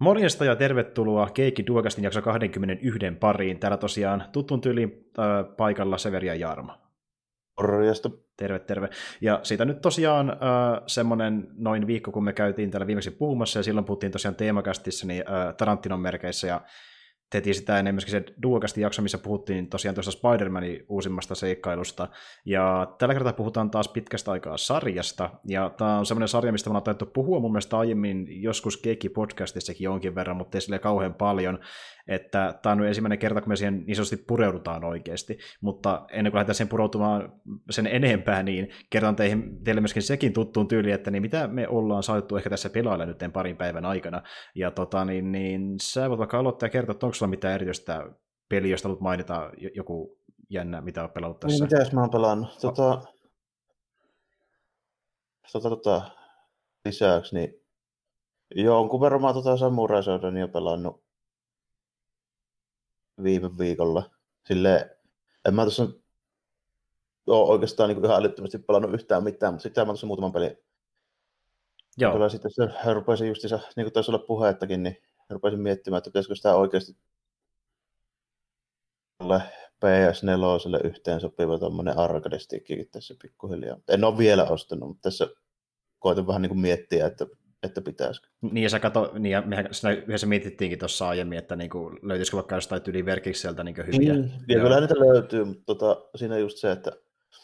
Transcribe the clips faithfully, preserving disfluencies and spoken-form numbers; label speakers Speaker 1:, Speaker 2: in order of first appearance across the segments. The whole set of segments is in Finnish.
Speaker 1: Morjesta ja tervetuloa Keikki Duokastin jakso kaksikymmentäyksi pariin. Täällä tosiaan tuttuun tyyliin äh, paikalla Severi ja Jarmo.
Speaker 2: Morjesta.
Speaker 1: Terve, terve. Ja siitä nyt tosiaan äh, semmoinen noin viikko, kun me käytiin täällä viimeksi puhumassa, ja silloin puhuttiin tosiaan teemakastissa niin, äh, Tarantinon merkeissä, ja tehtiin sitä ennen myöskin se Duokastin jakso, missä puhuttiin tosiaan tuosta Spider-Manin uusimmasta seikkailusta. Ja tällä kertaa puhutaan taas pitkästä aikaa sarjasta, ja tämä on semmoinen sarja, mistä me ollaan taidettu puhua mun mielestä aiemmin joskus Keikki-podcastissakin jonkin verran, mutta ei silleen kauhean paljon, että tämä on nyt ensimmäinen kerta, kun me siihen niin sanotusti pureudutaan oikeasti, mutta ennen kuin lähdetään sen pureutumaan sen enempää, niin kertaan teihin, teille myöskin sekin tuttuun tyyliin, että niin mitä me ollaan saatettu ehkä tässä pelailla nyt parin päivän aikana, ja tota, niin, niin sä voit vaikka aloittaa ja kertoa, että onko sulla mitään erityistä peliä, josta haluat mainita joku jännä, mitä olet pelannut tässä?
Speaker 2: Niin, mitäs mä oon pelannut? Tota, tota, tota, lisäksi, niin jonkun verran mä oon tota Samurai Shodonia pelannut viime viikolla. Silleen, en mä tuossa ole oikeastaan niin ihan älyttömästi pelannut yhtään mitään, mutta sitten mä tuossa muutaman pelin.
Speaker 1: Joo.
Speaker 2: Kyllä sitten se rupesin justiinsa, niin kuin taisi olla puhettakin, niin rupesin miettimään, että pitäisikö sitä oikeasti P S neljä yhteen sopiva tommonen arcade-stickikin tässä pikkuhiljaa. En ole vielä ostanut, mutta tässä koitan vähän niin kuin miettiä, että, että pitäisikö.
Speaker 1: Niin ja sä kato, niin ja mehän siinä yhdessä mietittiinkin tuossa aiemmin, että niinku, löytyisikö vaikka jostain tyyliin verkikseltä niinku hyviä.
Speaker 2: Mm, ja kyllä niitä löytyy, mutta tota, siinä just se, että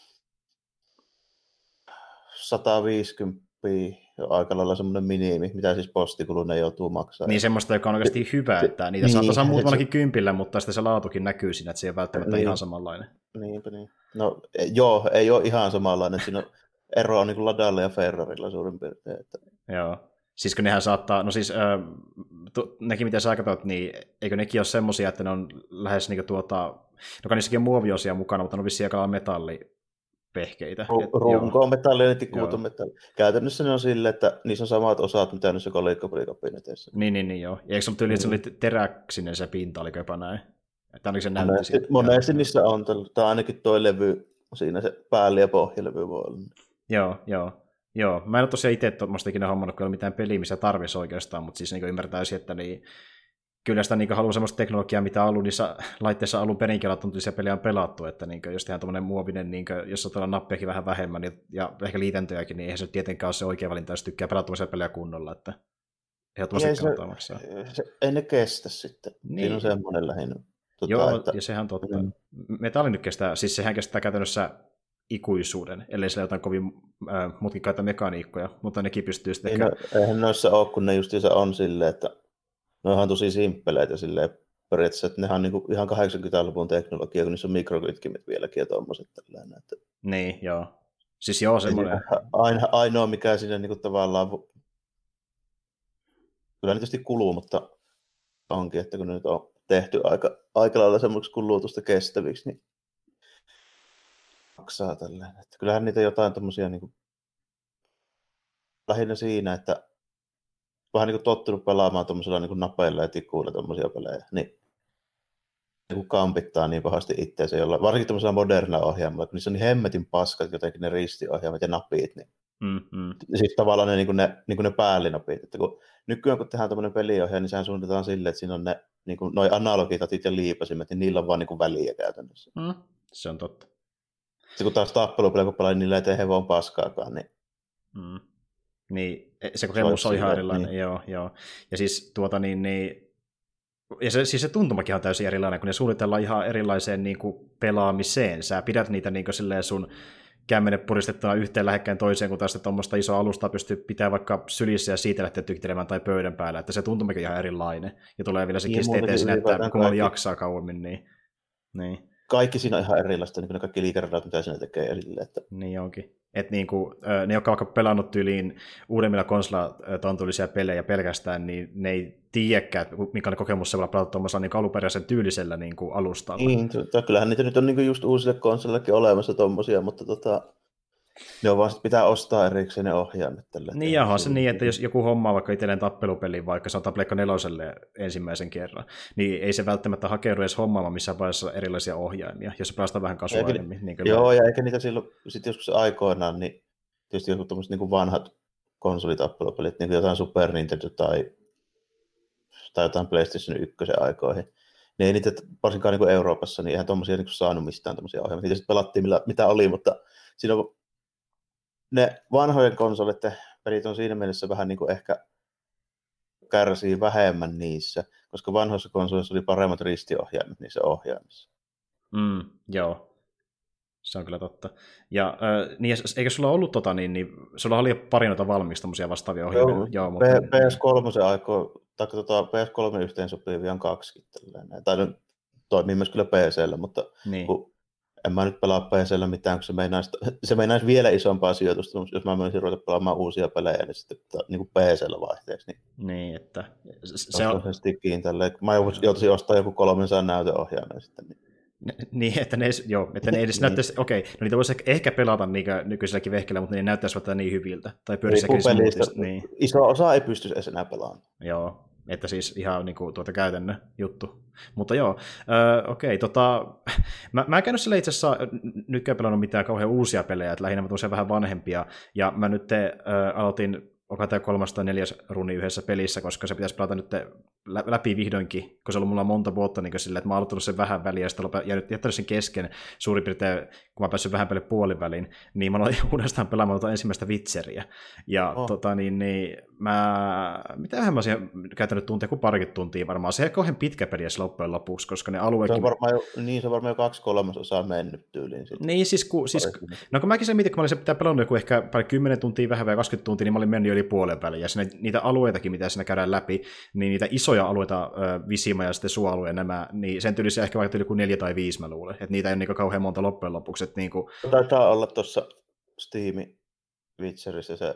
Speaker 2: sata viisikymmentä on aika lailla semmoinen minimi, mitä siis postikulunen joutuu maksamaan.
Speaker 1: Niin semmoista, joka on oikeasti hyvä, että niitä niin, saattaa saada muutamallakin se kympillä, mutta sitten se laatukin näkyy siinä, että se ei ole välttämättä niin ihan samanlainen.
Speaker 2: Niinpä niin. No joo, ei ole ihan samanlainen, siinä on ero on niin kuin Ladalla ja Ferrarilla suurin piirtein. Että...
Speaker 1: Joo, siis kun nehän saattaa, no siis äh, tu, nekin mitä sä katsot, niin eikö nekin ole semmoisia, että ne on lähes niinku tuota, no niissäkin on muoviosia mukana, mutta ne on vissiin aika metalli. Pehkeitä.
Speaker 2: Runko on metalli ja tikkuut on metalli. Käytännössä ne on silleen, että niissä on samat osat, mitä niissä kolikkopelikabinetissa.
Speaker 1: Niin, niin, niin joo. Ja eikö se ole tyyli, että se oli teräksinen se pinta, oliko jopa näin? Että oliko se näytti
Speaker 2: monesti,
Speaker 1: siitä?
Speaker 2: Monesti niissä on. Tai ainakin toi levy, siinä se päälle- ja pohjalevy voi olla.
Speaker 1: Joo, joo. Joo, mä en ole tosiaan itse tuommoista ikinä hommannut, kun ei ole mitään peliä, missä tarvitsisi oikeastaan, mutta siis niin ymmärtäisi, että niin, kyllä sitä niin haluaa semmoista teknologiaa, mitä alun niissä laitteissa alun perinkin tuntuisia pelejä on pelattu, että niin jos tehdään tuommoinen muovinen, niin jos otetaan nappejakin vähän vähemmän niin, ja ehkä liitäntöjäkin, niin eihän se tietenkään ole se oikea valinta, jos tykkää pelata tuommoisia pelejä kunnolla, että ehdottomasti kannattaa maksaa.
Speaker 2: Se, ei ne kestä sitten, niin. Siinä on semmoinen lähinnä.
Speaker 1: Tota, Joo, että... ja sehän on totta. Mm. Metalli nyt kestää, siis sehän kestää käytännössä ikuisuuden, ellei sillä jotain kovin äh, mutkikkaita mekaniikkoja, mutta nekin pystyy sitten...
Speaker 2: Eihän, ehkä... eihän noissa ole, kun ne justiinsa on silleen, että ne on tosi simppeleitä silleen periaatteessa, että nehän on niinku ihan kahdeksankymmentäluvun teknologia, kun niissä on mikrokytkimet vieläkin ja tommoset tällainen. Että...
Speaker 1: Niin, joo. Siis joo, semmoinen...
Speaker 2: Aina, ainoa, mikä siinä niinku tavallaan... Kyllä ne tietysti kuluu, mutta onkin, että kun ne nyt on tehty aika, aika lailla semmoiksi kulutusta kestäviksi, niin maksaa tällainen. Että kyllähän niitä jotain tommosia niinku... lähinnä siinä, että vähän niin kuin tottunut pelaamaan tuommoisella niin napeilla ja tikuilla tuommoisia pelejä, niin niin kampittaa niin pahasti itseänsä, jolla, varsinkin tuommoisella modernilla ohjaamalla, kun niissä on niin hemmetin paskat jotenkin ne ristiohjaamat ja napit, niin
Speaker 1: mm-hmm.
Speaker 2: siis tavallaan ne, niin ne, niin ne päällinapit, että kun nykyään kun tehdään tuommoinen peliohjaaja, niin sehän suunnitellaan silleen, että siinä on ne niin noi analogitatit ja liipasimet, niin niillä on vaan niin väliä käytännössä.
Speaker 1: Mm, se on totta.
Speaker 2: Sitten kun taas tappelupelejä, kun pelaa, niin niillä ei tee hevon paskaakaan, niin
Speaker 1: mm. Niin, se kokemus on ihan erilainen, niin. joo, joo. Ja siis tuota niin, niin ja se, siis se tuntumakin on täysin erilainen, kun ne suunnitellaan ihan erilaiseen niin kuin pelaamiseen. Sä pidät niitä niin kuin silleen sun kämmenen puristettuna yhteen lähekkäin toiseen, kun taas tuommoista isoa alustaa pystyy pitämään vaikka sylissä ja siitä lähteä tykittelemään tai pöydän päällä, että se tuntumakin ihan erilainen. Ja tulee vielä se kiste eteen siinä, että kun jaksaa kauemmin, niin... niin.
Speaker 2: Kaikki siinä on ihan erilaista, niin kuin ne kaikki liikeradat, mitä siinä tekee esille. Että...
Speaker 1: Niin onkin. Että niinku, ne, jotka ovat pelannut tyyliin uudemmilla konsolilla tontullisia pelejä pelkästään, niin ne ei tiedäkään, mikä on kokemus sellainen pelata tuollaisella niin alunperäisen tyylisellä niin kuin alustalla.
Speaker 2: Niin, to, kyllähän niitä nyt on niin just uusille konsolillekin olemassa tommosia, mutta tota, ne on vaan sit pitää ostaa erikseen ne ohjaimet. Tälle,
Speaker 1: niin jaha, se niin, että jos joku hommaa vaikka itselleen tappelupeliin, vaikka se on Pleikka neloselle ensimmäisen kerran, niin ei se välttämättä hakeudu edes hommaamaan missään vaiheessa erilaisia ohjaimia, jos se päästään vähän kasuaalimmin. Niin
Speaker 2: joo, ja eikä niitä silloin sitten joskus aikoinaan, niin tietysti jotkut tommoset niin vanhat konsolitappelupelit, niin kuin jotain Super Nintendo tai tai jotain PlayStation yksi aikoihin. Niin ei niitä, varsinkaan niin kuin Euroopassa, niin eihän tuommoisia niin saanut mistään tuommoisia ohjelmia. Niitä sitten pelattiin millä, mitä oli, mutta siinä on, ne vanhojen konsoleiden pelit on siinä mielessä vähän niin kuin ehkä kärsii vähemmän niissä, koska vanhoissa konsoleissa oli paremmat ristiohjaimet niissä ohjaimissa.
Speaker 1: Mm, joo. Se on kyllä totta. Ja äh, niin, eikö sulla ollut tota, niin, niin sulla oli pari noita valmiiksi tämmöisiä vastaavia ohjelmia?
Speaker 2: Joo,
Speaker 1: Joo, mutta...
Speaker 2: P S kolme se aikoo, tai tota, P S kolme yhteen sopivia on kaksi. Tai ne toimii myös kyllä P C:llä, mutta niin. Kun en mä nyt pelaa P C:llä mitään, kun se meinaisi, se meinaisi vielä isompaa sijoitusta, jos mä menisin ruveta pelaamaan uusia pelejä, niin sitten niin kuin P C:llä vaihteeksi. Niin,
Speaker 1: niin että... Se on...
Speaker 2: Se stickiin tälleen. Mä joutuisin ostaa joku kolmensadan näyteohjaimen sitten. Niin.
Speaker 1: Niin, että ne ei, joo, että ne ei edes niin. näyttäisi, okei, no niitä voisi ehkä pelata nykyiselläkin vehkellä, mutta ne ei näyttäisi niin hyviltä. Tai pyörissäkin pelistä. Niin.
Speaker 2: Iso osa ei pysty edes enää pelaamaan.
Speaker 1: Joo, että siis ihan niin kuin, tuota käytännön juttu. Mutta joo, äh, okei, tota, mä, mä en käynyt sille itse asiassa nytkään pelannut mitään kauhean uusia pelejä, että lähinnä mä tuossa vähän vanhempia, ja mä nyt te, äh, aloitin onko tämä kolmas tai neljäs runi yhdessä pelissä, koska se pitäisi pelata nyt läpi vihdoinkin, kun se on ollut mulla monta vuotta niin sillä, että mä oon aloittanut sen vähän väliä, ja sitten jäänyt, jättänyt sen kesken suurin piirtein, kun mä päässyt vähän päälle puoliväliin, niin mä aloin uudestaan pelaamaan tuota ensimmäistä Witcheria. Ja oh. tota niin, niin mä, mitähän mä siihen käytänyt tuntia, kuin parikin tuntia varmaan. Se ei kauhean pitkä peli loppujen lopuksi, koska ne alueetkin...
Speaker 2: Se on varmaan jo, niin, se on varmaan jo kaksi kolmasosaa mennyt tyyliin. Sitten.
Speaker 1: Niin, siis, ku, siis no kun mäkin sen mietin, kun mä olin se pitää pelannut joku ehkä pari kymmenen tuntia, vähän vai kaksikymmentä tuntia, niin mä olin mennyt jo yli puolen väliin. Ja sinne, niitä alueitakin, mitä siinä käydään läpi, niin niitä isoja alueita, Visima ja sitten Suoalue ja nämä, niin sen tyylisiä ehkä vaikka joku neljä tai viisi, mä luulen. Että niitä ei ole niin kauhean monta loppujen lopuksi. Että niin kuin...
Speaker 2: Taitaa olla tuossa Steam Witcherissä se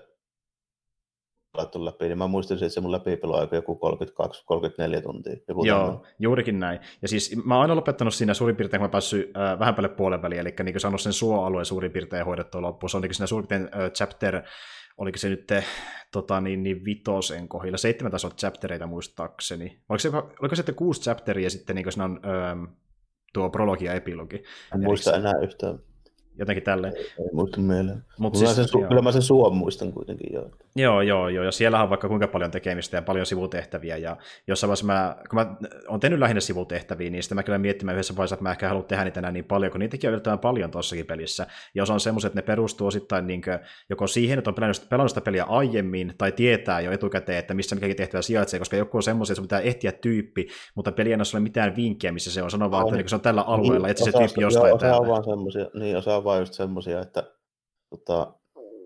Speaker 2: laittu läpi, niin mä muistin, että se mun läpipelo-aika joku kolmekymmentäkaksi kolmekymmentäneljä tuntia. Joku
Speaker 1: Joo,
Speaker 2: tämän.
Speaker 1: Juurikin näin. Ja siis mä oon aina lopettanut siinä suurin piirtein, kun mä päässyt äh, vähän päälle puolen väliin, eli niin saanut sen suoalueen suurin piirtein hoidettua loppuun. Se on niin siinä suurin piirtein äh, chapter, oliko se nyt te, tota, niin, niin vitosen kohdilla, seitsemän tasoa chaptereita muistaakseni. Oliko se, oliko se sitten kuusi chapteria ja sitten niin siinä on ähm, tuo prologi ja epilogi.
Speaker 2: En muista enää yhtään.
Speaker 1: Jotenkin tälleen.
Speaker 2: Ei, ei muista mieleen.
Speaker 1: Mut
Speaker 2: siis,
Speaker 1: siis,
Speaker 2: su- kyllä mä sen suon muistan kuitenkin. Joo.
Speaker 1: joo, joo, joo. Ja siellähän on vaikka kuinka paljon tekemistä ja paljon sivutehtäviä. Ja jossain vaiheessa mä, kun mä oon tehnyt lähinnä sivutehtäviä, niin sitten mä kyllä miettimään yhdessä vaiheessa, että mä ehkä haluan tehdä niitä enää niin paljon, kun niitäkin on yllättävän paljon tuossakin pelissä. Ja osa on semmoiset, että ne perustuu osittain niin joko siihen, että on pelannut, pelannut sitä peliä aiemmin, tai tietää jo etukäteen, että missä mikäkin tehtävä sijaitsee, koska joku on semmoisia, että sun pitää ehtiä tyyppi, mutta peli ei ole mitään vinkkiä, missä se on. Sanoo vaan, että niin, se on tällä alueella, etsi se tyyppi jostain
Speaker 2: joo,
Speaker 1: täällä.
Speaker 2: Osa on vaan semmoisia, niin osa on vaan just semmoisia, että tota,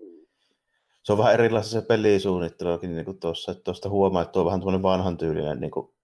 Speaker 2: se on vähän erilaista se pelisuunnitteluakin niin kuin tuossa, että tuosta huomaa, että tuo on vähän tuollainen vanhan tyylinen niin kuin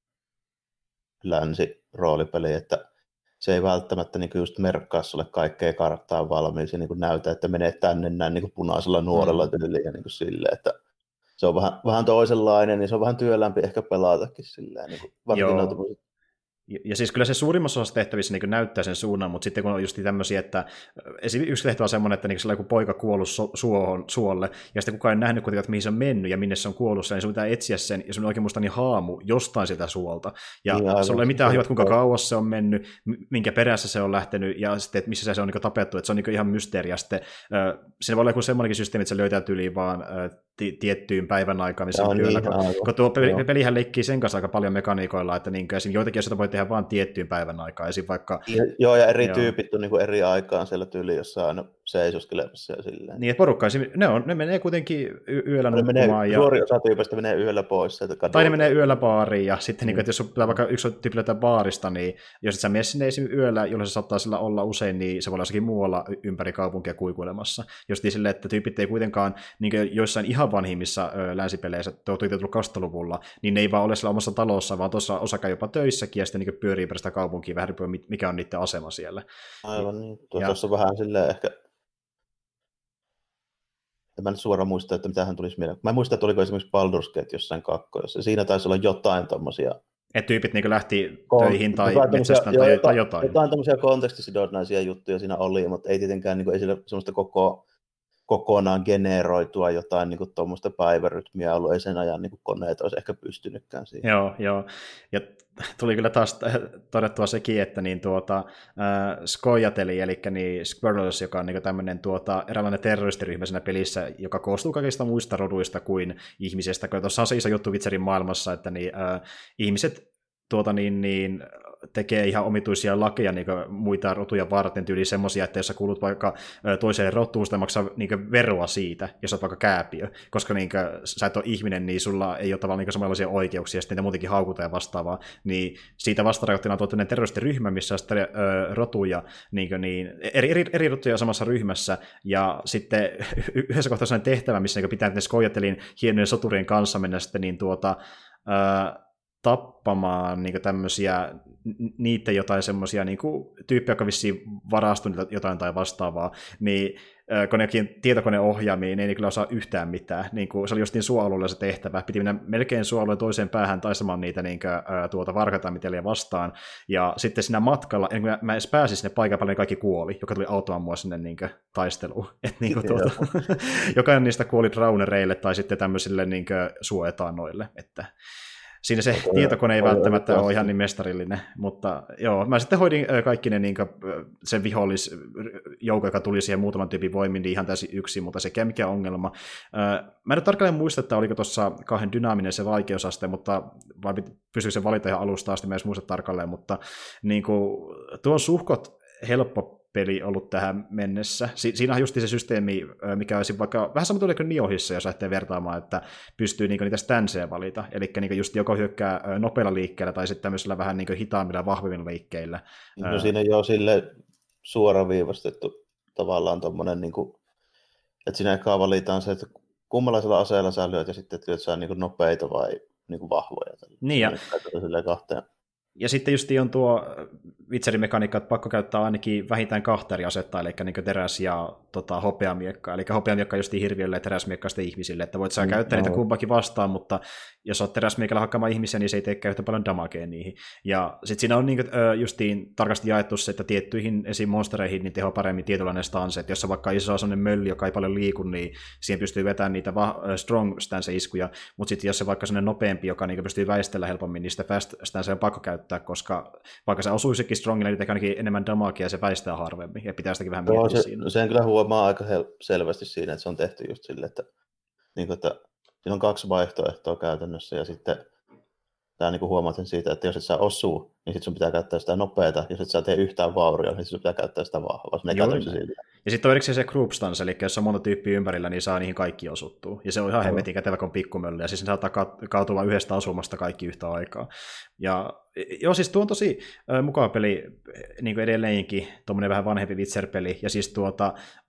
Speaker 2: länsi-roolipeli, että se ei välttämättä niin kuin just merkkaa sulle kaikkea karttaa valmiiksi ja niin kuin näytä, että menee tänne näin niin kuin punaisella nuorella tyyliin ja niin kuin silleen, että se on vähän, vähän toisenlainen, niin se on vähän työlämpi ehkä pelatakin silleen, niin kuin varsinkin
Speaker 1: Ja, ja siis kyllä se suurimmassa osassa tehtävissä niin näyttää sen suunnan, mutta sitten kun on just tämmöisiä, että esimerkiksi yksi tehtävä on semmoinen, että niin sillä on joku poika kuollut su- suohon, suolle, ja sitten kukaan ei nähnyt kuitenkaan, että mihin se on mennyt ja minne se on kuollut, niin sun pitää etsiä sen, ja sun on oikein musta niin haamu jostain sieltä suolta. Ja niin, sulla ei mitään hajua, kuinka kauas se on mennyt, minkä perässä se on lähtenyt, ja sitten, että missä se on niin tapettu, että se on niin ihan mysteeri. Ja sitten äh, siinä voi olla joku semmoinenkin systeemi, että se löytää yliin vaan äh, t- tiettyyn päivän aikaan, missä on työllä, niin, kun tuo peli, pelihän leikkii sen kanssa aika paljon mekaniikoilla, että niin, joitakin asioita voi tehdä vaan tiettyyn päivän aikaan. Esim. Vaikka,
Speaker 2: ja, joo, ja eri joo. tyypit on niin kuin eri aikaan siellä tyyliin, jossa aina seisoskelemassa ja silleen.
Speaker 1: Niin, että porukka, ne, on, ne menee kuitenkin y- yöllä
Speaker 2: ne
Speaker 1: nukkumaan.
Speaker 2: Menee, ja... Suuri osa tyypistä menee yöllä pois.
Speaker 1: Tai ne menee yöllä baariin, ja sitten, mm. niin kuin, että jos pitää vaikka yksi tyyppi löytää baarista, niin jos et sä mene sinne yöllä, jolloin se saattaa sillä olla usein, niin se voi olla jossakin muualla ympäri kaupunkia kuikuilemassa. Jos silleen, että tyypit ei kuitenkaan, niin kuin joissain ihan vanhimmissa ö, länsipeleissä, tuo tullut kaksituhattaluvulla, niin ne ei vaan ole siellä omassa talossa, vaan tuossa osa käy jopa töissäkin, ja sitten niin pyörii ympäri sitä kaupunkia, vähän riippuen, mikä on niiden asema siellä.
Speaker 2: Aivan niin. Tuossa on vähän silleen ehkä... En mä nyt suoraan muista, että mitähän tulisi mieleen. Mä en muista, että oliko esimerkiksi Baldur's Gate jossain kakkoissa. Siinä taisi olla jotain tommosia...
Speaker 1: Että tyypit niin lähti Kon... töihin tai metsästään tai, tai jotain.
Speaker 2: Jotain tommosia kontekstisidonnaisia juttuja siinä oli, mutta ei tietenkään niin ei sillä semmoista koko kokonaan generoitua jotain niin tuommoista päivärytmiä ollut, ei sen ajan niin koneet olisi ehkä pystynytkään siihen.
Speaker 1: Joo, joo. Ja tuli kyllä taas todettua sekin, että niin tuota, äh, Skoyateli, eli niin Squirrels, joka on niin tämmöinen tuota, eräänlainen terroristiryhmä siinä pelissä, joka koostuu kaikista muista roduista kuin ihmisestä, kun tuossa on se iso juttu Witcherin maailmassa, että niin, äh, ihmiset tuota, niin, niin, tekee ihan omituisia lakeja niin muita rotuja varten, tyyli semmoisia, että jos sä kuulut vaikka toiseen rotuun, sitä maksaa niin veroa siitä, jos sä oot vaikka kääpiö, koska niin kuin, sä et ole ihminen, niin sulla ei ole tavallaan niin samanlaisia oikeuksia, ja sitten niitä muutenkin haukutaan ja vastaavaa, niin siitä vastarajoitteena on tuo terroristiryhmä, missä on sitten ö, rotuja, niin kuin, niin, eri, eri, eri rotuja samassa ryhmässä, ja sitten yhdessä kohtaa sellainen tehtävä, missä niin pitää Skoyatelin hienojen soturien kanssa mennä sitten niin tuota, ö, tappamaan niin tämmöisiä, niitä jotain semmoisia niin tyyppejä, jotka vissiin varastui jotain tai vastaavaa, niin konekin tietokoneohjaamiin ei kyllä osaa yhtään mitään. Niin kuin, se oli just niin suoalueella se tehtävä. Piti mennä melkein suoalueen toiseen päähän taistamaan niitä niin kuin, tuota varkaita miteliä vastaan. Ja sitten siinä matkalla, ennen kuin mä edes pääsin sinne paikan päälle, niin kaikki kuoli, joka tuli automaan mua sinne niin kuin, taisteluun. Et, niin kuin, tuota, jokainen niistä kuoli drownereille tai sitten tämmöisille niin kuin, suoetaanoille. Että siinä se okay. tietokone ei välttämättä ole ihan niin mestarillinen, mutta joo, mä sitten hoidin kaikki ne niin kuin, sen vihollisjoukko, joka tuli siihen muutaman tyypin voimin, niin ihan täysin yksin, mutta sekään mikä ongelma. Mä en ole tarkalleen muista, että oliko tuossa kahden dynaaminen se vaikeusaste, mutta vai pysyykö se valita ihan alusta asti, mä en muista tarkalleen, mutta niin kuin, tuo on suhkot helppo peli ollut tähän mennessä. Si- siinä on just se systeemi, mikä olisi vaikka vähän sama tuli kuin Niohissa, jos lähtee vertaamaan, että pystyy niinku niitä stanseja valita. Eli niinku just joko hyökkää nopealla liikkeellä tai sitten tämmöisellä vähän niinku hitaammilla ja vahvemmilla liikkeillä.
Speaker 2: No siinä on jo sille suoraviivastettu tavallaan tommonen, niinku, että siinä eka valitaan se, että kummallaisella aseella sä lyöt ja sitten, että lyöt sä niinku nopeita vai niinku vahvoja.
Speaker 1: Niin ja...
Speaker 2: kahteen.
Speaker 1: Ja sitten just on tuo Witcherin mekaniikka, että pakko käyttää ainakin vähintään kahta eri asetta, eli niin teräs- ja tota, hopeamiekka. Eli hopeamiekka just hirviölle ja teräsmiekka sitten ihmisille, että voit sä mm, käyttää no. niitä kumpakin vastaan, mutta jos olet teräsmiekalla hakkaamaan ihmisiä, niin se ei teekään yhtä paljon damagea niihin. Ja sitten siinä on niin justiin tarkasti jaettu se, että tiettyihin esim. Monstereihin niin teho paremmin tietynlainen stance, että jos on vaikka iso sellainen mölli, joka ei paljon liiku, niin siihen pystyy vetämään niitä va- strong stance-iskuja, mutta sitten jos se vaikka sellainen nopeampi, joka niin pystyy väistellä helpommin, niin sitä fast stance on pakko käyttää, koska vaikka se osuisikin strongille, niin tekee ainakin enemmän damagea ja se väistää harvemmin, ja pitää sitäkin vähän miettiä
Speaker 2: se,
Speaker 1: siinä.
Speaker 2: Sen kyllä huomaa aika hel- selvästi siinä, että se on tehty just silleen, että, niin kuin, että siinä on kaksi vaihtoehtoa käytännössä, ja sitten tämä niin huomaa sen siitä, että jos et saa osuu, niin sitten sun pitää käyttää sitä nopeata, jos et saa tee yhtään vauria, niin sun pitää käyttää sitä vahvaa.
Speaker 1: Ja sitten on erikseen se group stance, eli jos on monta tyyppiä ympärillä, niin saa niihin kaikki osuttua. Ja se on ihan hemmetin kätevä, kun on pikkumöllö, ja siis ne saattaa kaatua yhdestä asumasta kaikki yhtä aikaa. Ja joo, siis tuo on tosi äh, mukava peli, niin kuin edelleenkin, tuommoinen vähän vanhempi Witcher-peli, ja siis tuota,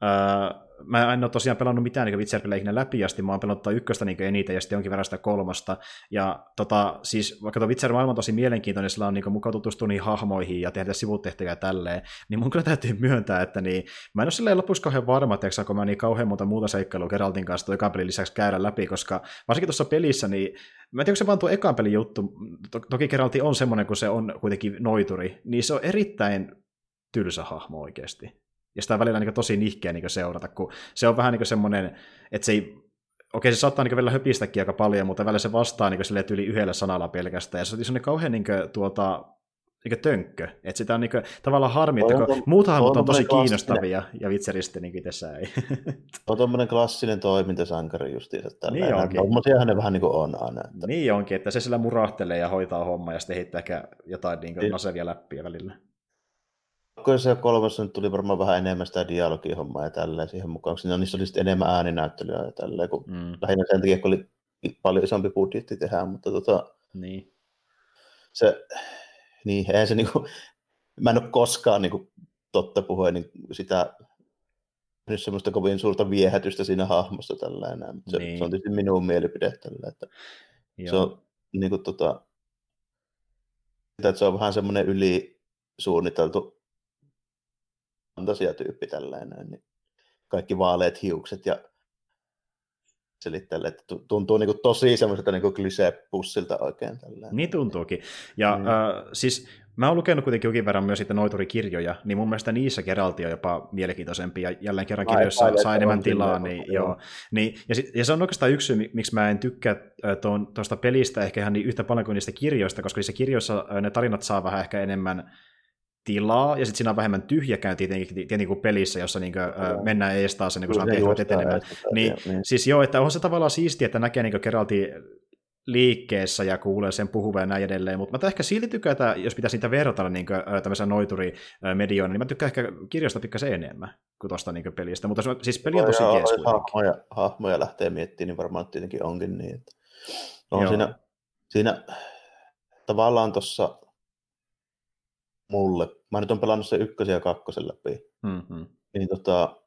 Speaker 1: äh, mä en ole tosiaan pelannut mitään niin Witcher-pelejä ikinä läpi asti, mä oon pelannut ykköstä niin eniten ja sitten jonkin verran sitä kolmasta. Ja tota, siis vaikka tuo Witcher-maailma on tosi mielenkiintoinen, sillä on niin mukaan tutustua niihin hahmoihin ja tehdä sivutehtäviä ja tälleen, niin mun kyllä täytyy myöntää, että niin, mä en ole silleen lopuksi kauhean varma, että saanko mä niin kauhean monta muuta seikkailua Geraltin kanssa tuon ekan pelin lisäksi käydä läpi, koska varsinkin tuossa pelissä, niin mä en tiedä, onko se vaan tuo ekan pelin juttu, to- toki Geralti on semmoinen, kun se on kuitenkin noituri, niin se on erittäin tylsä hahmo oikeasti. Ja sitä on välillä niin tosi nihkeä niin seurata, kun se on vähän niin semmoinen, että se ei, okei se saattaa niin välillä höpistäkin aika paljon, mutta välillä se vastaa niin yli yhdellä sanalla pelkästään, ja se on semmoinen kauhean niin kuin, tuota, niin tönkkö, että sitä on niin kuin, tavallaan harmi, että kun muut hahmot on tosi kiinnostavia, ja Witcheristä niin tässä ei.
Speaker 2: On tuommoinen klassinen toimintasankari justiinsa tällä.
Speaker 1: Niin onkin.
Speaker 2: Tuommoisiahan ne vähän niin kuin on aina. Että...
Speaker 1: Niin onkin, että se sillä murahtelee ja hoitaa hommaa, ja sitten heittää ehkä jotain niin kuin, nasevia läppiä välillä.
Speaker 2: Kakkoisessa ja kolmessa nyt tuli varmaan vähän enemmän sitä dialogihommaa ja tälleen siihen mukaan. Siinä niissä oli sitten enemmän ääninäyttelyä ja tälleen, kun mm. lähinnä sen takia, kun oli paljon isompi budjetti tehdä, mutta tota,
Speaker 1: niin.
Speaker 2: se, niin, eihän se niinku, mä en ole koskaan niinku, totta puhuen niin sitä, nyt semmoista kovin suurta viehätystä siinä hahmossa tällainen, se, niin. se on tietysti minun mielipide tällä, että Joo. se on niinku tota, että se on vähän semmoinen ylisuunniteltu fantasiatyyppi tällainen, niin kaikki vaaleat hiukset ja selittää, että tuntuu niin kuin tosi semmoiselta niin klisee-pussilta oikein tällainen.
Speaker 1: Niin tuntuukin. Ja mm. äh, siis Mä oon lukenut kuitenkin jokin verran myös sitten noiturikirjoja, niin mun mielestä niissä Geraltti on jopa mielenkiintoisempi, ja jälleen kerran kirjoissa saa, saa enemmän tilaa, niin joo. Niin, ja, sit, ja se on oikeastaan yksi syy, miksi mä en tykkää tuosta pelistä ehkä ihan niin yhtä paljon kuin niistä kirjoista, koska niissä kirjoissa ne tarinat saa vähän ehkä enemmän tilaa, ja sitten siinä on vähemmän tyhjäkäyntiä tietenkin, tietenkin kuin pelissä, jossa niin kuin, mennään ees taas ennen kuin saa tehtävät etenemään. Niin, niin. Siis joo, että on se tavallaan siistiä, että näkee niin Geraltin liikkeessä ja kuulee sen puhuvan ja näin edelleen, mutta mä ehkä silti tykkään, jos pitäisi niitä verrata niin tämmöisen noiturimedioon, niin mä tykkään ehkä kirjoista pikkasen enemmän kuin tuosta niin pelistä, mutta siis peli on tosi jees kuitenkin.
Speaker 2: Hahmoja, hahmoja lähtee miettimään, niin varmaan tietenkin onkin niin. Että on siinä, siinä tavallaan tuossa mulle, mä nyt on pelannut se ykkösen ja kakkosen läpi,
Speaker 1: mm-hmm.
Speaker 2: niin tota,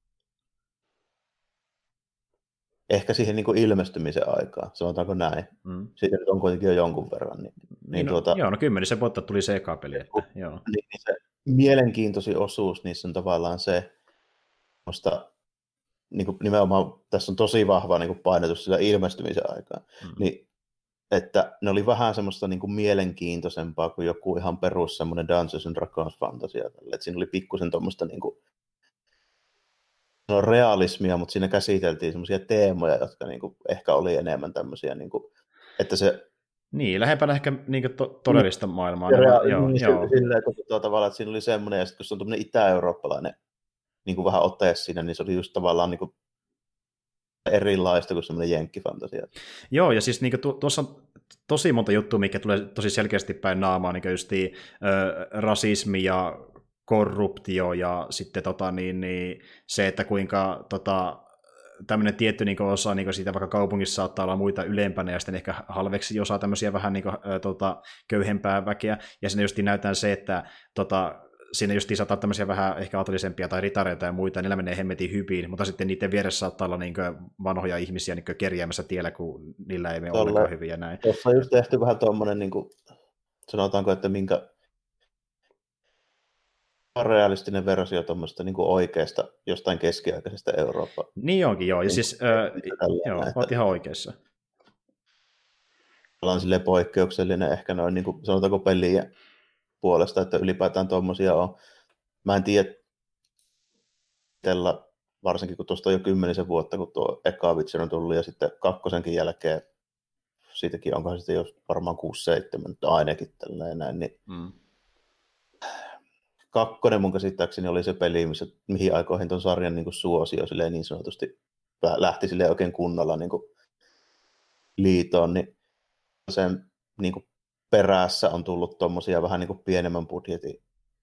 Speaker 2: ehkä siihen niin kuin ilmestymisen aikaan, sanotaanko näin. Mm. Siitä nyt on kuitenkin jo jonkun verran. Niin, niin
Speaker 1: no,
Speaker 2: tuota,
Speaker 1: joo, no kymmenisen vuotta tuli se eka peli. Että, joo.
Speaker 2: Niin, niin se mielenkiintoisin osuus niissä on tavallaan se, musta, niin kuin nimenomaan tässä on tosi vahva niin kuin painotus sillä ilmestymisen aikaan, mm. niin, että ne oli vähän semmoista niin kuin mielenkiintoisempaa kuin joku ihan perus semmoinen Dungeons and Dragons fantasia. Että siinä oli pikkusen tuommoista niin kuin no realismia, mutta siinä käsiteltiin semmoisia teemoja, jotka niinku ehkä oli enemmän tämmöisiä, niinku, että se...
Speaker 1: Niin, lähempänä ehkä niinku to- todellista maailmaa.
Speaker 2: Ja,
Speaker 1: rea-
Speaker 2: joo, niin, joo. Silleen, että tavallaan, että siinä oli semmoinen, ja sitten kun se on tämmöinen itä-eurooppalainen niinku vähän ote siinä, niin se oli just tavallaan niinku erilaista kuin semmoinen jenkkifantasia.
Speaker 1: Joo, ja siis niinku tuossa on tosi monta juttua, mikä tulee tosi selkeästi päin naamaa, niin kuin justiin äh, rasismi ja korruptio ja sitten tota, niin, niin, se, että kuinka tota, tämmöinen tietty niin kuin osa niin kuin siitä vaikka kaupungissa saattaa olla muita ylempänä ja sitten ehkä halveksi osaa tämmöisiä vähän niin kuin, ä, tota, köyhempää väkeä. Ja siinä justiin näytetään se, että tota, siinä justiin saattaa tämmöisiä vähän ehkä aatelisempia tai ritareita ja muita, niillä menee hemmetin hyviin, mutta sitten niiden vieressä saattaa olla niin kuin vanhoja ihmisiä niin kuin kerjäämässä tiellä, kun niillä ei mene ollenkaan hyvin ja näin.
Speaker 2: Tuossa on just tehty vähän tuommoinen, niin kuin, sanotaanko, että minkä realistinen versio tuommoista niin kuin oikeasta jostain keskiaikaisesta Eurooppaa.
Speaker 1: Niin onkin, joo. Ja siis, äh, joo, olet ihan oikeassa.
Speaker 2: Ollaan silleen poikkeuksellinen ehkä noin, niin kuin, sanotaanko pelien puolesta, että ylipäätään tuommoisia on. Mä en tiedä, varsinkin kun tuosta on jo kymmenisen vuotta, kun tuo eka Witcher on tullut, ja sitten kakkosenkin jälkeen, siitäkin onkohan sitten jo varmaan kuusi seitsemän, ainakin tällainen näin, niin mm. kakkonen mun käsittääkseni oli se peli, missä, mihin aikoihin ton sarjan niin kuin suosio niin sanotusti lähti silleen oikein kunnolla niin kuin liitoon, niin sen niin kuin perässä on tullut tommosia vähän niin kuin pienemmän budjetin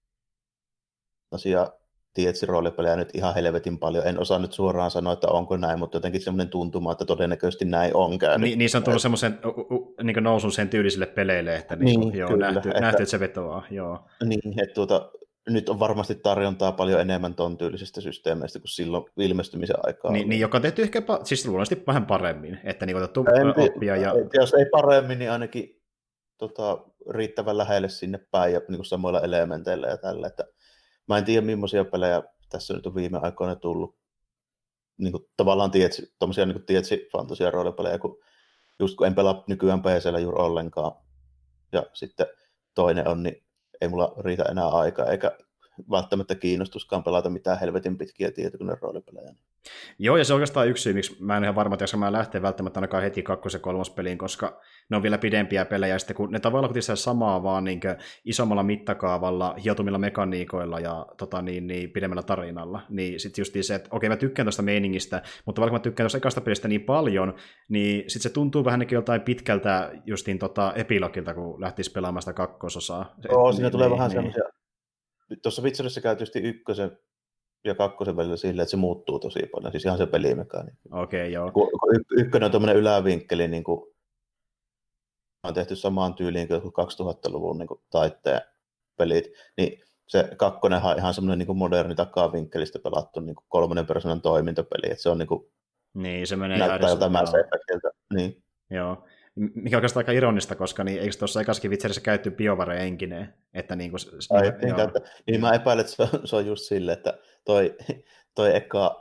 Speaker 2: asia tietsi-roolipelejä nyt ihan helvetin paljon. En osaa nyt suoraan sanoa, että onko näin, mutta jotenkin semmoinen tuntuma, että todennäköisesti näin on käynyt.
Speaker 1: Ni, niissä on tullut semmoisen niin nousun sen tyylisille peleille, että niin, niin, joo, kyllä, nähty, että, nähty, että se vetoaa. Joo.
Speaker 2: Niin, että tuota, nyt on varmasti tarjontaa paljon enemmän ton tyylisistä systeemeistä kuin silloin ilmestymisen aikaa.
Speaker 1: Niin, niin joka on tehty ehkä pa- siis luonnollisesti vähän paremmin, että niin otettu
Speaker 2: en,
Speaker 1: oppia. Ja...
Speaker 2: Jos ei paremmin, niin ainakin tota, riittävän lähelle sinne päin ja niin kuin samoilla elementeillä ja tällä. Että mä en tiedä, millaisia pelejä tässä nyt on viime aikoina tullut. Niin kuin, tavallaan tietsi, tommosia niin tietsi fantasia roolipelejä, kun just kun en pelaa nykyään P C:llä juuri ollenkaan. Ja sitten toinen on, niin ei mulla riitä enää aikaa, eikä välttämättä kiinnostuskaan pelata mitään helvetin pitkiä tietokoneen roolipelejä.
Speaker 1: Joo, ja se on oikeastaan yksi syy, miksi mä en ihan varma, että mä lähtee välttämättä ainakaan heti kakkos- ja kolmospeliin, koska ne on vielä pidempiä pelejä, ja sitten kun ne tavallaan kuitenkin samaa vaan niin isommalla mittakaavalla, hiotumilla mekaniikoilla ja tota, niin, niin, pidemmällä tarinalla, niin sitten just se, että okei, mä tykkään tuosta meiningistä, mutta vaikka mä tykkään tuosta ekasta pelistä niin paljon, niin sitten se tuntuu vähän jotain pitkältä justiin tota epilogilta, kun lähtisi pelaamaan sitä kakkososaa.
Speaker 2: Joo, siinä niin, tulee niin, vähän niin. semmoisia. Tuossa Witcherissa käy tietysti ykkösen ja kakkosen välillä silleen, että se muuttuu tosi paljon, siis ihan se pelimekaniikka.
Speaker 1: Okei, okay, joo.
Speaker 2: Kun y- ykkönen on tuommoinen ylävinkkeli, niin kuin on tehty samaan tyyliin kuin kaksituhattaluvun niin kuin taitteen pelit, niin se kakkonenhan on ihan semmoinen niin kuin moderni takavinkkelistä pelattu niin kuin kolmannen persoonan toimintapeli, että se on niin kuin
Speaker 1: niin, se menee
Speaker 2: näyttää joltain Mass-efektiltä. Niin.
Speaker 1: Joo. Mikä on oikeastaan aika ironista, koska niin, eikö tuossa ekassakin Witcherissä käytetty BioWare enkineen? Että niin kuin,
Speaker 2: Ai, niin, niin, niin mä epäilen, että se on, se on just silleen, että toi, toi eka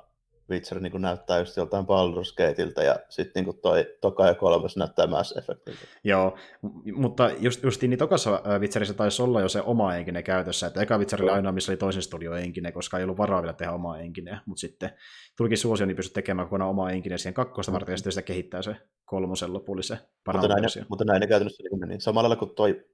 Speaker 2: Witcher niin näyttää just joltain Baldur's Gateilta, ja sitten niin toi toka ja kolmas näyttää Mass Effectilta.
Speaker 1: Joo, mutta just, justiin niin tokassa Witcherissä taisi olla jo se oma enkine käytössä, että eka Witcher oli ainoa, missä oli toisen studio enkine, koska ei ollut varaa vielä tehdä omaa enkineä, mutta sitten tulikin suosio, niin pystyi tekemään kokonaan omaa enkineä siihen kakkosta varten, ja sitten sitä kehittää se kolmosen lopullisen
Speaker 2: parantaversio. Mutta näin ne käytännössä niin samalla lailla kuin toi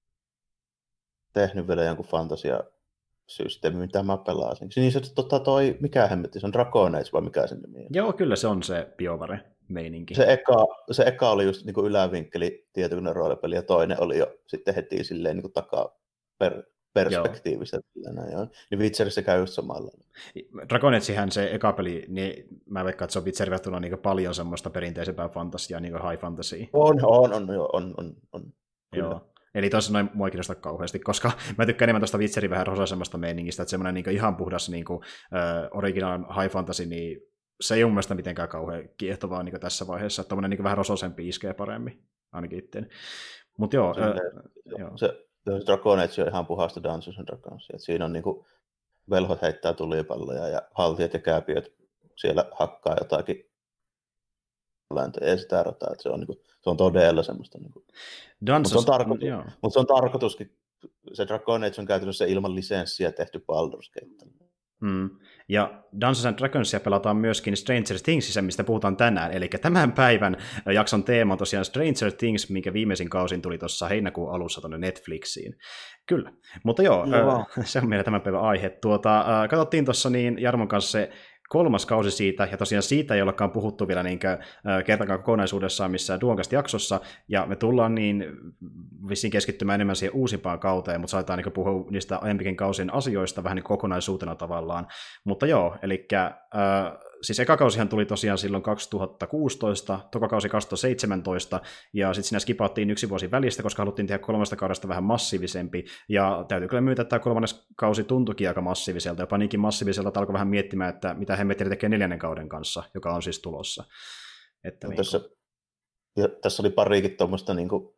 Speaker 2: tehnyt vielä jonkun fantasia systeemi, mitä mä pelasin. Niin se tota toi, mikä hemmetti, se on Dragon Age vai mikä sen nimi on?
Speaker 1: Joo, kyllä se on se BioWare-meininki.
Speaker 2: Se eka, se eka oli just niin ylävinkkeli tietokoneen roolipeli, ja toinen oli jo sitten heti silleen niin takaa per, perspektiivistä. Joo. Niin Witcherissä käy just samalla.
Speaker 1: Dragon Agehän se eka peli, niin mä veikkaan, että se on Witcherin verrattuna niin paljon semmoista perinteisempää fantasiaa, niin kuin high fantasy.
Speaker 2: On, on, on, on, on, on, on.
Speaker 1: Joo. Eli tossa noin mua ei kiinnosta kauheasti, koska mä tykkään enemmän tuosta Witcherin vähän rosaisemmasta meiningistä, että semmoinen niin ihan puhdas niin kuin, uh, original high fantasy, niin se ei ole mun mielestä mitenkään kauhean kiehtovaa niin tässä vaiheessa, että tommoinen niin vähän rosoisempi iskee paremmin, ainakin itteen. Mutta joo,
Speaker 2: se,
Speaker 1: uh, joo.
Speaker 2: Se, se Dragon Age on ihan puhasta Dungeons and Dragons, että siinä on niin kuin velhot heittää tulipalloja ja haltijat ja kääpiöt siellä hakkaa jotakin lääntöjä ja sitä erotaan, että se on, niin kuin, se on todella semmoista. Niin kuin. Mutta se, mut se on tarkoituskin, se Dragon Age on käytännössä ilman lisenssiä tehty Baldur's Gate.
Speaker 1: Mm. Ja Dungeons and Dragonsia pelataan myöskin Stranger Thingsissä, mistä puhutaan tänään. Eli tämän päivän jakson teema on tosiaan Stranger Things, minkä viimeisin kausin tuli tuossa heinäkuun alussa tuonne Netflixiin. Kyllä, mutta joo, joo. se on meidän tämän päivän aihe. Tuota, katsottiin tuossa niin Jarmon kanssa se kolmas kausi siitä, ja tosiaan siitä ei ollakaan puhuttu vielä niin kertakaan kokonaisuudessaan missään Duonkast jaksossa, ja me tullaan niin vissiin keskittymään enemmän siihen uusimpaan kauteen, mutta saadaan niin puhua niistä aiempikin kausien asioista vähän niin kokonaisuutena tavallaan. Mutta joo, eli äh, siis eka kausihan tuli tosiaan silloin kaksituhattakuusitoista, toka kausi kaksituhattaseitsemäntoista, ja sitten siinä skipattiin yksi vuosi välistä, koska haluttiin tehdä kolmesta kaudesta vähän massiivisempi, ja täytyy kyllä myöntää, että tämä kolmannes kausi tuntuikin aika massiiviselta, jopa niinkin massiiviselta, että alkoi vähän miettimään, että mitä hemmetti tekee neljännen kauden kanssa, joka on siis tulossa. Että niin
Speaker 2: tässä, ja tässä oli parikin tuommoista niinku,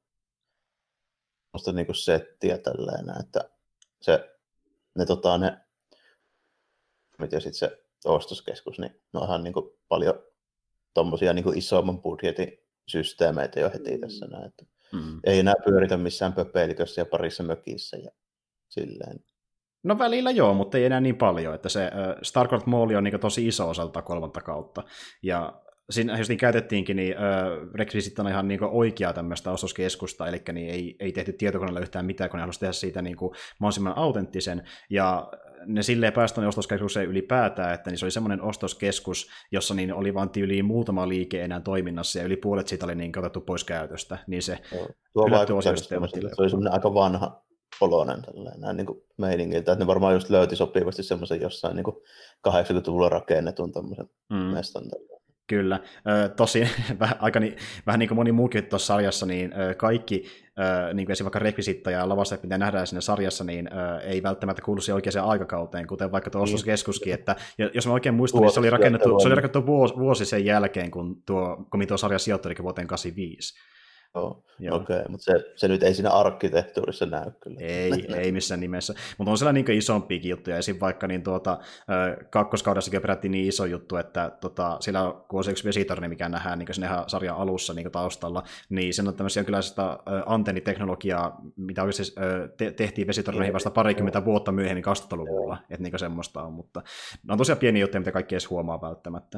Speaker 2: niinku settiä tälleen, että se, ne, tota, ne miten sitten se ostoskeskus, niin ne onhan niin kuin paljon tommosia niin kuin isomman budjetin systeemeitä jo heti tässä näin, että mm. ei enää pyöritä missään pöpeilikössä ja parissa mökissä ja silleen.
Speaker 1: No välillä joo, mutta ei enää niin paljon, että se äh, Starcourt Mall on niin tosi iso osalta kolmatta kautta, ja siinä just niin käytettiinkin, niin äh, rekvisiittana ihan niin oikeaa tämmöistä ostoskeskusta, eli niin ei, ei tehty tietokoneella yhtään mitään, kun ne halusi tehdä siitä niin kuin mahdollisimman autenttisen, ja ne silleen päästään ostoskeskukseen ylipäätään, että niin se oli semmoinen ostoskeskus, jossa niin oli vain tyyliin muutama liike enää toiminnassa, ja yli puolet siitä oli niin otettu pois käytöstä, niin se
Speaker 2: no, hylätty osiosysteemi. Se oli semmoinen aika vanha oloinen tällainen niin kuin meiningiltä, että ne varmaan just löyti sopivasti semmoisen jossain niin kuin kahdeksankymmentäluvulla rakennetun tämmöisen mm. mestan.
Speaker 1: Kyllä. Tosin vähän, aika niin, vähän niin kuin moni muukin tuossa sarjassa, niin kaikki, niin kuin esimerkiksi vaikka rekvisitta ja lavastajat, mitä nähdään siinä sarjassa, niin ei välttämättä kuulu siihen oikeaan aikakauteen, kuten vaikka tuo ostoskeskuskin, että jos mä oikein muistan, niin se oli rakennettu, se oli rakennettu vuosi, vuosi sen jälkeen, kun tuo, kun tuo sarja sijoittui, eli vuoteen kahdeksankymmentäviisi.
Speaker 2: Oh, okei, okay, mutta se, se nyt ei siinä arkkitehtuurissa näy kyllä.
Speaker 1: Ei, ei missään nimessä, mutta on siellä niin isompiakin juttuja, esim. Vaikka niin tuota, kakkoskaudessakin peräti niin iso juttu, että tota, siellä kun on se yksi vesitorni, mikä nähdään niin siinä sarjan alussa niin taustalla, niin sen on tämmöisiä jonkinlaista antenniteknologiaa, mitä oikeasti te- tehtiin vesitorneihin vasta parikymmentä vuotta myöhemmin kaksituhattaluvulla, että niin semmoista on, mutta ne on tosiaan pieniä juttuja, mitä kaikki edes huomaa välttämättä.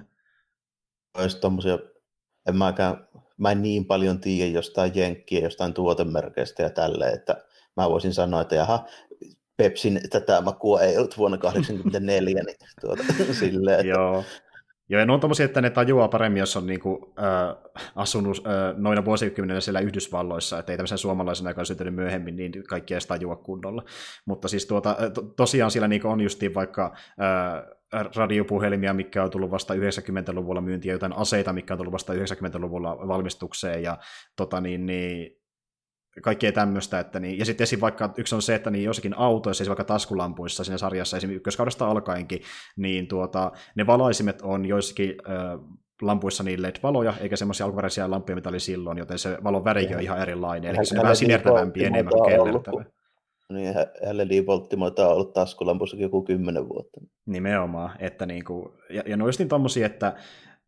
Speaker 2: Olisi tommosia, en mäkään, mä en niin paljon tiedä jostain jenkkiä, jostain tuotemerkeistä ja tälleen, että mä voisin sanoa, että jaha, Pepsin tätä makua ei ollut vuonna kahdeksankymmentäneljä, niin tuota, silleen. Että...
Speaker 1: Joo. Joo, ja ne on tommosia, että ne tajuaa paremmin, jos on niinku, äh, asunut äh, noina vuosikymmenellä siellä Yhdysvalloissa, että ei tämmöisen suomalaisen aikaan syntynyt myöhemmin, niin kaikki ei edes tajua kunnolla. Mutta siis tuota, to, tosiaan siellä niinku on justiin vaikka äh, radiopuhelimia, mikä on tullut vasta yhdeksänkymmentäluvulla myyntiä, jotain aseita, mikä on tullut vasta yhdeksänkymmentäluvulla valmistukseen, ja tota niin, niin kaikkea tämmöistä, että niin, ja sitten esim. Vaikka yksi on se, että niin jossakin autoissa, esimerkiksi vaikka taskulampuissa siinä sarjassa, esimerkiksi ykköskaudesta alkaenkin, niin tuota, ne valaisimet on joissakin äh, lampuissa niin L E D-valoja, eikä semmoisia alkuperäisiä lampuja, mitä oli silloin, joten se valon värikin on ihan erilainen, eli se on vähän sinertävämpi enemmän kuin kellertävä.
Speaker 2: Niin L E D-polttimoita on ollut taskulampussakin joku kymmenen vuotta.
Speaker 1: Nimenomaan, että niinku, ja, ja no justiin tommosia, että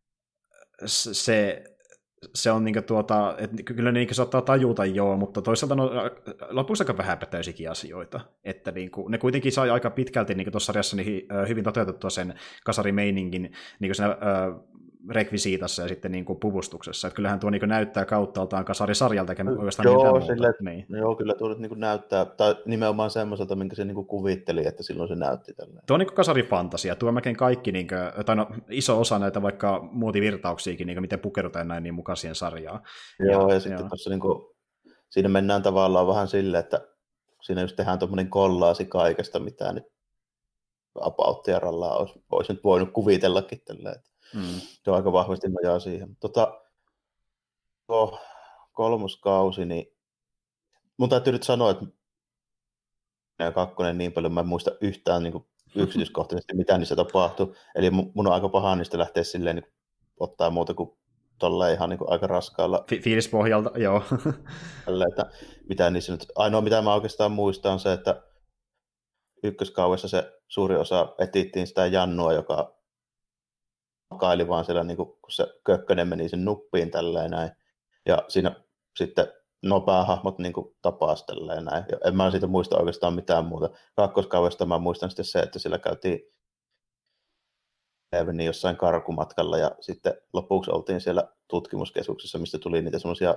Speaker 1: se, se on niinku tuota, että kyllä ne niinku saattaa tajuta joo, mutta toisaalta no, lopuksi aika vähäpätöisikin asioita, että niinku, ne kuitenkin sai aika pitkälti niinku tuossa sarjassa niin, hyvin toteutettua sen kasarimeiningin niinku siinä äh, rekvisiitassa ja sitten niinku puvustuksessa, että kyllähän tuo niinku näyttää kauttaaltaan kasarisarjalta, eikä oikeastaan
Speaker 2: joo,
Speaker 1: mitään muuta.
Speaker 2: Sille,
Speaker 1: niin.
Speaker 2: Joo, kyllä tuo nyt niinku näyttää, tai nimenomaan semmoiselta, minkä se niinku kuvitteli, että silloin se näytti tällä.
Speaker 1: Tuo on niinku kasarifantasia, tuo melkein kaikki, niinku, tai no, iso osa näitä vaikka muotivirtauksiakin, niinku, miten pukeudutaan näin niin mukaan siihen sarjaan.
Speaker 2: Joo, ja, ja sitten tuossa niinku, siinä mennään tavallaan vähän silleen, että siinä just tehdään tuommoinen kollaasi kaikesta, mitä nyt About-tiaralla olisi, olisi nyt voinut kuvitellakin tällä. Mm. Se on aika vahvasti nojaa siihen. Tota, tuo kolmoskausi, niin mun täytyy nyt sanoa, että ja kakkonen niin paljon, mä en muista yhtään niin kuin yksityiskohtaisesti, mitä niissä tapahtui. Eli mun on aika paha niistä lähteä silleen niin ottaa muuta kuin tolleen ihan niin kuin aika raskaalla.
Speaker 1: Fi- fiilispohjalta, joo.
Speaker 2: Tälle, että mitä niissä nyt, ainoa mitä mä oikeastaan muistan on se, että ykköskaudessa se suuri osa etittiin sitä Jannua, joka makaili vaan siellä, niin kuin, kun se Kökkönen meni sen nuppiin tälleen näin. Ja siinä sitten no päähahmot niin kuin tapas tälleen näin. Ja en mä siitä muista oikeastaan mitään muuta. Kakkoskaudesta mä muistan sitten se, että sillä käytiin Eveni jossain karkumatkalla ja sitten lopuksi oltiin siellä tutkimuskeskuksessa, mistä tuli niitä semmoisia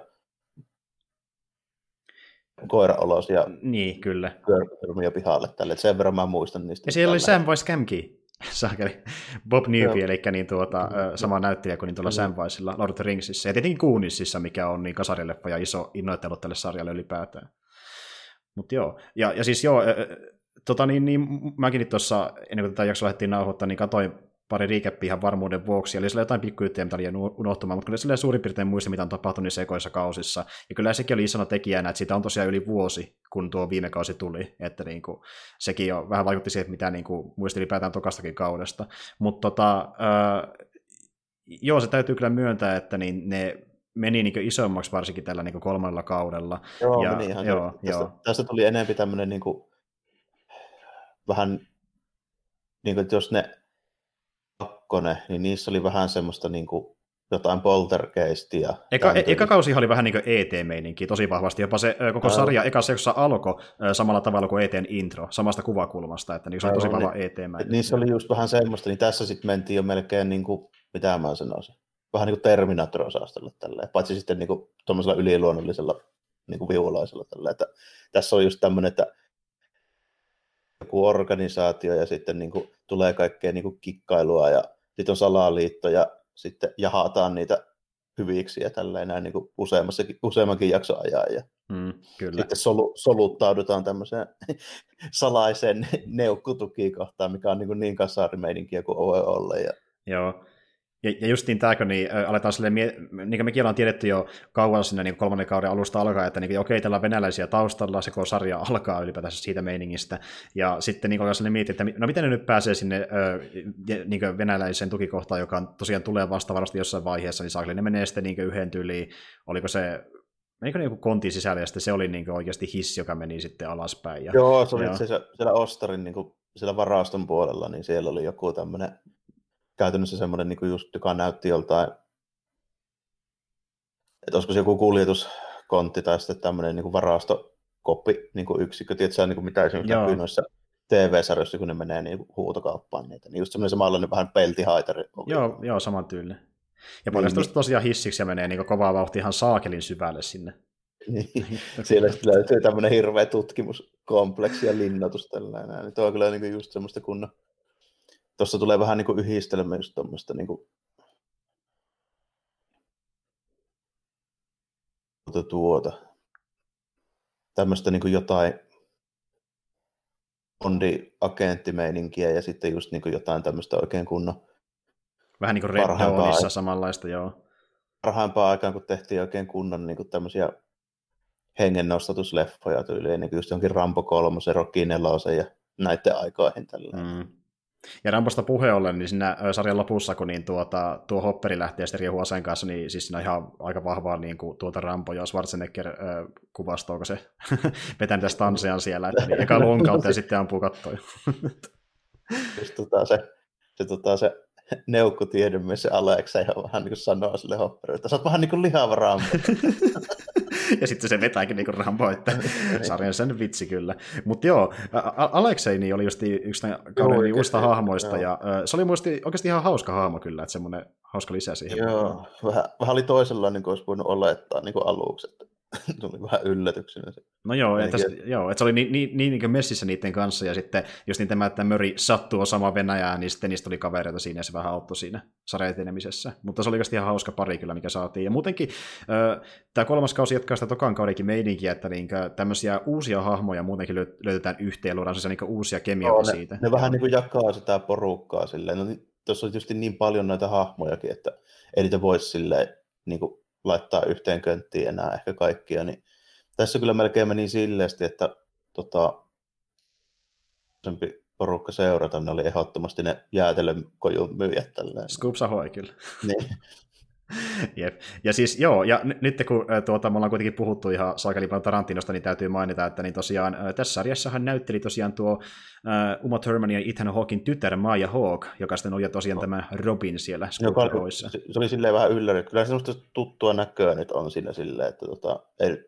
Speaker 2: koiraolosia
Speaker 1: niin, kyllä.
Speaker 2: Körmiä pihalle tälle. Sen verran mä muistan niistä.
Speaker 1: Ja siellä oli Samwise Gamgee. Saakeli. Bob Newby, eli niin tuota, mm-hmm. sama näyttelijä kuin niin tuolla mm-hmm. Samwiseilla Lord of the Ringsissa, ja tietenkin Gooniesissa, mikä on niin kasarileffa ja iso innoittelu tälle sarjalle ylipäätään. Mutta joo, ja, ja siis joo, äh, tota niin, niin mäkin nyt tuossa, ennen kuin tätä jaksoa lähdettiin nauhoittaa, niin katsoin pari recapia ihan varmuuden vuoksi, eli sillä jotain pikkujuttuja, mitä oli unohtumaan, mutta kyllä sillä suurin piirtein muisti, mitä on tapahtunut niissä ekoissa kausissa, ja kyllä sekin oli isona tekijänä, että siitä on tosiaan yli vuosi, kun tuo viime kausi tuli, että niin kuin, sekin jo vähän vaikutti siihen, että mitä niin kuin, muisti ylipäätään tokastakin kaudesta, mutta tota, äh, joo, se täytyy kyllä myöntää, että niin ne meni niin isommaksi varsinkin tällä niin kolmannella kaudella.
Speaker 2: Joo,
Speaker 1: ja,
Speaker 2: meni ihan
Speaker 1: joo,
Speaker 2: tästä,
Speaker 1: joo.
Speaker 2: tästä tuli enemmän tämmöinen niin kuin, vähän, niin kuin, että jos ne kakkonen, niin niissä oli vähän semmoista niin kuin, jotain poltergeistia.
Speaker 1: Eka, e- eka kausi oli vähän niin kuin E T-meininkiä tosi vahvasti, jopa se koko Ää... sarja ekassa jaksossa alkoi samalla tavalla kuin E T:n intro, samasta kuvakulmasta, että niin se on tosi vahva E T-meininki.
Speaker 2: Niissä oli just vähän semmoista, niin tässä sitten mentiin jo melkein, niin kuin, mitä mä sanoisin, vähän niin kuin Terminator-osastolla tälleen, paitsi sitten niin kuin tuollaisella yliluonnollisella niin kuin viulaisella tälleen, että tässä on just tämmöinen, että joku organisaatio ja sitten niin kuin, tulee kaikkea niin kuin kikkailua ja sitten on salaliitto ja sitten jahataan niitä hyviksi ja tälleen näin niin kuin useammassakin, useammankin jakson ajan. Ja
Speaker 1: mm, kyllä.
Speaker 2: sitten solu, soluttaudutaan tämmöiseen salaiseen neukkutukikohtaan, mikä on niin, kuin niin kasarimeininkiä kuin voi olla. Ja
Speaker 1: joo. Ja, ja justiin tämäkö, niin äh, aletaan silleen, niin kuin mekin ollaan tiedetty jo kauan sinne niin kolmannen kauden alusta alkaa, että niin, okei, täällä on venäläisiä taustalla, se kun sarja alkaa ylipäätään siitä meiningistä, ja sitten niin alkaa sellainen miettiä, että no miten ne nyt pääsee sinne äh, niin venäläiseen tukikohtaan, joka tosiaan tulee vasta varmasti jossain vaiheessa, niin saakeli ne menee sitten niin yhden tyyliin, oliko se menikö ne joku kontin sisällä, ja sitten se oli niin oikeasti hissi, joka meni sitten alaspäin. Ja,
Speaker 2: joo, se oli itse asiassa siellä Ostarin, niin kuin siellä varaston puolella, niin siellä oli joku tämmöinen käytännössä semmoinen, niin kuin just, joka näytti joltain, että olisiko se joku kuljetuskontti tai sitten tämmöinen niin kuin varastokoppi niin kuin yksikkö, tiedätkö niin kuin mitä esimerkiksi näkyy noissa T V-sarjoissa, kun ne menee niin huutokauppaan niitä, niin just semmoinen samanlainen vähän peltihaitari.
Speaker 1: Joo, joo, saman tyylinen. Ja paljon niin, tosiaan hissiksi ja menee niin kovaa vauhtia ihan saakelin syvälle sinne.
Speaker 2: Niin. Siellä sitten löytyy tämmöinen hirveä tutkimuskompleksi ja linnoitus tällainen. Niin tuo on kyllä niin kuin just semmoista kunnon. Tuossa tulee vähän niin kuin yhdistelmä just tuommoista niin kuin tuota, tuota. tämmöistä niin kuin jotain Bondi-agenttimeininkiä ja sitten just niin kuin jotain tämmöistä oikein kunnon
Speaker 1: vähän niin kuin Red Dawnissa samanlaista, joo.
Speaker 2: Parhaimpaan aikaan, kun tehtiin oikein kunnon niin kuin tämmöisiä hengennostatusleffoja tyyliin, niin kuin just johonkin Rambo kolme, Rocky neljä ja näiden aikoihin tällä. Mm.
Speaker 1: Ja Rambosta puheen ollen, niin siinä sarjan lopussa, kun niin tuota, tuo Hopperi lähtee sitten riehuu aseen kanssa, niin siis siinä on ihan aika vahvaa niin kuin, tuota Rambo ja Schwarzenegger äh, kuvastoa, kun se vetää niitä stanseaan siellä, että niin, eka luon kautta ja sitten ampuu kattoon.
Speaker 2: Just tota se, se, tota, se neukku tiedemies, se Alexa, ihan vähän niin kuin sanoo sille Hopperille, että sä oot vähän niin kuin lihava Rambo.
Speaker 1: Ja sitten se vetääkin niinku Rambo, että sarjan sen vitsi kyllä. Mutta joo, Alexei oli just yksi kauden niin uusista hahmoista, joo. Ja uh, se oli muisti oikeasti ihan hauska hahmo kyllä, että semmoinen hauska lisä siihen.
Speaker 2: Joo, vähän, vähän oli toisenlainen, niin kuin olisi voinut olettaa niin kuin aluksi, että tuli vähän yllätyksenä.
Speaker 1: No joo, että, joo, että se oli niin, niin, niin, niin messissä niiden kanssa, ja sitten jos niin tämä, että Möri sattuu osaamaan Venäjää, niin sitten niistä tuli kavereita siinä, ja se vähän auttoi siinä sarjan etenemisessä. Mutta se oli oikeasti ihan hauska pari kyllä, mikä saatiin. Ja muutenkin äh, tämä kolmas kausi jatkaa sitä tokan kaudenkin meidinkiä, että niin, tämmöisiä uusia hahmoja muutenkin löytetään yhteen, luodaan siis niin uusia kemioita
Speaker 2: no,
Speaker 1: siitä.
Speaker 2: Ne, ne vähän niin kuin jakaa sitä porukkaa silleen. No, tuossa on tietysti niin paljon näitä hahmojakin, että ei niitä voisi silleen niin kuin laittaa yhteen könttiin enää ehkä kaikkia, niin tässä kyllä melkein meni silleesti, että tota, porukka seurata, ne oli ehdottomasti ne jäätelökojun myyjät tälleen.
Speaker 1: Scoops Ahoy kyllä.
Speaker 2: Niin.
Speaker 1: Jep. Ja siis joo, ja n- nyt kun tuota, me ollaan kuitenkin puhuttu ihan saakeli paljon Tarantinosta, niin täytyy mainita, että niin tosiaan tässä sarjassahan näytteli tosiaan tuo uh, Uma Thurman ja Ethan Hawken tytär Maya Hawke, joka sitten oli tosiaan no. tämä Robin siellä Scoops-Ahoyssa.
Speaker 2: Se, se oli silleen vähän ylläri. Kyllä semmoista tuttua näköä nyt on siinä silleen, että tota, ei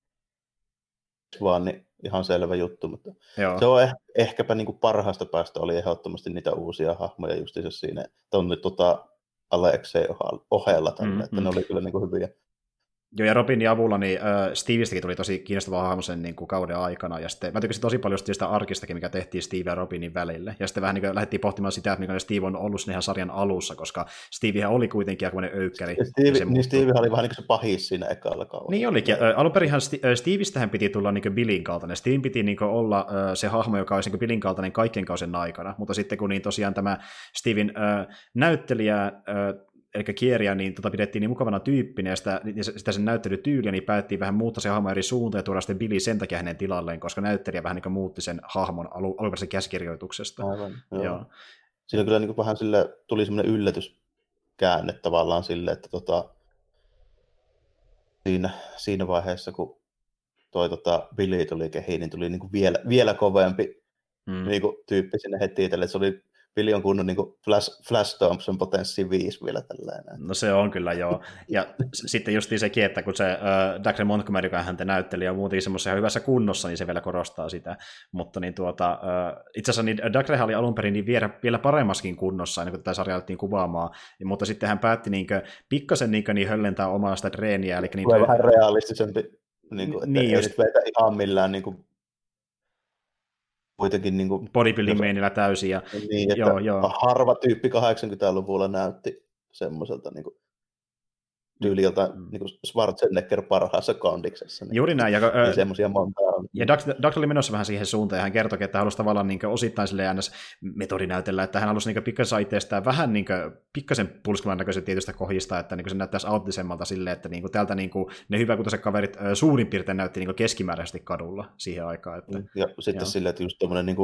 Speaker 2: vaan niin ihan selvä juttu, mutta joo. Se on eh- ehkäpä niin kuin parhaasta päästä oli ehdottomasti niitä uusia hahmoja justiinsa siinä, että on nyt tota Alexei ohella tällä, mm, että mm. ne oli kyllä niin kuin hyviä.
Speaker 1: Joo, ja Robinin avulla niin äh, Stevestäkin tuli tosi kiinnostava hahmo sen niin kuin kauden aikana, ja sitten mä tykkäsin tosi paljon sitä arkistakin, mikä tehtiin Steve ja Robinin välille, ja sitten vähän niin kuin lähdettiin pohtimaan sitä, että mikä Steve on ollut ihan sarjan alussa, koska Stevehän oli kuitenkin aikamoinen öykkäri.
Speaker 2: Steve, niin Steve oli vähän niin kuin se pahis siinä ekalla kaudella.
Speaker 1: Niin olikin, ja äh, alun perinhan St- Stevestähän piti tulla niin kuin Billin kaltainen, Steve piti niin kuin olla äh, se hahmo, joka olisi niin kuin Billin kaltainen kaikkien kausien aikana, mutta sitten kun niin tosiaan tämä Steven äh, näyttelijä äh, eli Kieria, niin tota pidettiin niin mukavana tyyppinä, ja sitä, sitä sen näyttelytyyliä, niin päättiin vähän muuttaa se hahmo eri suuntaan, ja tuoda sitten Billy sen takia hänen tilalleen, koska näyttelijä vähän niin kuin muutti sen hahmon alu, alunperäisen käsikirjoituksesta.
Speaker 2: Aivan, joo. Joo. Siinä kyllä niin kuin vähän sille, tuli semmoinen yllätyskäänne tavallaan sille, että tota, siinä, siinä vaiheessa, kun toi tota, Billy tuli kehiin, niin tuli niin kuin vielä, vielä kovempi mm. niin kuin tyyppi sinne heti itselle, että se oli Billy on kunnon niin Flash, Flash Thompson potenssi viisi vielä tällainen.
Speaker 1: No se on kyllä joo. Ja sitten justiin sekin, että kun se äh, Dacre Montgomery, joka häntä näytteli ja muutenkin semmoisessa hyvässä kunnossa, niin se vielä korostaa sitä. Mutta niin tuota, äh, itse asiassa niin Dacre oli alun perin niin vielä, vielä paremmaskin kunnossa, ennen kuin tätä sarjaa alettiin kuvaamaan. Ja, mutta sitten hän päätti niin kuin, pikkasen niin kuin, niin höllentää omaa sitä treeniä. Eli, niin,
Speaker 2: vähän realistisempi, niin kuin, että niin, ei just nyt veitä ihan millään niin kuin kuitenkin niin kuin
Speaker 1: bodybuilding meinillä täysin. Ja,
Speaker 2: niin, että joo, joo. Harva tyyppi kahdeksankymmentäluvulla näytti semmoiselta niin kuin tyyliltä mm. niin kuin Schwarzenegger parhaassa kondiksessa. Niin
Speaker 1: juuri näin. Ja,
Speaker 2: niin semmoisia monta on.
Speaker 1: Ja Doug oli menossa vähän siihen suuntaan, ja hän kertoi, että hän halusi tavallaan niin osittain sille metodinäytellä, että hän halusi niin pikkasen itseestään vähän niin pikkasen pulskivan näköisen tietystä kohista, että niin se näyttäisi auttisemmalta silleen, että niin täältä niin ne hyväkuntoiset kaverit suurin piirtein näytti niin keskimääräisesti kadulla siihen aikaan. Että,
Speaker 2: ja sitten joo. Silleen, että just tuommoinen niin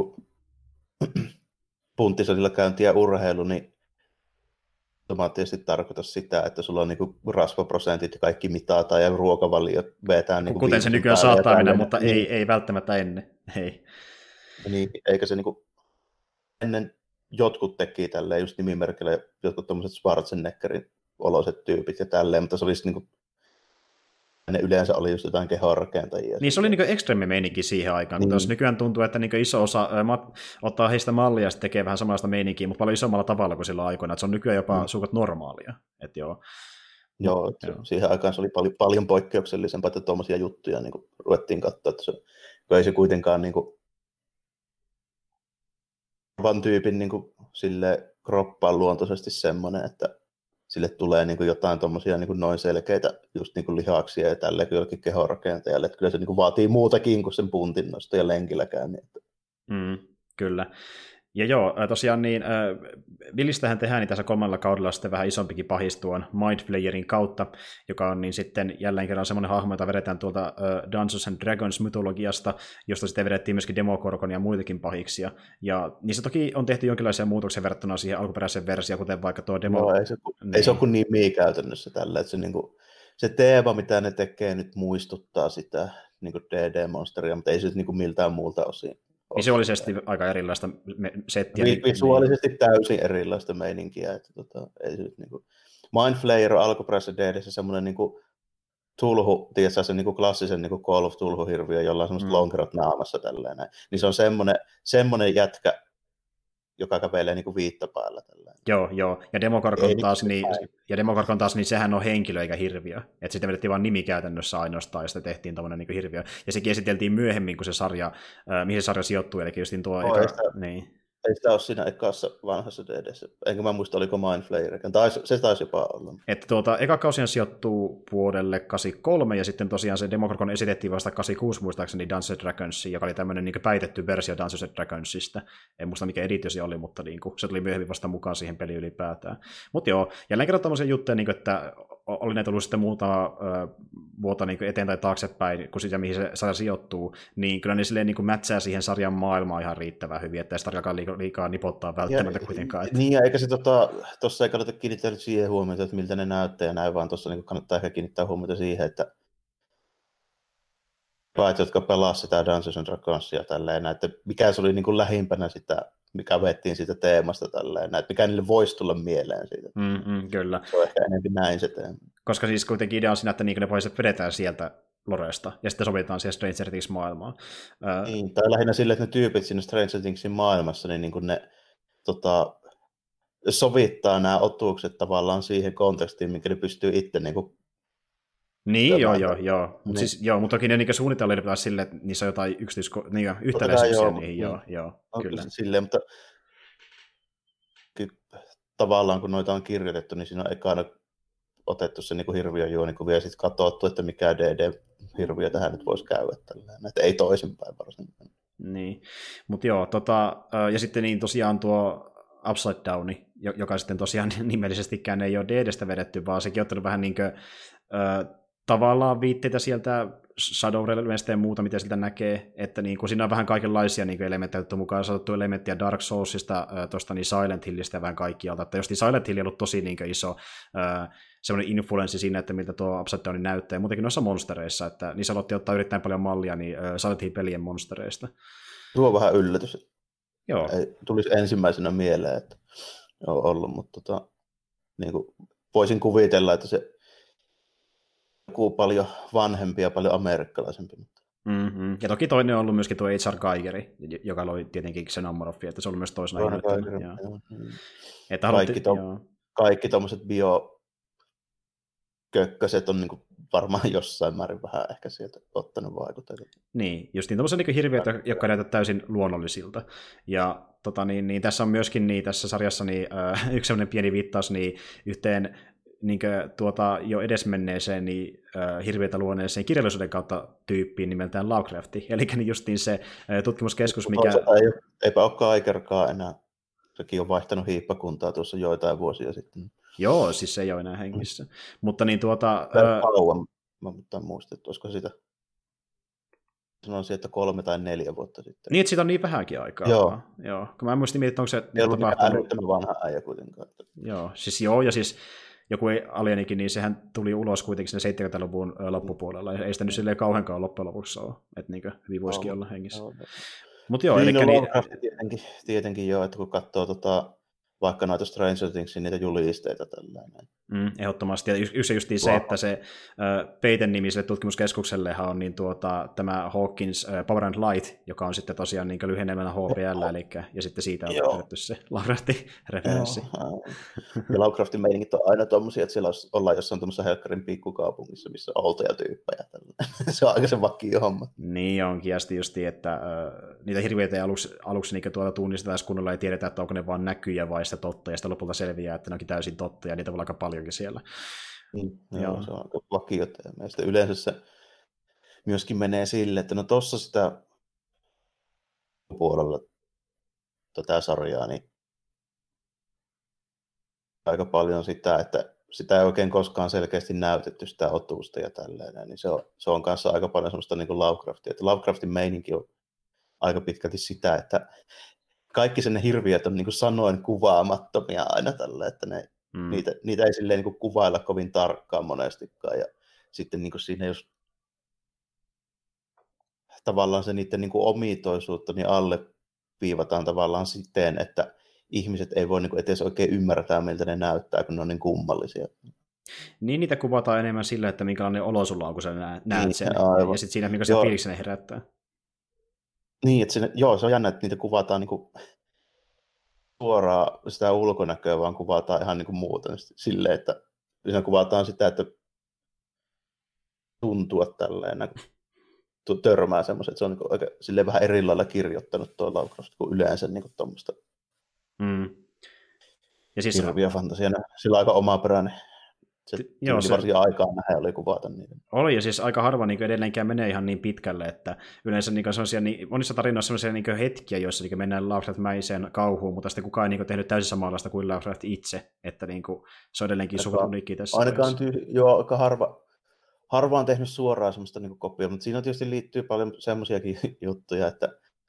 Speaker 2: punttisalilla käynti ja urheilu, niin automaattisesti tarkoita sitä, että sulla on niinku rasvaprosentit ja kaikki mitataan ja ruokavaliot vetää. Niinku
Speaker 1: kuten se nykyään saattaa mennä, mutta niin. ei, ei välttämättä ennen. Ei.
Speaker 2: Niin, eikä se niinku, ennen jotkut teki tälleen just nimimerkillä, jotkut tommoset Schwarzeneggerin oloiset tyypit ja tälleen, mutta se olisi niinku, ne yleensä oli just jotain kehonrakentajia.
Speaker 1: Niin se oli niinku ekstreme meininki siihen aikaan, niin. Kun taas nykyään tuntuu, että niinku iso osa ä, ottaa heistä mallia ja tekee vähän samanlaista meininkiä, mutta paljon isommalla tavalla kuin silloin aikoina, että se on nykyään jopa mm. suukat normaalia. Et joo.
Speaker 2: Joo, et joo, siihen aikaan se oli paljon, paljon poikkeuksellisempaa, että tuommoisia juttuja niin kuin ruvettiin katsoa, että se, ei se kuitenkaan niin kuin, vaan tyypin niin kuin, sille kroppaan luontoisesti semmoinen, että sille tulee niin kuin jotain tommosia niin kuin noin selkeitä just niin kuin lihaksia ja tälleen jollekin kehonrakentajalle, että kyllä se niin kuin vaatii muutakin kuin sen puntinnosta ja lenkilläkään. Niin että.
Speaker 1: Mm, kyllä. Ja joo, tosiaan niin, äh, Villistähän tehdään niin tässä kolmannella kaudella sitten vähän isompikin pahis tuon Mind Flayerin kautta, joka on niin sitten jälleen kerran semmoinen hahmo, jota vedetään tuolta äh, Dungeons and Dragons mytologiasta, josta sitten vedettiin myöskin Demogorgon ja muitakin pahiksia. Ja niissä toki on tehty jonkinlaisia muutoksia verrattuna siihen alkuperäiseen versioon, kuten vaikka tuo Demo...
Speaker 2: No, ei, se,
Speaker 1: niin.
Speaker 2: ei se ole kuin nimi käytännössä tällä, että se, niin kuin, se teema, mitä ne tekee, nyt muistuttaa sitä niin kuin D D-monsteria, mutta ei se niin kuin miltään muulta osin.
Speaker 1: Visuaalisesti aika erilaista settiä.
Speaker 2: Vi- visuaalisesti niin. Täysin erilaista meininkiä. Että, tota, ei se, niin kuin... Mind Flayer on alkuperäisessä D D:ssä semmoinen niin kuin Tulhu, tiedätkö, se niin kuin klassisen niin kuin Call of Tulhu-hirviö, jolla on semmoiset mm. lonkerot naamassa tälleen. Niin se on semmoinen, semmoinen jätkä, joka kävelee niin kuin viittapäällä. Tälleen.
Speaker 1: Joo, joo. Ja Demogorgon taas, niin, ja Demogorgon taas, niin sehän on henkilö eikä hirviö. Että sitten vedettiin vain nimi käytännössä ainoastaan, ja sitten tehtiin tommoinen niin kuin hirviö. Ja sekin esiteltiin myöhemmin, kun se sarja, äh, mihin se sarja sijoittuu, eli justiin tuo...
Speaker 2: Oh,
Speaker 1: eka,
Speaker 2: sitä,
Speaker 1: niin.
Speaker 2: Ei sitä ole siinä ekassa vanhassa D D:ssä. Enkä mä muista, oliko Mind Flayer. Se taisi jopa olla.
Speaker 1: Että tuota, eka kausihan sijoittuu vuodelle kahdeksankymmentäkolme, ja sitten tosiaan se Demogorgon esitettiin vasta kahdeksankymmentäkuusi muistaakseni Dungeons and Dragonsiin, joka oli tämmöinen niin päitetty versio Dungeons and Dragonsista. En muista mikä editio se oli, mutta niin kuin, se tuli myöhemmin vasta mukaan siihen peliin ylipäätään. Mutta joo, jälleen kerran tämmöisiä juttuja, niin kuin, että oli näitä ollut sitten muutama äh, vuotta niin eteen tai taaksepäin, kun sitä, mihin se sarja sijoittuu, niin kyllä ne silleen niin mätsää siihen sarjan maailmaan ihan riittävän hyvin, että ei sitä tarvikaan liikaa, liikaa nipottaa välttämättä ja, kuitenkaan. Että...
Speaker 2: Niin, ja eikä se tuossa tota, ei kannata kiinnittää siihen huomiota, että miltä ne näyttää ja näin, vaan tuossa niin kannattaa ehkä kiinnittää huomiota siihen, että paat, jotka pelasivat sitä Dungeons and Dragonsia tälleen, että mikä se oli niin kuin lähimpänä sitä, mikä vettiin siitä teemasta tälleen, että mikä niille voisi tulla mieleen siitä.
Speaker 1: Mm-mm, kyllä.
Speaker 2: Se on ehkä enemmän näin se teema.
Speaker 1: Koska siis kuitenkin idea on siinä, että niin ne voisit vedetään sieltä Loresta, ja sitten sovitaan siihen Stranger Things-maailmaan.
Speaker 2: Niin, tai lähinnä sille, että ne tyypit siinä Stranger Thingsin maailmassa, niin, niin kuin ne tota, sovittaa nämä otukset tavallaan siihen kontekstiin, minkä ne pystyy itse niin kuin
Speaker 1: Niin, joo, joo, joo. Mutta niin. siis, joo, mut toki ne niinku suunnitellaan ylipäätään silleen, että niissä on jotain yksityisko- niin, yhtäläisyyksiä niihin, niin, joo, joo,
Speaker 2: on
Speaker 1: kyllä.
Speaker 2: Silleen, mutta tavallaan kun noita on kirjoitettu, niin siinä on ekana otettu se niin kuin hirviön juoni, kun vielä sitten katsottu, että mikä D D-hirviö tähän nyt voisi käydä tällään, että ei toisinpäin varsinkaan.
Speaker 1: Niin, mutta joo, tota, ja sitten niin tosiaan tuo Upside Down, joka sitten tosiaan nimellisestikään ei ole D D:stä vedetty, vaan sekin on ottanut vähän niin kuin, äh, tavallaan viitteitä sieltä Shadow Realmista ja muuta, mitä siltä näkee, että niin kuin siinä on vähän kaikenlaisia niin elementtejä, että mukaan saatu elementtiä Dark Soulsista, tuosta niin Silent Hillistä ja vähän kaikkialta, että jos Silent Hill on ollut tosi niin iso äh, semmoinen influenssi siinä, että miltä tuo Upside Down näyttää, ja muutenkin noissa monstereissa, että niissä aloitti ottaa yrittäen paljon mallia niin äh, Silent Hill-pelien monstereista.
Speaker 2: Tuo on vähän yllätys.
Speaker 1: Joo.
Speaker 2: Ei tulisi ensimmäisenä mieleen, että on ollut, mutta tota, niin kuin voisin kuvitella, että se joku paljon vanhempi ja paljon amerikkalaisempi.
Speaker 1: Mm-hmm. Ja toki toinen on ollut myöskin tuo H R Geigeri, joka loi tietenkin Xenomorphia, että se on ollut myös toisena ihmettänyt. Että
Speaker 2: kaikki to- kaikki tuommoiset biokökköset on niinku varmaan jossain määrin vähän ehkä sieltä ottanut vaikutteita.
Speaker 1: Niin, just niin tuommoisia niin hirviöitä, jotka näyttävät täysin luonnollisilta. Ja tota, niin, niin, tässä on myöskin niin, tässä sarjassa niin, äh, yksi sellainen pieni viittaus niin, yhteen niin kuin, tuota, jo edesmenneeseen niin, äh, hirviöitä luoneeseen kirjallisuuden kautta tyyppiin nimeltään Lovecrafti. Eli niin justiin se äh, tutkimuskeskus, mikä...
Speaker 2: Ei, eipä ole Geigerkaan enää. Sekin on vaihtanut hiippakuntaa tuossa joitain vuosia sitten.
Speaker 1: Joo, siis se ei ole enää hengissä. Mm. Mutta niin tuota...
Speaker 2: Tämä kauan, mä muistan, että olisiko sitä... Sanoisin, että kolme tai neljä vuotta sitten.
Speaker 1: Niin, että siitä on niin vähänkin aikaa.
Speaker 2: Joo.
Speaker 1: Joo. Kun mä muistin, että onko se...
Speaker 2: Ei ollut mikään älyttömän vanha äijä kuitenkaan.
Speaker 1: Joo, siis joo, ja siis joku Alienikin, niin sehän tuli ulos kuitenkin sinne seitsemänkymmentäluvun loppupuolella, ja ei sitä nyt silleen kauheankaan loppujen lopuksi ole, että niin hyvin voisikin olla hengissä. Mutta joo,
Speaker 2: niin,
Speaker 1: eli...
Speaker 2: No,
Speaker 1: niin...
Speaker 2: tietenkin, tietenkin joo, että kun katsoo tota, vaikka noita Stranger Thingsin niitä julisteita tällainen.
Speaker 1: Mm, ehdottomasti. Ja yksi justiin se, että se äh, Peyton-nimiselle tutkimuskeskuksellehan on niin tuota, tämä Hawkins äh, Power and Light, joka on sitten tosiaan niin lyhennelmänä H P L, eli, ja sitten siitä on otettu se Lovecraftin-referenssi.
Speaker 2: Ja Lovecraftin meiningit on aina tommosia, että siellä ollaan jossain tuommoisessa helkkarin pikkukaupungissa, missä on outoja tyyppejä. Se on aika se vakio homma.
Speaker 1: Niin onkin, ja sitten justiin, että äh, niitä hirviöitä aluksi, aluksi niin tuota tunnistetaan kunnolla ei tiedetä, että onko ne vaan näkyjä vai sitä totta, ja sitten lopulta selviää, että ne onkin täysin totta, ja niitä voi olla aika paljonkin siellä.
Speaker 2: Niin, joo, se on aika vakio teema. Ja sitten yleensä se myöskin menee sille, että no tossa sitä puolella tätä sarjaa, niin aika paljon sitä, että sitä ei oikein koskaan selkeästi näytetty sitä otuusta ja tälleen, niin se on, se on kanssa aika paljon semmoista niin kuin Lovecraftia. Että Lovecraftin meininki on aika pitkälti sitä, että kaikki sen hirviöt on niin kuin sanoin kuvaamattomia aina tällä, että ne, mm. niitä, niitä ei silleen niin kuin kuvailla kovin tarkkaan monestikaan. Ja sitten niin kuin siinä jos tavallaan se niiden niin kuin omituisuutta niin alle viivataan tavallaan siten, että ihmiset ei voi niin kuin edes oikein ymmärtää, miltä ne näyttää, kun ne on niin kummallisia.
Speaker 1: Niin niitä kuvataan enemmän sillä, että minkälainen olo sulla on, kun sä näet sen. Niin, ja, ja sitten siinä, minkä se fiiliksen ne herättää.
Speaker 2: Niin, että siinä, joo, se on jännä, että niitä kuvataan niin kuin suoraan sitä ulkonäköä, vaan kuvataan ihan niin kuin muuta. Silleen, että siinä kuvataan sitä, että tuntua tälleen, kun törmää semmoisen, että se on niin kuin aika, silleen vähän eri lailla kirjoittanut tuo Lovecraft kuin yleensä niin tuommoista
Speaker 1: mm. siis
Speaker 2: hirviä fantasia. Sillä on aika omaperäinen. Se
Speaker 1: Joo, se
Speaker 2: varsin aikaa nähdä oli kuvata niitä.
Speaker 1: Oli, ja siis aika harva niin edelleenkään menee ihan niin pitkälle, että yleensä niin sellaisia, niin, monissa tarinoissa on sellaisia niin hetkiä, joissa niin mennään Lovecraft-mäiseen kauhuun, mutta sitten kukaan ei niin tehnyt täysin samanlaista kuin Lovecraft itse, että niin kuin, se on edelleenkin suht uniikki tässä.
Speaker 2: Ainakaan tyy- joo, aika harva, harva on tehnyt suoraan semmoista niin kopioa, mutta siinä tietysti liittyy paljon semmoisiakin juttuja, että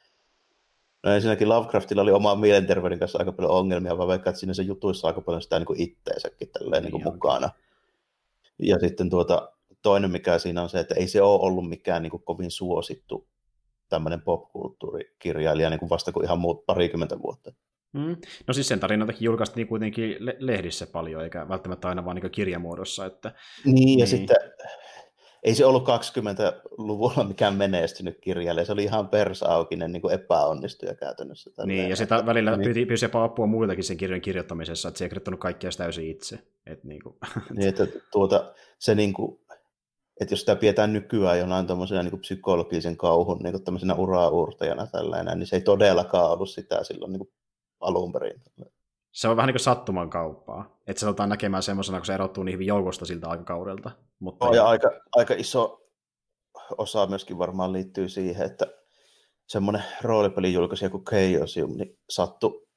Speaker 2: no ensinnäkin Lovecraftilla oli oman mielenterveyden kanssa aika paljon ongelmia, vaan vaikka että siinä se jutuissa aika paljon sitä niin kuin itteensäkin tälleen niin kuin mukana. Ja sitten tuota, toinen mikä siinä on se, että ei se ole ollut mikään niin kuin kovin suosittu tämmöinen popkulttuurikirjailija niin kuin vasta kuin ihan muut parikymmentä vuotta.
Speaker 1: Mm. No siis sen tarinoitakin julkaistiin kuitenkin lehdissä paljon, eikä välttämättä aina vaan niin kirjamuodossa. Että...
Speaker 2: Niin, niin, ja sitten ei se ollut kaksikymmentäluvulla mikään menestynyt kirjailija, se oli ihan persaukinen niin kuin epäonnistuja käytännössä.
Speaker 1: Niin, ja, ja sitä välillä niin. pyysi jopa apua muiltakin sen kirjan kirjoittamisessa, että se ei kirjoittanut kaikkia täysin itse. Että, niin, kuin...
Speaker 2: niin, että tuota, se niin kuin, että jos sitä pidetään nykyään jonain tämmöisenä niin kuin psykologisen kauhun niin kuin tämmöisenä ura-uurtajana tällainen, niin se ei todellakaan ollut sitä silloin niin kuin alun perin.
Speaker 1: Se on vähän niin kuin sattuman kauppaa, että se otetaan näkemään semmoisena, kun se erottuu niin hyvin joukosta siltä aikakaudelta. Mutta...
Speaker 2: No, ja aika, aika iso osa myöskin varmaan liittyy siihen, että semmoinen roolipelijulkaisija kuin Chaosium niin sattui,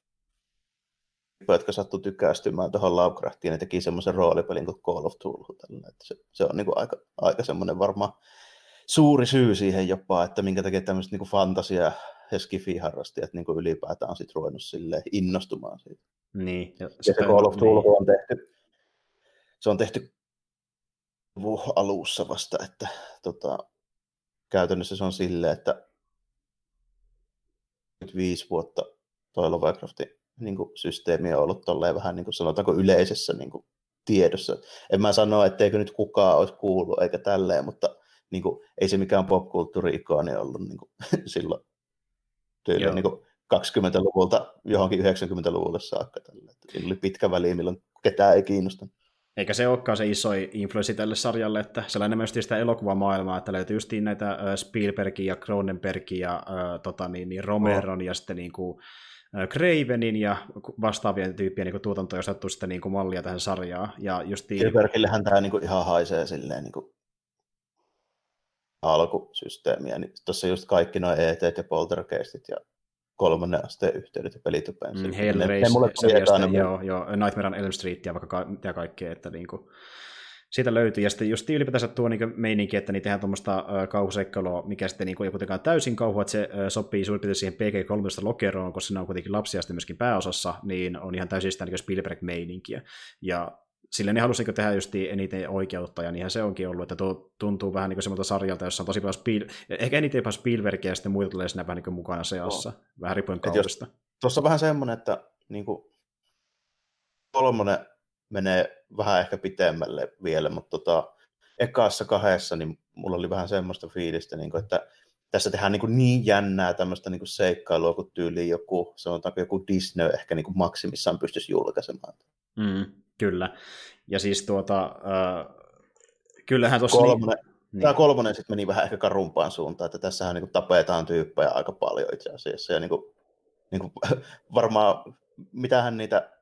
Speaker 2: jotka sattui tykästymään tuohon Lovecraftiin ja teki semmoisen roolipelin kuin Call of Cthulhu. Se, se on niin kuin aika, aika semmoinen varmaan suuri syy siihen jopa, että minkä takia tämmöiset niin kuin fantasia- ja skifi-harrastajat niin kuin ylipäätään on sitten ruvennut silleen innostumaan siitä.
Speaker 1: Niin,
Speaker 2: ja, ja se Call of Cthulhu niin. on tehty, se on tehty alussa vasta, että tota, käytännössä se on silleen, että nyt viisi vuotta toi Lovecraftin niin kuin systeemi on ollut tolleen vähän niin kuin sanotaanko yleisessä niin kuin tiedossa. En mä sano, etteikö nyt kukaan olisi kuullut eikä tälleen, mutta niin kuin, ei se mikään popkulttuuri-ikoni ollut niin kuin, silloin tyyliin niin kuin kaksikymmentäluvulta johonkin yhdeksänkymmentäluvulle saakka. Tällä. Siinä oli pitkä väli, milloin ketään ei kiinnostanut.
Speaker 1: Eikä se olekaan se iso influenssi tälle sarjalle, että se on enemmän just sitä elokuvamaailmaa, että löytyy just näitä Spielbergin ja Cronenbergin ja äh, tota, niin, niin Romeron oh. ja sitten niin kuin, äh, Cravenin ja vastaavien tyyppien niin kuin, tuotantoja, jos sattuu sitten niin kuin, mallia tähän sarjaan. Ja justi...
Speaker 2: Spielbergillehän tämä niin kuin, ihan haisee silleen niin kuin alkusysteemiä. Niin, tuossa just kaikki nuo E T ja Poltergeistit ja kolmannen asteen yhteydet ja pelitupeen.
Speaker 1: Mm, Hellraiser, joo, joo, Nightmare on Elm Street ja vaikka ka- ja kaikkea, että niinku, siitä löytyy. Ja sitten just ylipäätänsä tuo niinku meininki, että niin tehdään tuommoista äh, kauhuseikkailua, mikä sitten niinku ei kuitenkaan täysin kauhua, että se äh, sopii suurin piirtein siihen P G kolmetoista lokeroon, koska siinä on kuitenkin lapsia sitten myöskin pääosassa, niin on ihan täysin sitä niin Spielberg-meininkiä. Ja silleen ne halusivat tehdä just eniten oikeutta, ja niinhän se onkin ollut, että tuo tuntuu vähän niin kuin semmoilta sarjalta, jossa on tosi paljon Spiel... ehkä eniten jopa Spielbergia, ja sitten muita tulee siinä vähän niin kuin mukana seassa, no. vähän riippuen kaudesta.
Speaker 2: Tuossa on vähän semmoinen, että niin kuin, kolmonen menee vähän ehkä pitemmälle vielä, mutta tota, ekassa kahdessa niin mulla oli vähän semmoista fiilistä, niin kuin, että tässä tehdään niin, niin jännää tämmöistä niin seikkailua, kun tyyliin joku, sanotaanko joku Disney ehkä niin maksimissaan pystyisi julkaisemaan.
Speaker 1: Mm. Kyllä. Ja siis tuota, äh, kyllähän tuossa...
Speaker 2: Kolmonen, niin... Tämä kolmonen sitten meni vähän ehkä karumpaan suuntaan, että tässähän niin kuin tapetaan tyyppejä aika paljon itse asiassa. Ja niin kuin, niin kuin, varmaan, mitähän niitä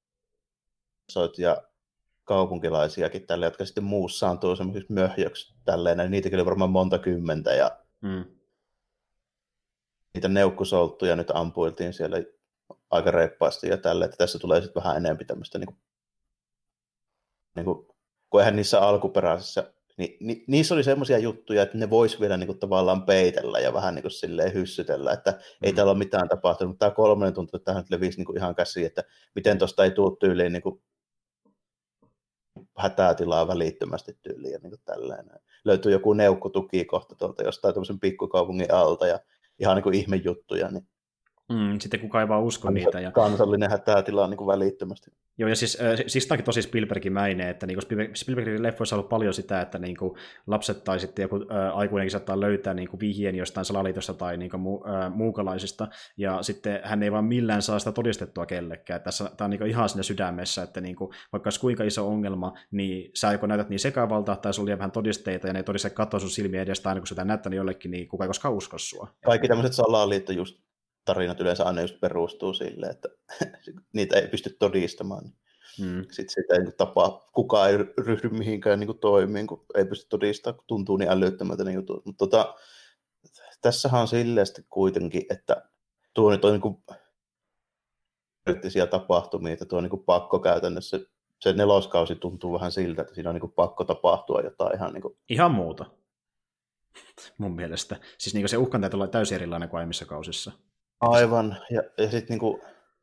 Speaker 2: soit ja kaupunkilaisiakin tälle, jotka sitten muussaantuu semmoisiksi möhjöksi tälleen, niin niitäkin oli varmaan monta kymmentä. Ja mm. niitä neukkusolttuja nyt ampuiltiin siellä aika reippaasti ja tälle, että tässä tulee sitten vähän enemmän tämmöistä, niin kuin, niin kuin, kun eihän niissä alkuperäisissä, niin, ni, niissä oli semmoisia juttuja, että ne vois vielä niin kuin, tavallaan peitellä ja vähän niin kuin, silleen hyssytellä, että mm. ei täällä ole mitään tapahtunut, mutta tämä kolmonen tuntuu, että tähän levisi niin kuin, ihan käsiin, että miten tuosta ei tule tyyliin niin kuin, hätätilaa välittömästi tyyliin ja niin kuin, tällainen. Löytyy joku neukkotukikohta tuolta jostain tämmöisen pikkukaupungin alta ja ihan niin kuin, ihmejuttuja, niin
Speaker 1: Mm, sitten kukaan ei vaan usko
Speaker 2: Kans-
Speaker 1: niitä. Ja...
Speaker 2: Kansallinen hätätila on niin kuin välittömästi.
Speaker 1: Joo, ja siis, äh, siis tämä onkin tosi Spielbergin-mäinen, että niin Spielbergin leffoissa on ollut paljon sitä, että niin kuin lapset tai sitten joku äh, aikuinenkin saattaa löytää niin kuin vihjeen jostain salaliitosta tai niin kuin mu, äh, muukalaisista, ja sitten hän ei vaan millään saa sitä todistettua kellekään. Tässä, tämä on niin kuin ihan siinä sydämessä, että niin kuin, vaikka olisi kuinka iso ongelma, niin sä joko näytät niin sekavalta, tai sulla on vähän todisteita, ja ne ei todiste katsoa sun silmiä edestä, aina kun sitä näyttänyt jollekin, niin kukaan ei koskaan usko sua.
Speaker 2: Kaikki tämmöiset salaliitto just tarinat yleensä aina just perustuu silleen, että niitä ei pysty todistamaan. Mm. Sitten sitä ei tapaa, kukaan ei ryhdy mihinkään niin toimiin, kun ei pysty todistamaan, kun tuntuu niin älyttömältä ne jutut. Mutta tota, tässähän on silleen kuitenkin, että tuo nyt on niin kriittisiä tapahtumia, että tuo on niin pakko käytännössä. Se neloskausi tuntuu vähän siltä, että siinä on niin pakko tapahtua jotain ihan niin kuin...
Speaker 1: Ihan muuta, mun mielestä. Siis niin se uhkan täytyy olla täysin erilainen kuin aiemmissa kausissa.
Speaker 2: Aivan, ja, ja sitten niinku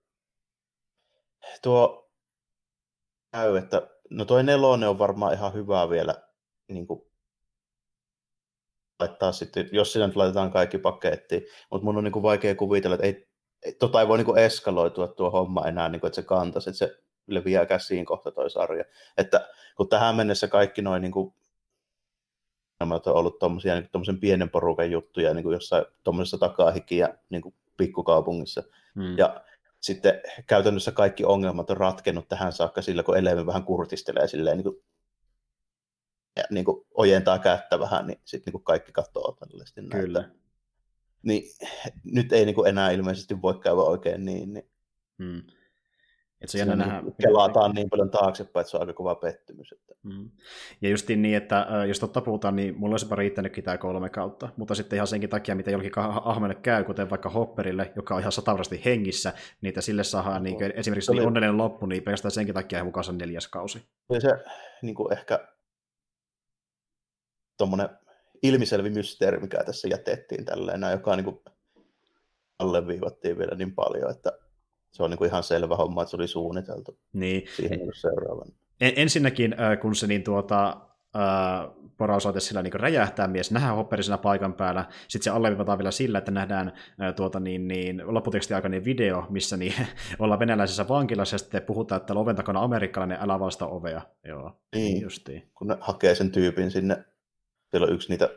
Speaker 2: tuo käy, että no toi nelonen on varmaan ihan hyvä vielä niinku laittaa sitten, jos siinä nyt laitetaan kaikki pakettiin, mutta mun on niinku vaikea kuvitella, että ei, ei, tota ei voi niinku eskaloitua tuo homma enää, niinku, että se kantaisi, että se leviää käsiin kohta toi sarja. Että kun tähän mennessä kaikki noin niinku on ollut tommosia, niin tommosen pienen porukan juttuja niin kuin jossain tommosessa takahikiä niin kuin pikkukaupungissa. Hmm. Ja sitten käytännössä kaikki ongelmat on ratkennut tähän saakka sillä, kun Eleven vähän kurtistelee silleen, niin kuin, ja niin kuin ojentaa kättä vähän, niin sitten niin kuin kaikki katsoo tällaisesti näitä.
Speaker 1: Kyllä.
Speaker 2: Niin nyt ei niin kuin enää ilmeisesti voi käydä oikein niin. niin.
Speaker 1: Hmm. Että se jännä nähdä.
Speaker 2: Kelataan niin paljon taaksepäin, että se on aika kova pettymys. Että.
Speaker 1: Mm. Ja justiin niin, että jos totta puhutaan, niin mulla olisipa riittänytkin tämä kolme kautta, mutta sitten ihan senkin takia, mitä jollekin ahmelle käy, kuten vaikka Hopperille, joka on ihan satavarasti hengissä, niitä sille saadaan no, niin esimerkiksi oli... niin onnellinen loppu, niin pelkästään senkin takia mukaan se on neljäs kausi.
Speaker 2: Ja se niin kuin ehkä tuommoinen ilmiselvi mysteeri, mikä tässä jätettiin tälleen, joka niin kuin alleviivattiin vielä niin paljon, että se on niin kuin ihan selvä homma, että se oli suunniteltu
Speaker 1: niin.
Speaker 2: siihen niin seuraavan.
Speaker 1: En, ensinnäkin, kun se niin tuota, Uh, poraosoite sillä niin räjähtää mies, nähdään Hopperi siinä paikan päällä, sitten se alleviivataan vielä sillä, että nähdään uh, tuota, niin, niin, lopputekstiaikainen video, missä niin, ollaan venäläisessä vankilassa ja sitten puhutaan, että oven takana amerikkalainen, älä vasta ovea. Joo,
Speaker 2: niin,
Speaker 1: justiin.
Speaker 2: Kun ne hakee sen tyypin sinne, siellä on yksi niitä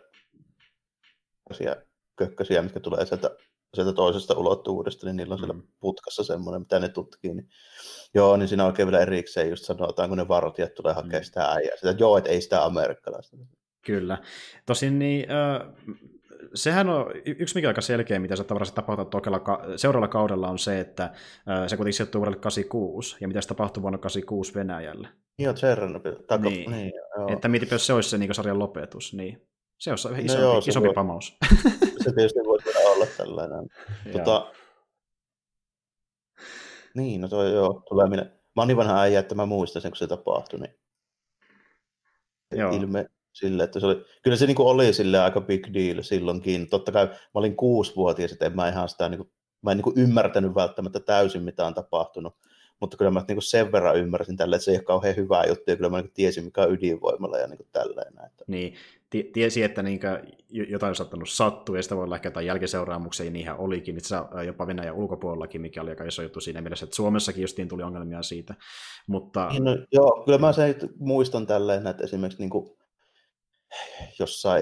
Speaker 2: kökkösiä, mitkä tulee sieltä, sieltä toisesta ulottuvuudesta, niin niillä on siellä mm. putkassa semmoinen, mitä ne tutkii. Niin, joo, niin siinä oikein vielä erikseen just sanotaan, kun ne vartijat tulee hakemaan mm. sitä äijää. Sitä, joo, että ei sitä amerikkalaista.
Speaker 1: Kyllä. Tosin niin, äh, sehän on yksi mikä aika selkeä, mitä se tavallaan tapahtuu seuraavalla kaudella on se, että äh, se kuitenkin sijoittuu vuodelle kahdeksankymmentäkuusi, ja mitä se tapahtuu vuonna kahdeksankymmentäkuusi Venäjällä.
Speaker 2: Joo, Tsernobyl. Taka...
Speaker 1: Niin.
Speaker 2: niin
Speaker 1: että mietipä, jos se olisi se niin sarjan lopetus, niin se on isompi,
Speaker 2: no joo, se
Speaker 1: isompi
Speaker 2: voi...
Speaker 1: pamaus.
Speaker 2: Se tietysti voi olla tällainen. tota... Niin, no toi joo, tulee minä. Mä oon niin vanha äijä, että mä muistan sen, kun se tapahtui. Niin... Ilme sille, että se oli... Kyllä se niinku oli silleen aika big deal silloinkin. Totta kai mä olin kuusivuotias, että en mä ihan sitä niinku... Mä en niinku ymmärtänyt välttämättä täysin, mitä on tapahtunut. Mutta kyllä mä niinku sen verran ymmärsin tälle, että se ei ole kauhean hyvää juttu, ja kyllä mä niinku tiesin, mikä on ydinvoimalla ja niinku tälleen. Että...
Speaker 1: Niin, T- tiesi, että niinku jotain on saattanut sattua, ja sitä voi olla ehkä jotain jälkiseuraamuksia, ja niinhän olikin, itse jopa Venäjän ulkopuolellakin, mikä oli aika iso juttu siinä mielessä, että Suomessakin justiin tuli ongelmia siitä. Mutta...
Speaker 2: No, joo, kyllä mä sen muistan tälleen, että esimerkiksi niinku jossain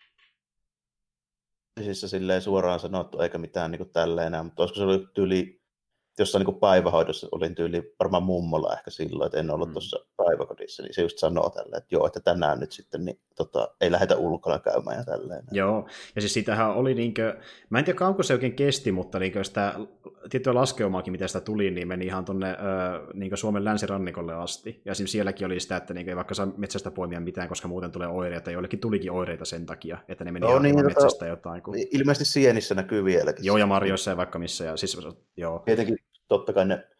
Speaker 2: siis silleen suoraan sanottu, eikä mitään niinku tälleen enää, mutta olisiko se oli tyyli jossain niin päivähoidossa olin tyyli varmaan mummolla ehkä silloin, että en ollut mm. tuossa päiväkodissa, niin se just sanoo tälleen, että joo, että tänään nyt sitten niin, tota, ei lähdetä ulkona käymään ja tälleen.
Speaker 1: Joo, ja siis siitähän oli niinkö, mä en tiedä kauanko se oikein kesti, mutta niinkö sitä tiettyä laskeumaakin, mitä sitä tuli, niin meni ihan tuonne niinkö Suomen länsirannikolle asti. Ja esimerkiksi sielläkin oli sitä, että niinkö ei vaikka saa metsästä poimia mitään, koska muuten tulee oireita, ja joillekin tulikin oireita sen takia, että ne meni no, niin, metsästä jotain. Kun...
Speaker 2: Ilmeisesti sienissä näkyy vieläkin.
Speaker 1: Joo, ja marjoissa ja vaikka missä. Ja siis, joo.
Speaker 2: Tietenkin totta kai ne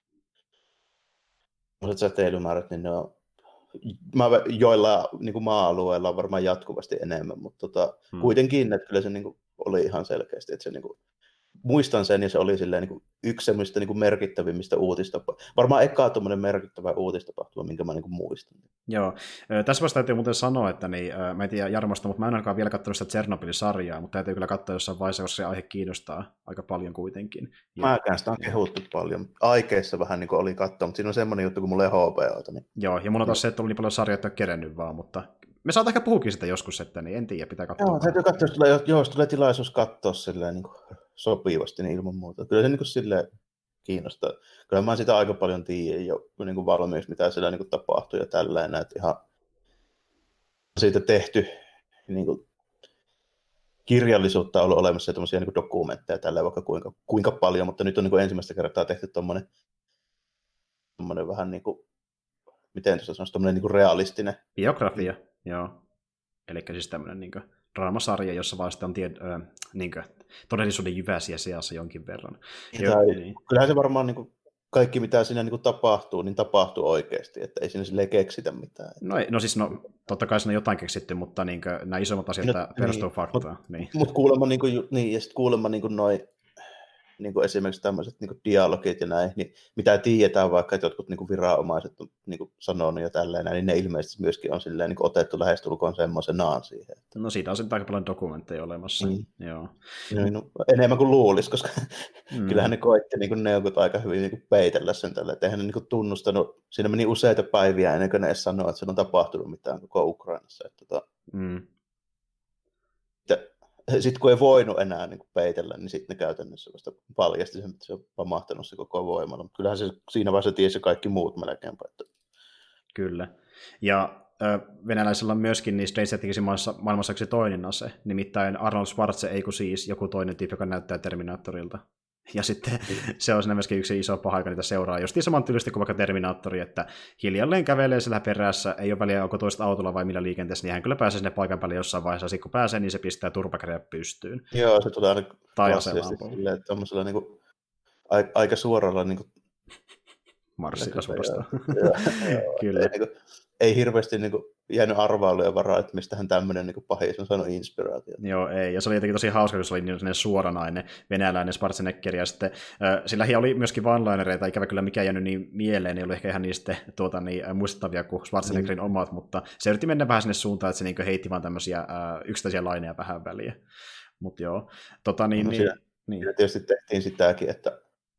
Speaker 2: säteilymäärät, niin ne on mä joilla niin kuin maa-alueilla on varmaan jatkuvasti enemmän, mutta tota, hmm. kuitenkin, että kyllä se niin kuin oli ihan selkeästi, että se niin kuin, muistan sen, ja se oli silleen, niin kuin, yksi semmoista niin kuin merkittävimmistä uutistapahtumista. Varmaan eka tuommoinen merkittävä uutistapahtuma, minkä mä niin kuin muistan.
Speaker 1: Joo, tässä vasta täytyy muuten sanoa, että niin, mä en tiedä Jarmosta, mutta mä en ainakaan vielä katsonut sitä Tsernobylin-sarjaa, mutta täytyy kyllä katsoa jossain vaiheessa, koska se aihe kiinnostaa aika paljon kuitenkin. Ja...
Speaker 2: Mäkään sitä on kehuttu paljon. Aikeissa vähän niin kuin oli katsoa, mutta siinä on semmoinen juttu, kun mulla ei H B O:ta. Niin...
Speaker 1: Joo, ja mulla on taas se, että oli niin paljon sarjaa, että on kerennyt vaan, mutta me saadaan ehkä puhukin sitä joskus, että niin en tiedä, pitää katsoa.
Speaker 2: Joo, täytyy katsoa, jos tulee, jos, jos tulee tilaisuus katsoa silleen, niin kuin sopivasti, niin ilman muuta. Kyllä se niin kuin silleen kiinnostaa. Kyllä mä sitä aika paljon tiedän jo niin kuin valmiiksi, mitä siellä niin kuin tapahtuu ja tällainen, että ihan siitä tehty niin kuin kirjallisuutta on ollut olemassa ja tämmöisiä niin kuin dokumentteja tälleen vaikka kuinka, kuinka paljon, mutta nyt on niin kuin ensimmäistä kertaa tehty tommoinen, tommoinen vähän niin kuin, miten tuossa sanoisi, tommoinen niin kuin realistinen.
Speaker 1: Biografia, joo. Eli siis tämmöinen niin kuin draamasarja, jossa vaan sitä on tie, äh, niin kuin, todellisuuden jyväsiä seassa jonkin verran.
Speaker 2: Tai, niin. Kyllähän se varmaan niin kuin, kaikki, mitä siinä niin kuin tapahtuu, niin tapahtuu oikeasti, että ei siinä silleen keksitä mitään.
Speaker 1: No, ei, no siis, no, totta kai siinä on jotain keksitty, mutta niin kuin, nämä isommat asiat no, perustuu niin, faktaan.
Speaker 2: Mutta
Speaker 1: niin.
Speaker 2: mut kuulemma, niin kuin, niin, ja sitten kuulemma niin kuin noi, niin kuin esimerkiksi tämmöiset niin kuin dialogit ja näin, niin mitä tiedetään vaikka, että jotkut niin kuin viranomaiset on niin kuin sanonut ja tällainen, niin ne ilmeisesti myöskin on silleen, niin kuin otettu lähestulkoon semmoisenaan siihen. Että...
Speaker 1: No siitä on sitten aika paljon dokumentteja olemassa. Mm. Joo.
Speaker 2: No, no, enemmän kuin luulisi, koska mm. kyllähän ne koitti niin kuin neukut aika hyvin niin kuin peitellä sen tällä. Eihän ne niin kuin tunnustanut, siinä meni useita päiviä ennen kuin ne edes sanoo, että siellä on tapahtunut mitään koko Ukrainassa. Että, tota... mm. Sitten kun ei voinut enää niin kuin peitellä, niin sitten ne käytännössä vasta paljasti sen, että se on pamahtanut se koko voimalla. Mutta kyllähän se siinä vaiheessa tiesi kaikki muut melkeinpä. Että...
Speaker 1: Kyllä. Ja äh, venäläisellä on myöskin niin Stranger Thingsin maailmassa yksi toinen ase, nimittäin Arnold Schwarzenegger, ei kun siis joku toinen tyyppi, joka näyttää Terminaattorilta. Ja sitten se on siinä myöskin yksi iso paha, joka niitä seuraa. Justiin saman tyylisesti kuin vaikka Terminaattori, että hiljalleen kävelee siellä perässä, ei ole väliä onko toista autolla vai millä liikenteessä, niin hän kyllä pääsee sinne paikan päälle jossain vaiheessa. Sitten kun pääsee, niin se pistää turpakäräjät pystyyn.
Speaker 2: Joo, se tulee aina
Speaker 1: tai
Speaker 2: klassisesti silleen, että tommosella niin kuin, aika suoralla niin kuin...
Speaker 1: Marssikasvusta.
Speaker 2: Kyllä. Ei, niin kuin, ei hirveästi niin kuin, jäänyt arvailuja varaa, että mistähän tämmöinen niin pahis on saanut inspiraatio.
Speaker 1: Joo, ei. Ja se oli jotenkin tosi hauska, kun se oli niin suoranainen venäläinen Schwarzenegger. Ja sitten äh, sillä oli myöskin one-linereita, ikävä kyllä mikä jäänyt niin mieleen, ei ollut ehkä ihan niistä tuota, niin, muistettavia kuin Schwarzeneggerin mm. omat, mutta se yritti mennä vähän sinne suuntaan, että se niin heitti vaan tämmöisiä äh, yksittäisiä laineja vähän väliä. Mutta joo. Tota, niin,
Speaker 2: no,
Speaker 1: niin,
Speaker 2: siinä,
Speaker 1: niin.
Speaker 2: siinä tietysti tehtiin sitäkin, että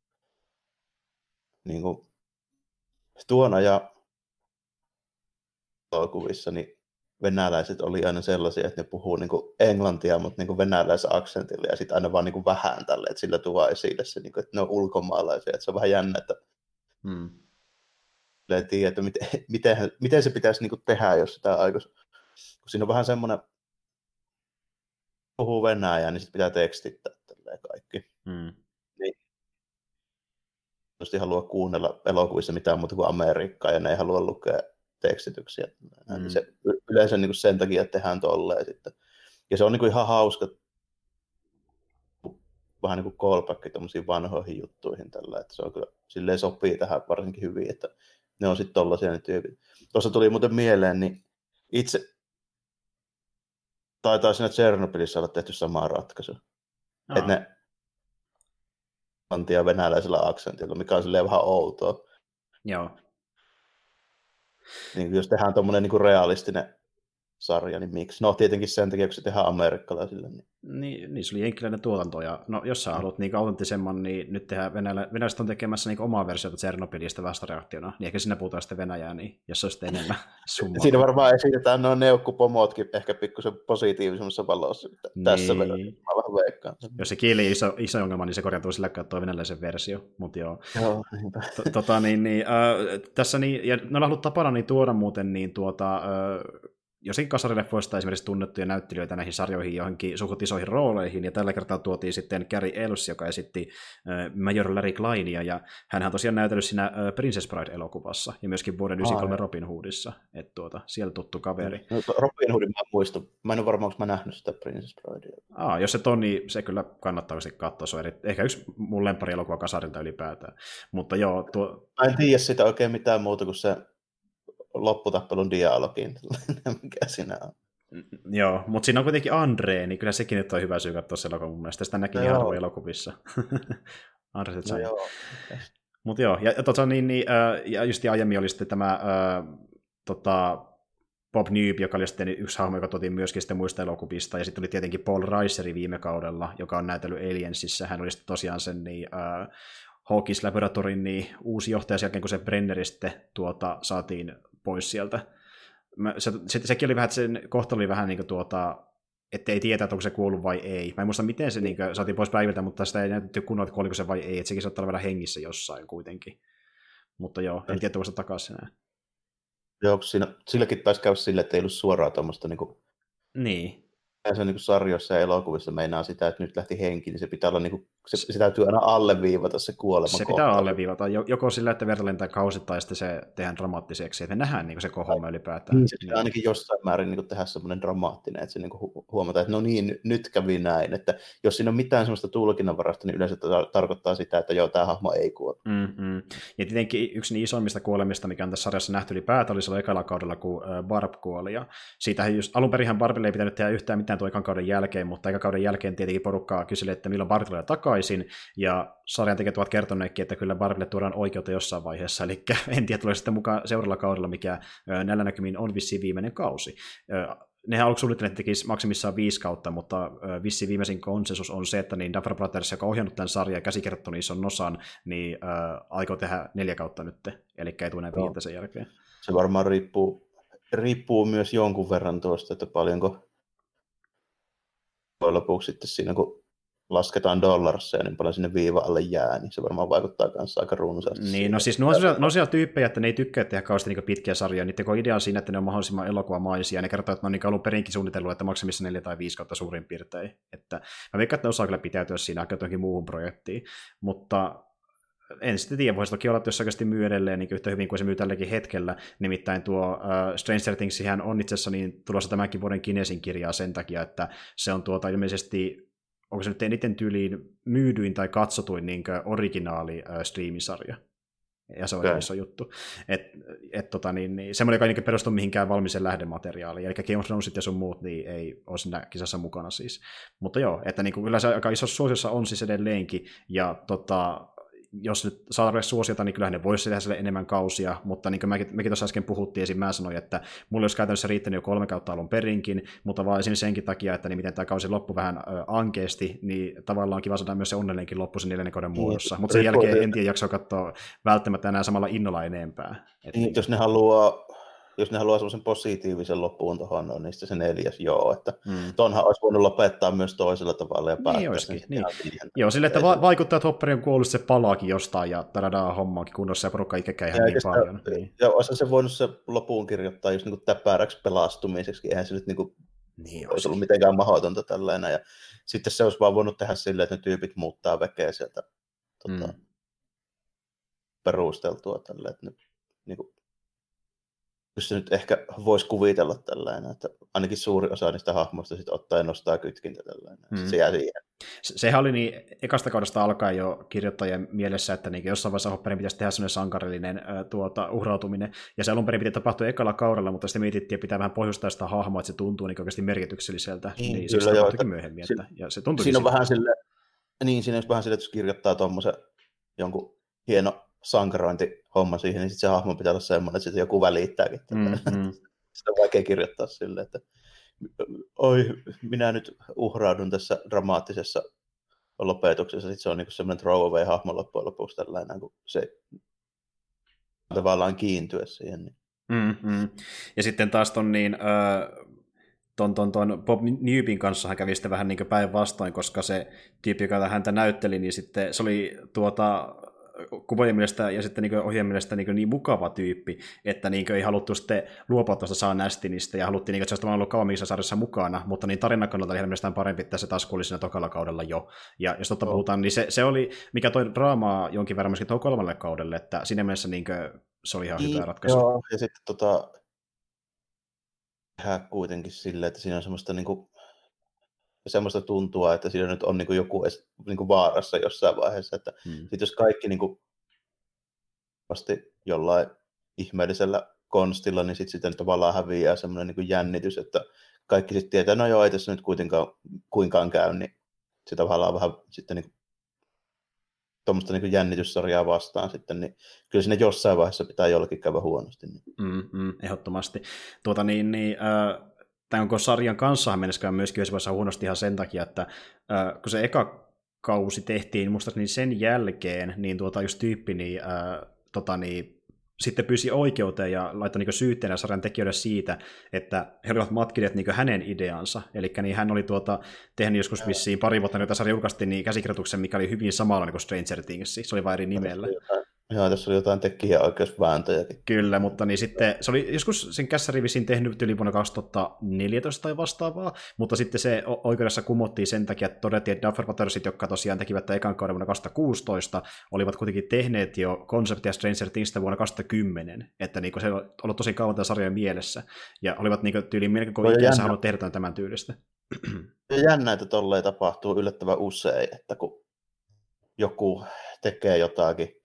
Speaker 2: niin kuin, tuona ja elokuvissa, niin venäläiset oli aina sellaisia, että ne puhuu niin kuin englantia, mutta niin kuin venäläisen aksentilla, ja sitten aina vaan niin kuin vähän tälle, että sillä tuo esille se, niin kuin, että ne on ulkomaalaisia, että se on vähän jännä, että hmm. ei tiedä, että miten, miten, miten se pitäisi niin kuin tehdä, jos sitä aikoisi, kun siinä on vähän semmoinen, puhuu venäjää, niin sitten pitää tekstittää tälleen kaikki. Hmm. Niin. Jos ei halua kuunnella elokuvissa mitään muuta kuin Amerikkaa, ja ne ei halua lukea tekstityksiä. Mm. Se yleensä niin kuin sen takia tehdään tolleen sitten. Ja se on niin kuin ihan hauska vähän niin kuin callback tommosiin vanhoihin juttuihin tällä, että se on kyllä silleen sopii tähän varsinkin hyvin, että ne on sitten tollaisia ne tyypit. Tuossa tuli muuten mieleen, niin itse taitaa siinä Tsernobylissä olla tehty samaa ratkaisua. Aa. Että ne antia venäläisellä aksentilla, mikä on silleen vähän outoa.
Speaker 1: Joo.
Speaker 2: Niin jos tehdään tuommoinen niin realistinen sarja, niin miksi? No tietenkin sen takia, kun se tehdään amerikkalaisille. Niin,
Speaker 1: niin, niin se oli jenkkiläinen tuotanto. Ja no, jos sä mm. haluat niin autenttisemman, niin nyt tehdään Venäjä, venäläiset on tekemässä niin omaa versiota Tsernobylistä vastareaktiona. Niin ehkä sinne puhutaan sitten Venäjää, niin jos se on sitten enemmän summaa.
Speaker 2: Siinä varmaan esitetään nuo neukkupomotkin ehkä pikkusen positiivisemmassa valossa. Niin. Tässä vedon, mä vähän veikkaan.
Speaker 1: Jos se kieli iso, iso ongelma, niin se korjaantuu sillä kautta venäläisen versio. Mut joo.
Speaker 2: Joo,
Speaker 1: tota, niin, niin, äh, tässä niin, ja ne on ollut tapana niin tuoda muuten niin tuota... Äh, jossakin kasarileffoista esimerkiksi tunnettuja näyttelijöitä näihin sarjoihin johonkin suht isoihin rooleihin, ja tällä kertaa tuotiin sitten Cary Elwes, joka esitti äh, Major Larry Clynea, ja hänhän on tosiaan näytellyt siinä äh, Princess Bride-elokuvassa, ja myöskin vuoden yhdeksänkymmentäkolme Robin Hoodissa, että tuota, siellä tuttu kaveri.
Speaker 2: No, Robin Hoodin mä muistan, mä en ole varma, onko mä nähnyt sitä Princess Bridea.
Speaker 1: Aa, jos se on, niin se kyllä kannattaa katsoa, se on eri, ehkä yksi mun lemppari elokuva kasarilta ylipäätään, mutta joo, tuo...
Speaker 2: Mä en tiedä sitä oikein mitään muuta kuin se lopputappelun dialogin, mikä siinä on.
Speaker 1: Joo, mutta siinä on kuitenkin Andre, niin kyllä sekin nyt on hyvä syy katsoa se elokuva mun mielestä. Sitä näki no ihan harvoin elokuvissa. Andre no joo. Mutta joo, ja, ja, tota, niin, niin, äh, ja just aiemmin oli sitten tämä äh, tota, Bob Newby, joka oli sitten yksi hahmo, joka tuotiin myöskin sitten muista elokuvista, ja sitten oli tietenkin Paul Reiseri viime kaudella, joka on näytellyt Aliensissa. Hän oli sitten tosiaan sen niin, äh, Hawkins Laboratorin niin, uusi johtaja sen jälkeen, kun se Brenneri sitten tuota, saatiin pois sieltä. Mä, se, se, sekin oli vähän, että sen kohtalo oli vähän niin kuin tuota, että ei tiedä, että onko se kuollut vai ei. Mä en muista, miten se niin kuin, saatiin pois päiviltä, mutta sitä ei näytetty kunnolla, että kuoliko se vai ei, että sekin saattaa olla vielä hengissä jossain kuitenkin. Mutta joo, en tiedä, onko se takaisin enää.
Speaker 2: Joo, siinä, silläkin taisi käydä silleen, että ei ollut suoraan tuommoista niin kuin...
Speaker 1: Niin.
Speaker 2: Se on niin sarjoissa ja elokuvissa meinaa sitä, että nyt lähti henki, niin se pitää olla, niin kuin, se, se täytyy aina alleviivata se kuolema.
Speaker 1: Se pitää alleviivata, joko sillä, että verta lentää kausittain, tai sitten se tehdään dramaattiseksi, että me nähdään niin se kohoma ylipäätään.
Speaker 2: Niin, se pitää ainakin jossain määrin niin tehdä semmoinen dramaattinen, että se niin hu- huomataan, että no niin, nyt kävi näin. Että jos siinä on mitään semmoista tulkinnanvarasta, niin yleensä tar- tarkoittaa sitä, että joo, tämä hahmo ei kuole.
Speaker 1: Mm-hmm. Ja tietenkin yksi niin isoimmista kuolemista, mikä on tässä sarjassa nähty ylipäätään, oli silloin ekalla kaudella, kun Barb kuoli. Ja siitähän just, alun perinhän Barbille ei pitänyt tehdä yhtään mitään tuon ekan kauden jälkeen, mutta ekan kauden jälkeen tietenkin porukkaa kyseli, että milloin Barb tulee takaisin, ja sarjan tekijät ovat kertoneetkin, että kyllä Barbille tuodaan oikeutta jossain vaiheessa, eli en tiedä, tulee sitten mukaan seuraavalla kaudella, mikä näillä näkymin on vissiin viimeinen kausi. Nehän aluksi suunnittelivat, että tekisi maksimissaan viisi kautta, mutta vissiin viimeisin konsensus on se, että niin Duffer Brothers, joka on ohjannut tämän sarjan ja käsikirjoittanut niin ison osan, niin äh, aikoo tehdä neljä kautta nyt, eli ei tule näin viideltä sen jälkeen.
Speaker 2: Se varmaan riippuu, riippuu myös jonkun verran tuosta, että paljonko lopuksi sitten siinä, kun lasketaan dollarissa ja niin paljon sinne viiva alle jää, niin se varmaan vaikuttaa kanssa aika runsaasti.
Speaker 1: Niin,
Speaker 2: siihen.
Speaker 1: no siis ne on sellaisia tyyppejä, että ne ei tykkää tehdä kauheasti niin pitkiä sarjoja. Niiden idea on siinä, että ne on mahdollisimman elokuvamaisia, ja ne kertoo, että ne on niin alun perinkin suunnitellut, että maksimissa neljä tai viisi kautta suurin piirtein. Että mä veikkaan, että ne osaa kyllä pitäytyä siinä ehkä johonkin muuhun projektiin, mutta en sitten tiedä, voisi toki olla, että jos oikeasti myy edelleen niin yhtä hyvin kuin se myy tälläkin hetkellä, nimittäin tuo uh, Stranger Thingsihän on itse asiassa niin tulossa tämänkin vuoden Kinesin kirjaa sen takia, että se on tuota ilmeisesti, onko se nyt eniten tyyliin myydyin tai katsotuin niin originaali uh, striimisarja. Ja se on okay. Iso juttu. Et, et, tota, niin, niin, semmoinen, joka ei niin perustu mihinkään valmiiseen lähdemateriaaliin. Eli Game of Thronesit ja sun muut niin ei ole siinä kisassa mukana siis. Mutta joo, että niin kuin, kyllä se aika isossa suosiossa on siis edelleenkin. Ja tota, jos nyt saa suosiota, niin kyllähän ne voisi tehdä sille enemmän kausia, mutta niin kuin mekin, mekin tuossa äsken puhuttiin, esim. Mä sanoin, että mulla olisi käytännössä riittänyt jo kolme kautta alun perinkin, mutta vaan esimerkiksi senkin takia, että niin miten tämä kausi loppui vähän ö, ankeasti, niin tavallaan on kiva saada myös se onnellinenkin loppu sen neljännen kauden muodossa, mutta sen jälkeen en tiedä jaksoa katsoa välttämättä enää samalla innolla enempää.
Speaker 2: Et niin, jos ne haluaa Jos ne haluaa semmoisen positiivisen loppuun tuohon, no, niin sitten se neljäs joo, että mm. tonhan olisi voinut lopettaa myös toisella tavalla ja päättää
Speaker 1: niin
Speaker 2: sen.
Speaker 1: Niin. Joo, sille, että va- vaikuttaa, että Hopper on kuollut, se palaakin jostain ja tadadaa hommaankin kunnossa ja porukka ikäkään ihan niin paljon. Niin.
Speaker 2: Ja olisi se voinut se loppuun kirjoittaa just niin kuin täppäräksi pelastumiseksi, eihän se nyt niin kuin niin olisi ollut mitenkään mahdotonta tällainen. Ja sitten se olisi vaan voinut tehdä silleen, että ne tyypit muuttaa väkeä sieltä tota, mm. perusteltua tälleen, että ne, niin kuin, jos se nyt ehkä voisi kuvitella tällainen, että ainakin suuri osa niistä hahmoista sitten ottaa ja nostaa kytkintä tällainen. Mm. Se jää siihen.
Speaker 1: Se, sehän oli niin ekasta kaudesta alkaen jo kirjoittajien mielessä, että niin jossain vaiheessa Hopperin pitäisi tehdä sellainen sankarillinen äh, tuota, uhrautuminen. Ja se alun perin piti tapahtua ekalla kaudella, mutta sitten mietittiin, että pitää vähän pohjustaa sitä hahmoa, että se tuntuu niin oikeasti merkitykselliseltä. Niin, niin kyllä, se joo, että myöhemmin. Että, ja se
Speaker 2: siinä on vähän sille, niin, siinä on vähän sille, että jos kirjoittaa tuommoisen jonkun hieno sankarointihomma siihen, niin sitten se hahmo pitää olla semmoinen, että sitten joku välittääkin. Mm-hmm. Sitä on vaikea kirjoittaa silleen, että oi, minä nyt uhraudun tässä dramaattisessa lopetuksessa. Sitten se on niin semmoinen throwaway-hahmo loppujen lopuksi tällainen, kun se tavallaan kiintyä siihen. Niin.
Speaker 1: Mm-hmm. Ja sitten taas ton niin... Äh... Ton, ton, ton Bob Newbyn kanssa hän kävi sitten vähän niin päinvastoin, koska se tyyppi, joka häntä näytteli, niin sitten se oli tuota, kuvojen mielestä ja sitten niin ohjeen mielestä niin, niin mukava tyyppi, että niin ei haluttu sitten luopua tuosta Sean Astinista ja haluttiin, niin, että se olisi ollut kauan missä sarjassa mukana, mutta niin tarinan kannalta heidän mielestään parempi, että se taas kuoli siinä tokalla kaudella jo. Ja jos totta oh. puhutaan, niin se, se oli, mikä toi draamaa jonkin verran myöskin tuohon kolmalle kaudelle, että siinä mielessä niin se oli ihan niin, hyvä ratkaisu.
Speaker 2: Joo, ja sitten tota, tehdään kuitenkin silleen, että siinä on semmoista niin kuin, semmoista tuntua, että siinä nyt on niin kuin joku niin kuin vaarassa jossain vaiheessa, että hmm. sit jos kaikki niin kuin, vasti jollain ihmeellisellä konstilla, niin sitten sitten tavallaan häviää semmoinen niin kuin jännitys, että kaikki sitten tietää, no joo, ei tässä nyt kuitenkaan kuinkaan käy, niin se tavallaan vähän sitten niin kuin, tuommoista niin jännityssarjaa vastaan sitten, niin kyllä siinä jossain vaiheessa pitää jollakin käydä huonosti. Niin.
Speaker 1: Mm, mm, ehdottomasti. Tuota niin, niin äh, tämän koko sarjan kanssahan menneskään myöskin yhdessä vaiheessa huonosti ihan sen takia, että äh, kun se eka kausi tehtiin, musta niin sen jälkeen, niin tuota just tyyppi, niin, äh, tota niin sitten pyysi oikeuteen ja laittoi niin syytteenä sarjan tekijöille siitä, että he olivat matkineet niin hänen ideansa. Eli niin hän oli tuota, tehnyt joskus vissiin pari vuotta, kun sarja julkaistiin, niin käsikirjoituksen, mikä oli hyvin samalla niin kuin Stranger Things. Se oli vain eri nimellä.
Speaker 2: Joo, tässä oli jotain tekijäoikeusvääntöjäkin.
Speaker 1: Kyllä, mutta niin sitten se oli joskus sen kässäri vissiin tehnyt yli vuonna kaksituhattaneljätoista tai vastaavaa, mutta sitten se oikeudessa kumottiin sen takia, että todettiin, että Duffer Brothersit, jotka tosiaan tekivät ekan kauden vuonna kaksituhattakuusitoista, olivat kuitenkin tehneet jo konseptia Stranger Thingsista vuonna kaksituhattakymmenen, että niin se on ollut tosi kauan tämän sarjan mielessä, ja olivat niin tyyliin melkein kovin ikänsä halunnut tehdä tämän tyylistä.
Speaker 2: Ja jännä, että tolleen tapahtuu yllättävän usein, että kun joku tekee jotakin,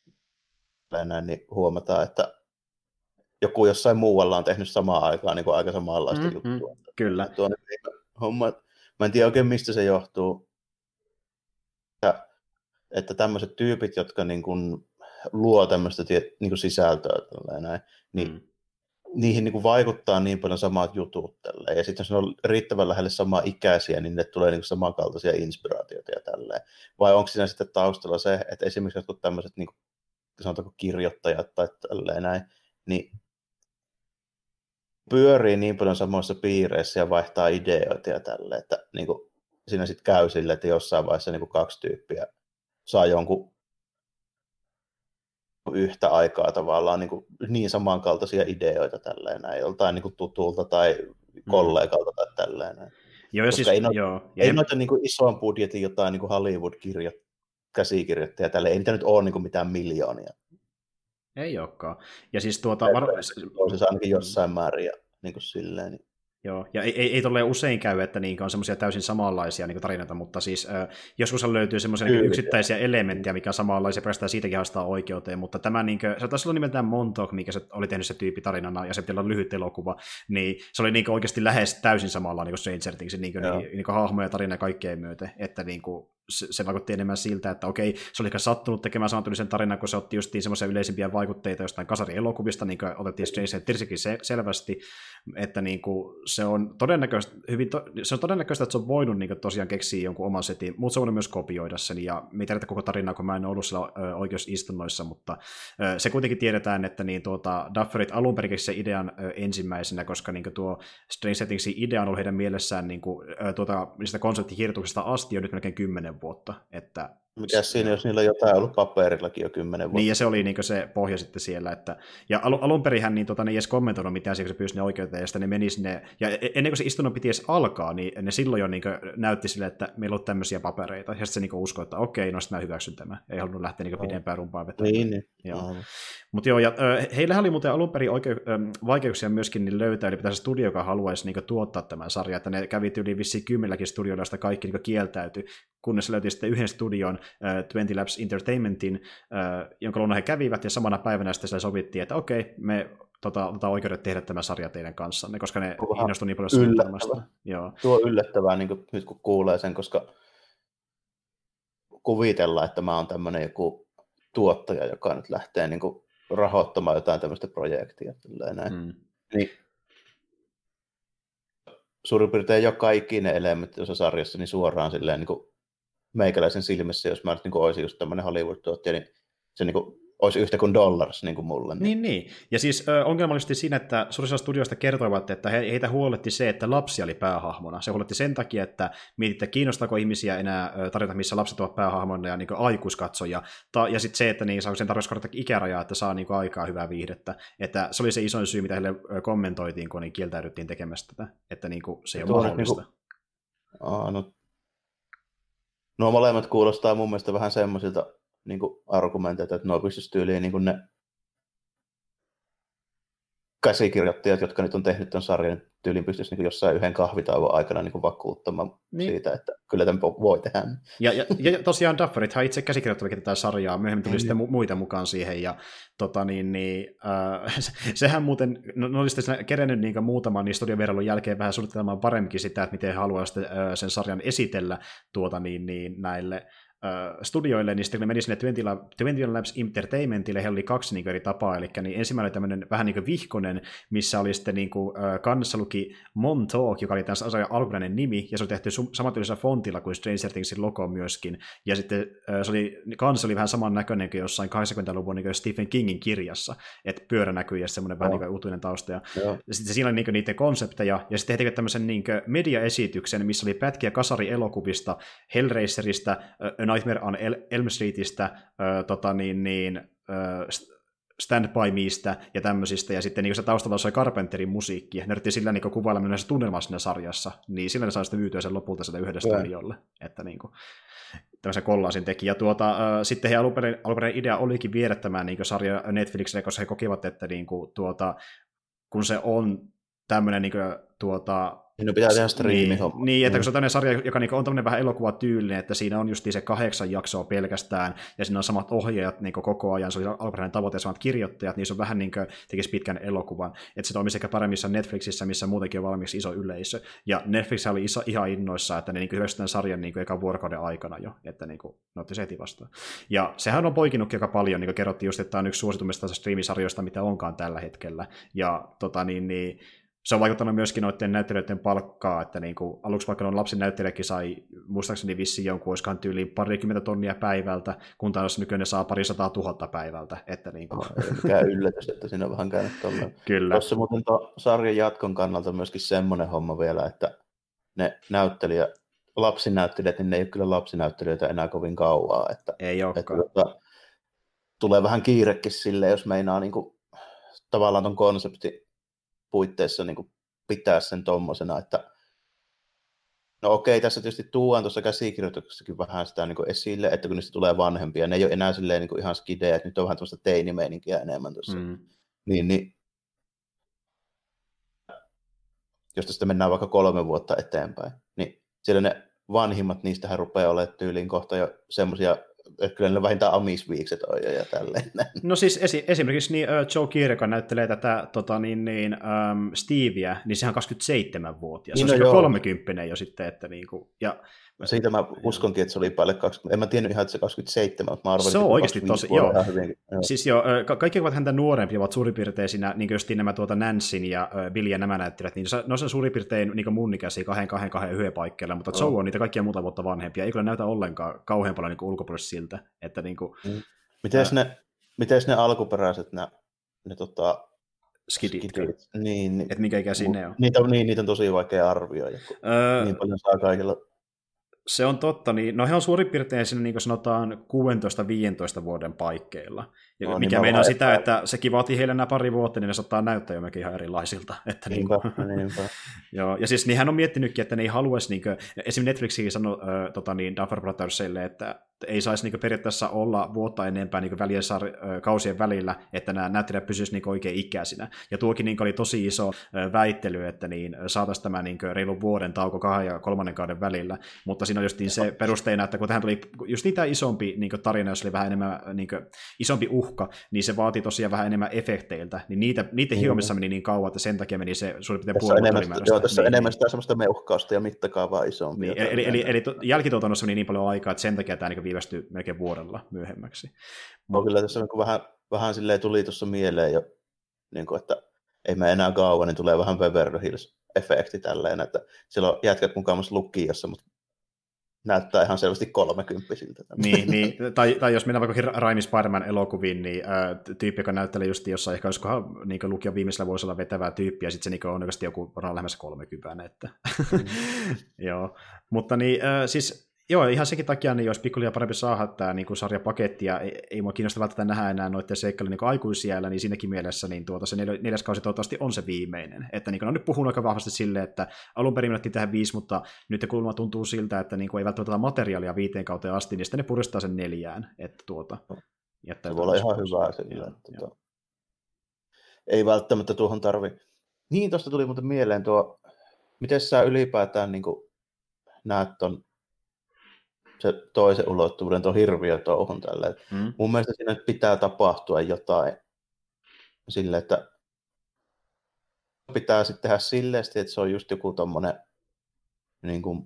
Speaker 2: näin, niin huomataan, että joku jossain muualla on tehnyt samaan aikaan niin kuin aika samanlaista mm, juttua. Mm,
Speaker 1: kyllä.
Speaker 2: Tuo, homma, mä en tiedä oikein, mistä se johtuu. Ja, että tämmöiset tyypit, jotka niin kuin luo tämmöistä niin kuin sisältöä, näin, niin mm. niihin niin kuin vaikuttaa niin paljon samat jutut. Tälleen. Ja sitten jos ne on riittävän lähelle samaa ikäisiä, niin ne tulee niin kuin samankaltaisia inspiraatioita ja tälleen. Vai onko siinä sitten taustalla se, että esimerkiksi jotkut tämmöiset niin kuin sanotaanko kirjoittajat tai tälleen näin, niin pyörii niin paljon samoissa piireissä ja vaihtaa ideoita ja tälleen, että niin kuin, siinä sitten käy sille, että jossain vaiheessa niin kuin kaksi tyyppiä saa jonkun yhtä aikaa tavallaan niin, kuin, niin samankaltaisia ideoita tälleen näin, joltain niin kuin tutulta tai kollegalta tai tälleen näin.
Speaker 1: Joo, ja siis,
Speaker 2: ei noita,
Speaker 1: joo,
Speaker 2: ei noita niin kuin ison budjetin jotain niin kuin Hollywood-kirjat, käsikirjoittajia tälleen, ei niitä nyt ole niin kuin mitään miljoonia.
Speaker 1: Ei olekaan. Ja siis tuota...
Speaker 2: Var... Olisi ainakin jossain määrin ja niin kuin silleen. Niin.
Speaker 1: Joo, ja ei, ei, ei tolleen usein käy, että niin on semmoisia täysin samanlaisia niin tarinoita, mutta siis äh, joskus löytyy semmoisia niin yksittäisiä elementtejä, mikä on samanlaisia, päästään siitäkin haastaa oikeuteen, mutta tämä, niin kuin, se taisi olla nimeltään Montauk, mikä se oli tehnyt se tyyppi tarinana, ja se pitää olla lyhyt elokuva, niin se oli niin kuin, oikeasti lähes täysin samalla niin kuin Stranger Things, niin kuin, niin, niin kuin hahmoja, tarina ja kaikkea myöten, että niin kuin, se, se vaikutti enemmän siltä, että okei, se oli ehkä sattunut tekemään samantyylisen tarinan, kun se otti justiin semmoisia yleisimpiä vaikutteita jostain kasarielokuvista, niin kuin otettiin Stranger Thingsikin se, selvästi, että niin kuin, se on todennäköistä, hyvin to, se on todennäköistä, että se on voinut niin kuin, tosiaan keksiä jonkun oman setin, mutta se on voinut myös kopioida sen, ja me ei tiedetä koko tarinaa, kun mä en ollut siellä ö, oikeusistunnoissa, mutta ö, se kuitenkin tiedetään, että niin, tuota, Dufferit alun perin se idean ö, ensimmäisenä, koska niin kuin, tuo Stranger Thingsin idea on ollut heidän mielessään niin kuin, ö, tuota, niistä konseptikirjoituksesta asti jo nyt melkein kymmenen vuotta. Että
Speaker 2: mikäs siinä, jos niillä jotain ollut paperillakin jo kymmenen vuotta?
Speaker 1: Niin, ja se oli niin se pohja sitten siellä. Että, ja al- alun perin niin, tota, ne ei edes kommentoinut mitään, kun se pyysi ne oikeuteen, ja sitten ne meni sinne, ja ennen kuin se istunnon piti edes alkaa, niin ne silloin jo niin kuin, näytti sille, että meillä on tämmöisiä papereita, ja sitten se niin uskoi, että okei, no sitten mä hyväksyn tämän. Ei halunnut lähteä niin pidempään rumpaan vetämään.
Speaker 2: Niin, niin.
Speaker 1: Mutta joo, ja heillähän oli muuten alun perin oikeu- vaikeuksia myöskin niin löytää, eli pitäisi studio, joka haluaisi niin tuottaa tämän sarjan, että ne kävi yli vissiin kymmenelläkin studioilla, josta kaikki niin kieltäytyi, kunnes löytyi sitten yhden studion, uh, twenty Labs Entertainmentin, uh, jonka luona he kävivät, ja samana päivänä sitten sille sovittiin, että okei, me tota, otetaan oikeudet tehdä tämä sarja teidän kanssanne, koska ne innostui niin paljon suunnitelmasta.
Speaker 2: Tuo on yllättävää, niin kuin, nyt kun kuulee sen, koska kuvitellaan, että mä oon tämmöinen joku tuottaja, joka nyt lähtee niin kuin rahoittamaan jotain tämmöistä projektia. Näin. Mm. Niin, suurin piirtein joka ikinen elementti tuossa sarjassa niin suoraan silleen, niin kuin meikäläisen silmissä, jos mä nyt niin kuin olisin just tämmöinen Hollywood-tuottaja, niin se niin kuin olisi yhtä kuin dollars, niin kuin mulle.
Speaker 1: Niin, niin. Ja siis ö, ongelma oli siinä, että suurin osa studioista kertoivat, että he, heitä huoletti se, että lapsi oli päähahmona. Se huoletti sen takia, että mietitte, kiinnostaako ihmisiä enää ö, tarjota, missä lapset ovat päähahmona ja niin aikuiskatsoja. Ta- ja sitten se, että niin, saa sen tarvitsisi korjata ikärajaa, että saa niin aikaa hyvää viihdettä. Että se oli se isoin syy, mitä heille kommentoitiin, kun niin kieltäydyttiin tekemästä tätä. Että niin kuin, se ei ole mahdollista. Niin
Speaker 2: kuin... Aa, no... Nuo molemmat kuulostaa mun mielestä vähän semmoisilta niin argumenteita, että nuo pystyisi tyyliin niin ne käsikirjoittajat, jotka nyt on tehnyt tämän sarjan, tyyliin pystyisi niin jossain yhden kahvitauon aikana niin vakuuttamaan niin. siitä, että kyllä tämän voi tehdä.
Speaker 1: Ja, ja, ja tosiaan Dufferithan itse käsikirjoittavikin tätä sarjaa, myöhemmin tuli mm. sitten muita mukaan siihen, ja tota, niin, niin, äh, sehän muuten, no, ne oli sitten kerennyt niin muutaman niin studiovierailun jälkeen vähän suunnittelemaan paremminkin sitä, että miten haluaa sitten, äh, sen sarjan esitellä tuota, niin, niin, näille studioille, niin sitten kun ne meni sinne twenty Labs Entertainmentille, heillä oli kaksi niin eri tapaa, eli niin ensimmäinen oli tämmöinen vähän niin kuin vihkonen, missä oli sitten niin kuin, äh, kannessa luki Montauk, joka oli tämän sarjan alkuperäinen nimi, ja se oli tehty samantyylisellä fontilla kuin Stranger Thingsin logo myöskin, ja sitten äh, se oli, kanssa oli vähän saman näköinen kuin jossain kahdeksankymmentäluvun niin Stephen Kingin kirjassa, että pyörä näkyy ja semmoinen oh. vähän niin kuin utuinen tausta, ja, ja sitten siinä oli niin kuin niiden konsepteja, ja sitten he tekivät tämmöisen niin kuin mediaesityksen, missä oli pätkiä kasarielokuvista, Hellraiserista, äh, Nightmare on Elm Streetistä, äh, tota niin, niin, äh, Stand By Meistä ja tämmöisistä, ja sitten niin se taustalla oli Carpenterin musiikki, ja ne yritti sillä niin kuvailla myös tunnelmaa siinä sarjassa, niin sillä ne sai sitten myytyä sen lopulta sitä yhdessä studiolle, että niin kuin, tämmöisen kollaasin teki, ja tuota, äh, sitten heidän alunperäinen, alunperäinen idea olikin viedä tämä niin sarja Netflixille, koska he kokivat, että niin kuin, tuota, kun se on tämmöinen niin kuin, tuota,
Speaker 2: Siinä pitää tehdä striimihomma.
Speaker 1: Niin, niin, että kun se on tämmöinen sarja, joka niin on tämmöinen vähän elokuvatyylinen, että siinä on just se kahdeksan jaksoa pelkästään, ja siinä on samat ohjaajat niin koko ajan, se oli alkuperäinen tavoite, samat kirjoittajat, niin se on vähän niin kuin tekisi pitkän elokuvan, että se toimisi ehkä paremmissa Netflixissä, missä muutenkin on valmiiksi iso yleisö. Ja Netflix oli iso, ihan innoissa, että ne niin hyväksytään sarjan niin ekan vuorokauden aikana jo, että niin kuin, ne otti se heti vastaan. Ja sehän on poikinutkin aika paljon, niin kuin kerrottiin just, että tämä on yksi suositummista striimisarjoista, mitä onkaan tällä hetkellä. Ja tota niin, niin se on vaikuttanut myöskin noiden näyttelijöiden palkkaa, että niin kuin, aluksi vaikka on lapsen näyttelijäkin sai muistaakseni vissiin jonkun oliskaan tyyliin parikymmentä tonnia päivältä, kun taas nykyään ne saa pari sataa tuhatta päivältä. Että niin kuin...
Speaker 2: Mikä yllätys, että siinä on vähän käynyt tuolla.
Speaker 1: Kyllä.
Speaker 2: Tuossa muuten to, sarjan jatkon kannalta myöskin semmoinen homma vielä, että ne näyttelijä, lapsinäyttelijät, niin ne ei ole kyllä lapsinäyttelijöitä enää kovin kauaa. Että,
Speaker 1: ei olekaan.
Speaker 2: Että, tulee vähän kiirekin silleen, jos meinaa niin kuin, tavallaan ton konsepti puitteissa niin kuin pitää sen tommosena, että no okei, tässä tietysti tuodaan tuossa käsikirjoituksessakin vähän sitä niin kuin esille, että kun niistä tulee vanhempia, ne ei ole enää silleen niin kuin ihan skidejä, että nyt on vähän tuosta teinimeininkiä enemmän tuossa. Mm. Niin, niin, jos tästä mennään vaikka kolme vuotta eteenpäin, niin siellä ne vanhimmat, niistähän rupeaa olemaan tyyliin kohta jo semmoisia, että kyllä ne vähintään amisviikset on jo ja tälleen.
Speaker 1: No siis esi- esimerkiksi niin, uh, Joe Keery, joka näyttelee tätä tota, niin, niin, um, Steveä, niin sehän on kaksikymmentäseitsemänvuotias. Niin se on no kolmekymppinen jo sitten. Että, niin kuin, ja,
Speaker 2: siitä mä uskonkin, että se oli päälle kaksikymmentä. En mä tiennyt ihan, että se kaksikymmentäseitsemän, mutta mä arvelin,
Speaker 1: se on oikeasti tosi, joo.
Speaker 2: Hyvin, joo.
Speaker 1: Siis joo, ka- kaikki ovat häntä nuorempia, ovat suurin piirtein siinä, niin kuin nämä tuota Nancyn ja uh, Billy ja nämä näyttelevät, niin ne on suurin piirtein niin mun ikäisiä kahden, kahden, kahden yhden paikkeilla, mutta Joe on niitä kaikkia muuta vuotta vanhempia. Ei kyllä näytä ollenkaan kauhean paljon niin ulkopuolisesti siltä. Että, niin kuin,
Speaker 2: mm. Mites ne, mites ne alkuperäiset, ne, ne tota,
Speaker 1: skidit,
Speaker 2: skidit. Niin, niin,
Speaker 1: että mikä ikäisiä ne on.
Speaker 2: Niitä, niin, niitä on tosi vaikea arvioida, kun öö, niin paljon saa kaikilla.
Speaker 1: Se on totta, niin no he on suurin piirtein siinä niin kuin sanotaan kuusitoista viisitoista vuoden paikkeilla, no, mikä niin meinaa sitä, että sekin vaatii heille nämä pari vuotta, niin ne saattaa näyttää jotenkin ihan erilaisilta. Että niinpä, niin kuin, niinpä. Joo, ja siis niinhän on miettinytkin, että ne ei haluaisi, niin kuin, esimerkiksi Netflixikin sanoi äh, tota, niin Duffer Brothersille, että ei saisi niin periaatteessa olla vuotta enempää niin välien sar- kausien välillä, että nämä näyttelijät pysyisivät niin oikein ikäisinä. Ja tuokin niin oli tosi iso väittely, että niin saataisiin tämä niin reilun vuoden tauko kahden ja kolmannen kauden välillä, mutta siinä on just niin se perusteena, että kun tähän tuli just niitä isompi niin tarina, jos oli vähän enemmän niin isompi uhka, niin se vaatii tosiaan vähän enemmän efekteiltä, niin niitä, niiden mm-hmm. hiomissa meni niin kauan, että sen takia meni se suurin piirtein puoli
Speaker 2: vuotta. Joo, tässä niin, on enemmän sitä semmoista meuhkausta ja mittakaavaa isompia.
Speaker 1: Niin, eli eli, eli jälkituotannossa meni niin paljon aikaa, että sen takia tämä niin viivästyi melkein vuodella myöhemmäksi.
Speaker 2: No, kyllä tässä niin vähän, vähän silleen tuli tuossa mieleen jo, niin kuin, että ei me enää kauan, niin tulee vähän Beverly Hills-efekti tälleen, että siellä on jätkät mukaamassa lukiossa, mutta näyttää ihan selvästi kolmekymppisiltä.
Speaker 1: Niin, niin, tai, tai jos mennään vaikka Raimi Spider-Man elokuviin, niin ää, tyyppi, joka näyttelee just jossain, ehkä olisikohan niin lukion viimeisellä vuosilla vetävää tyyppiä, ja sitten se niin on oikeasti joku varmaan lähemmäs kolmekymmentä. Että. Mm. Joo, mutta niin, ää, siis joo, ihan sekin takia niin olisi pikkuhiljaa parempi saada tämä niin sarjapaketti, ja ei, ei mua kiinnosta välttämättä nähdä enää noiden seikkailujen niin aikuisiällä, niin siinäkin mielessä niin tuota, se nel- neljäs kausi toivottavasti on se viimeinen. Että niin on nyt puhunut aika vahvasti silleen, että alun perin menettiin tähän viisi, mutta nyt kulma tuntuu siltä, että niin ei välttämättä ole materiaalia viiteen kauteen asti, niin sitten ne puristaa sen neljään. Että tuota,
Speaker 2: se voi olla ihan hyvää sillä. Tuota, ei välttämättä tuohon tarvi. Niin, tuosta tuli muuten mieleen tuo, miten sä ylipäätään niin näet ton se toisen ulottuvuuden, tuon hirviötouhun tälle. Mm. Mun mielestä siinä pitää tapahtua jotain sille, että pitää sitten tehdä silleesti, että se on just joku tommonen niin kuin,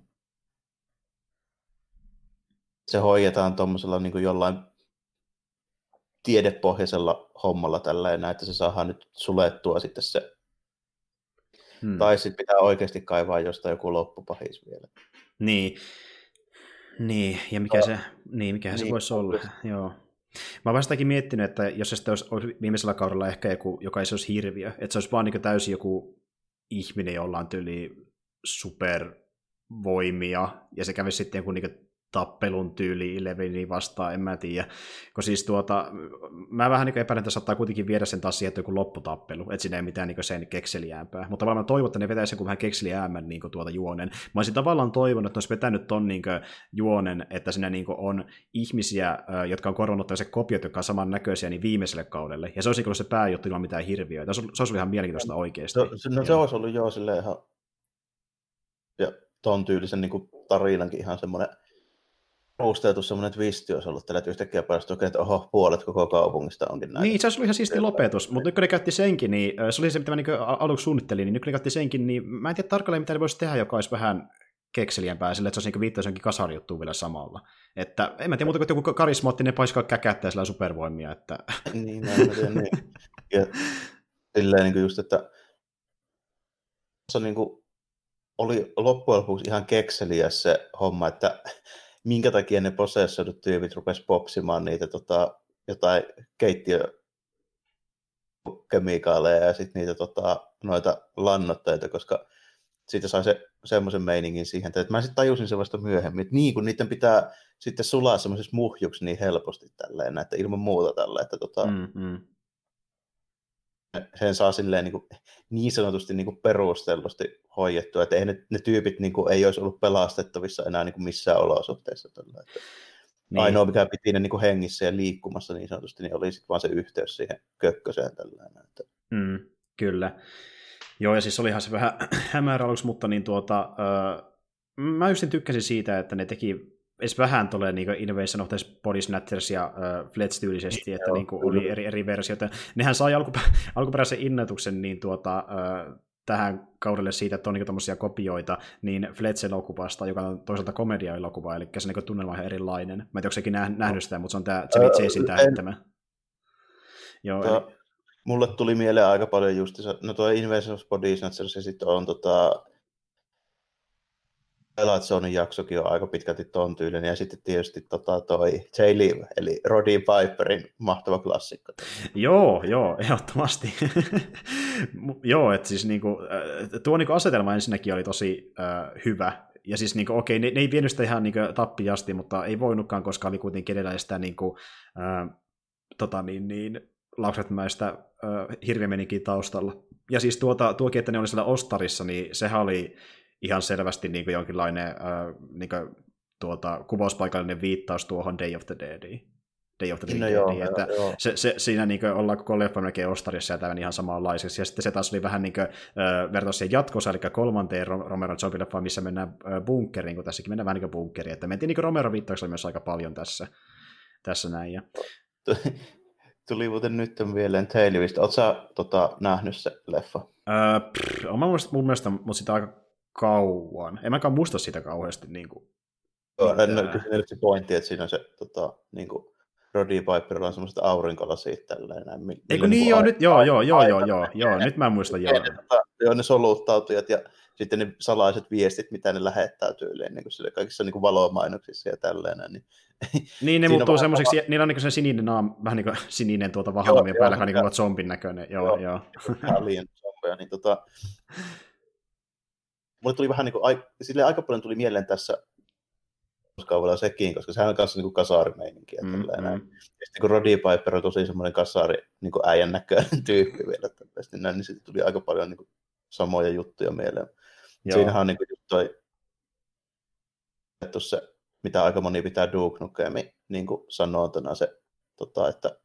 Speaker 2: se hoidetaan tommosella niin kuin jollain tiedepohjaisella hommalla tällä, että se saadaan nyt sulettua sitten se. Hmm. Tai sitten pitää oikeasti kaivaa jostain joku loppupahis vielä.
Speaker 1: Niin. Niin, ja mikä no, se, niin, mikähän niin, se voisi olla. Joo. Mä oon sitäkin miettinyt, että jos se olisi viimeisellä kaudella ehkä joku, joka ei se olisi hirviö, että se olisi vaan niin täysin joku ihminen, jolla on tyyli supervoimia, ja se kävisi sitten joku niin tappelun tyyli Eleveni vastaan, en mä tiedä. Kun siis tuota, mä vähän niin epäilen, että saattaa kuitenkin viedä sen taas siihen, että joku lopputappelu, että siinä ei mitään niin sen kekseliäämpää. Mutta tavallaan mä toivon, että ne vetäisi joku vähän kekseliäämän niin tuota juonen. Mä olisin tavallaan toivonut, että ne olisi vetänyt ton niin juonen, että siinä niin on ihmisiä, jotka on korvannut tällaiset kopiot, jotka on samannäköisiä niin viimeiselle kaudelle. Ja se olisi ollut se pääjuttu ilman mitään hirviöitä. Se olisi ollut ihan mielenkiintoista oikeasti.
Speaker 2: No, no se olisi ollut joo silleen ihan, ja ton tyylisen niin tarinankin ihan semmoinen ruusteltu semmoinen twisti olisi ollut tällä, että yhtäkkiä päästä oikein, että oho, puolet koko kaupungista onkin näin.
Speaker 1: Niin, se olisi ollut ihan siisti lopetus, mutta nyt kun ne käytti senkin, niin se oli se, mitä mä niin aluksi suunnittelin, niin nyt kun ne käytti senkin, niin mä en tiedä tarkalleen, mitä ne voisi tehdä, joka olisi vähän kekseliämpää sille, että se olisi niin viittaisi jonkin kasarijuttuun vielä samalla. Että en mä tiedä muuta kuin joku karismaattinen paiskaa käkättää sillä supervoimia. Että.
Speaker 2: Niin, mä en tiedä, niin. Ja silleen niin kuin just, että se niin kuin oli loppujen lopuksi ihan kekseliä se homma, että minkä takia ne prosessoidut tyypit rupesi popsimaan niitä tota, jotain keittiökemikaaleja ja sitten niitä tota, noita lannoitteita, koska siitä sai se semmoisen meiningin siihen, että mä sitten tajusin se vasta myöhemmin, että niin kun niiden pitää sitten sulaa semmoisessa muhjuksi niin helposti tälleen, että ilman muuta tällä, että tota, mm-hmm. sen saa silleen niin, kuin, niin sanotusti niin kuin perustellusti hoidettua, että ei ne, ne tyypit niin kuin, ei olisi ollut pelastettavissa enää niin kuin missään olosuhteissa. Tällä. Että niin. Ainoa, mikä piti ne niin kuin hengissä ja liikkumassa niin sanotusti, niin oli sitten vaan se yhteys siihen kökköseen. Tällainen.
Speaker 1: Mm, kyllä. Joo, ja siis olihan se vähän hämärä aluksi, mutta niin tuota, öö, mä just tykkäsin siitä, että ne teki edes vähän tulee niin Invasion of the Body Snatchers ja uh, Fletch-tyylisesti, että niin kuin oli eri, eri versioita. Nehän sai alkupä- alkuperäisen innoituksen niin tuota, uh, tähän kaudelle siitä, että on niin tämmöisiä kopioita niin Fletch-elokuvasta, joka on toisaalta komedia-elokuva, eli se niin tunnelma on ihan erilainen. Mä en tiedä, onko sekin nä- nähnyt sitä, mutta se on tämä Chevy Chasein täyttämä. Joo,
Speaker 2: eli mulle tuli mieleen aika paljon just, no tuo Invasion of Body Snatchers se sitten on tota Zonin jaksokin on aika pitkälti ton tyylinen, ja sitten tietysti tota toi J-Live, eli Roddy Piperin mahtava klassikko.
Speaker 1: Joo, joo, ehdottomasti. Joo, että siis niinku, tuo niinku asetelma ensinnäkin oli tosi äh, hyvä, ja siis niinku, okei, ne, ne ei vienyt sitä ihan niinku tappiasti, mutta ei voinutkaan, koska oli kuitenkin edelleen sitä niinku, äh, tota niin, niin lapsetmäistä äh, hirveämenikin taustalla. Ja siis tuota, tuokin, että ne oli siellä Ostarissa, niin sehän oli ihan selvästi niin kuin jonkinlainen äh, niin kuin, tuota, kuvauspaikallinen viittaus tuohon Day of the Deadiin. Day of the Dead, no joo, että joo, se, se, siinä niin kuin, ollaan koko leffa melkein Ostarissa ja tämän ihan samanlaiseksi. Ja sitten se taas oli vähän niin kuin, äh, vertaus siihen jatkossa, eli kolmanteen Romero Zombie-leffaan, missä mennään äh, bunkkeriin, kun tässäkin mennään vähän niin kuin bunkkeriin. Että mentiin niin kuin Romero-viittauksella myös aika paljon tässä, tässä näin. Ja.
Speaker 2: Tuli muuten nyt mieleen Tailwista. Oletko sä tota, nähnyt se leffa?
Speaker 1: Äh, pff, on mun, mun mielestä, mutta sitä aika kauan. En mäkään muista sitä kauheasti. Niin kuin,
Speaker 2: Joo, en ole kysynyt se pointti, että siinä on se tota, niin kuin, Roddy Piperilla on semmoiset aurinkolasit tälleen.
Speaker 1: Eikö niin joo, nyt, joo, joo, joo, joo, joo, joo, nyt mä muistan, joo.
Speaker 2: Joo, ne soluttautujat ja sitten ne salaiset viestit, mitä ne lähettää tyyliin, niin kuin kaikissa niin kuin valomainoksissa ja tälleen. Niin,
Speaker 1: niin ne muuttuu semmoisiksi, niillä on niin se sininen naam, vähän niin kuin sininen tuota vahalamien päällä, joka niin ovat zombin näköinen. Joo, joo. joo.
Speaker 2: Alien zombeja, niin tota... Mulle tuli vähän niin kuin, silleen aika paljon tuli mieleen tässä kaudella sekin, koska sehän on kanssa niin kuin kasaarimeininkiä. Mm, mm. Ja sitten kun Roddy Piper on tosi semmoinen kasaari, niin kuin äijän näköinen tyyppi vielä, tällaisesti, näin, niin sitten tuli aika paljon niin kuin samoja juttuja mieleen. Joo. Siinähän on niin kuin just toi, että se, mitä aika moni pitää Duke Nukemi niin kuin sanotana se, tota, että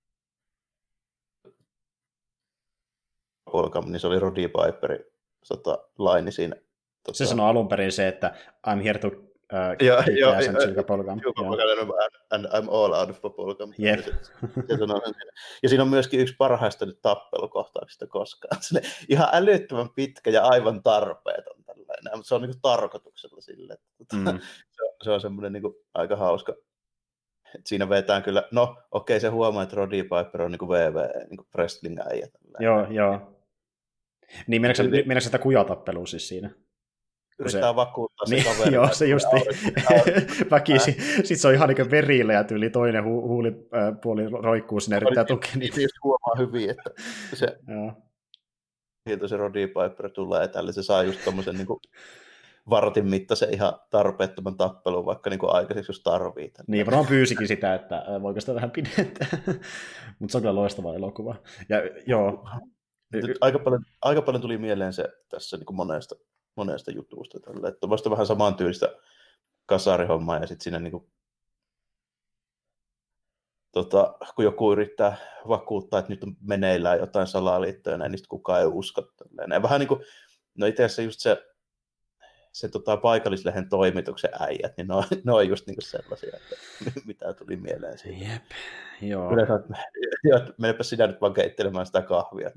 Speaker 2: niin se oli Roddy Piperin tota, laini siinä. Tota...
Speaker 1: Se sanoi alun perin se, että I'm here to uh, yeah, yeah, yeah, chewing bubblegum.
Speaker 2: And I'm all out of bubblegum.
Speaker 1: Yep.
Speaker 2: Se, se ja siinä on myöskin yksi parhaista nyt tappelukohtauksista koskaan. Se ihan älyttömän pitkä ja aivan tarpeeton tällainen, mutta se on niin kuin tarkoituksella sille. Että, mm. se, on, se on semmoinen niin kuin aika hauska. Et siinä vetään kyllä, no okei okay, se huomaa, että Roddy Piper on niin kuin V V, niin kuin wrestling-äijä.
Speaker 1: Joo, joo. Niin meneekö sitä kujatappelua siis siinä?
Speaker 2: Yrittää
Speaker 1: se...
Speaker 2: vakuuttaa se
Speaker 1: niin,
Speaker 2: kaveri.
Speaker 1: Joo, se justi väkisin. Sitten se on ihan niin verillä ja tyyli toinen hu- huulipuoli roikkuu sinne ja yrittää tukea niitä.
Speaker 2: Niin huomaa hyvin, että se, sieltä se Roddy Piper tulee tälle. Se saa just tommosen niin kuin vartin mittaisen ihan tarpeettoman tappelun, vaikka niin kuin aikaiseksi jos tarvii.
Speaker 1: Niin, varmaan pyysikin sitä, että voiko sitä vähän pidentää. Mutta se on kyllä loistava elokuva. Ja joo.
Speaker 2: Nyt aika, paljon, aika paljon tuli mieleen se tässä niin kuin monesta, monesta jutusta. Tälle. Että on vasta vähän samantyylistä kasarihommaa ja sitten siinä niin kuin, tota, kun joku yrittää vakuuttaa, että nyt on meneillään jotain salaliittoja, niin niistä kukaan ei usko. Tälleen. Ja vähän niin kuin, no itse asiassa just se, se tota, paikallislehen toimituksen äijät, niin ne on, ne on just niin kuin sellaisia, että mitä tuli mieleen siitä.
Speaker 1: Jep, joo.
Speaker 2: Menepä sinä nyt vaan keittelemään sitä kahvia.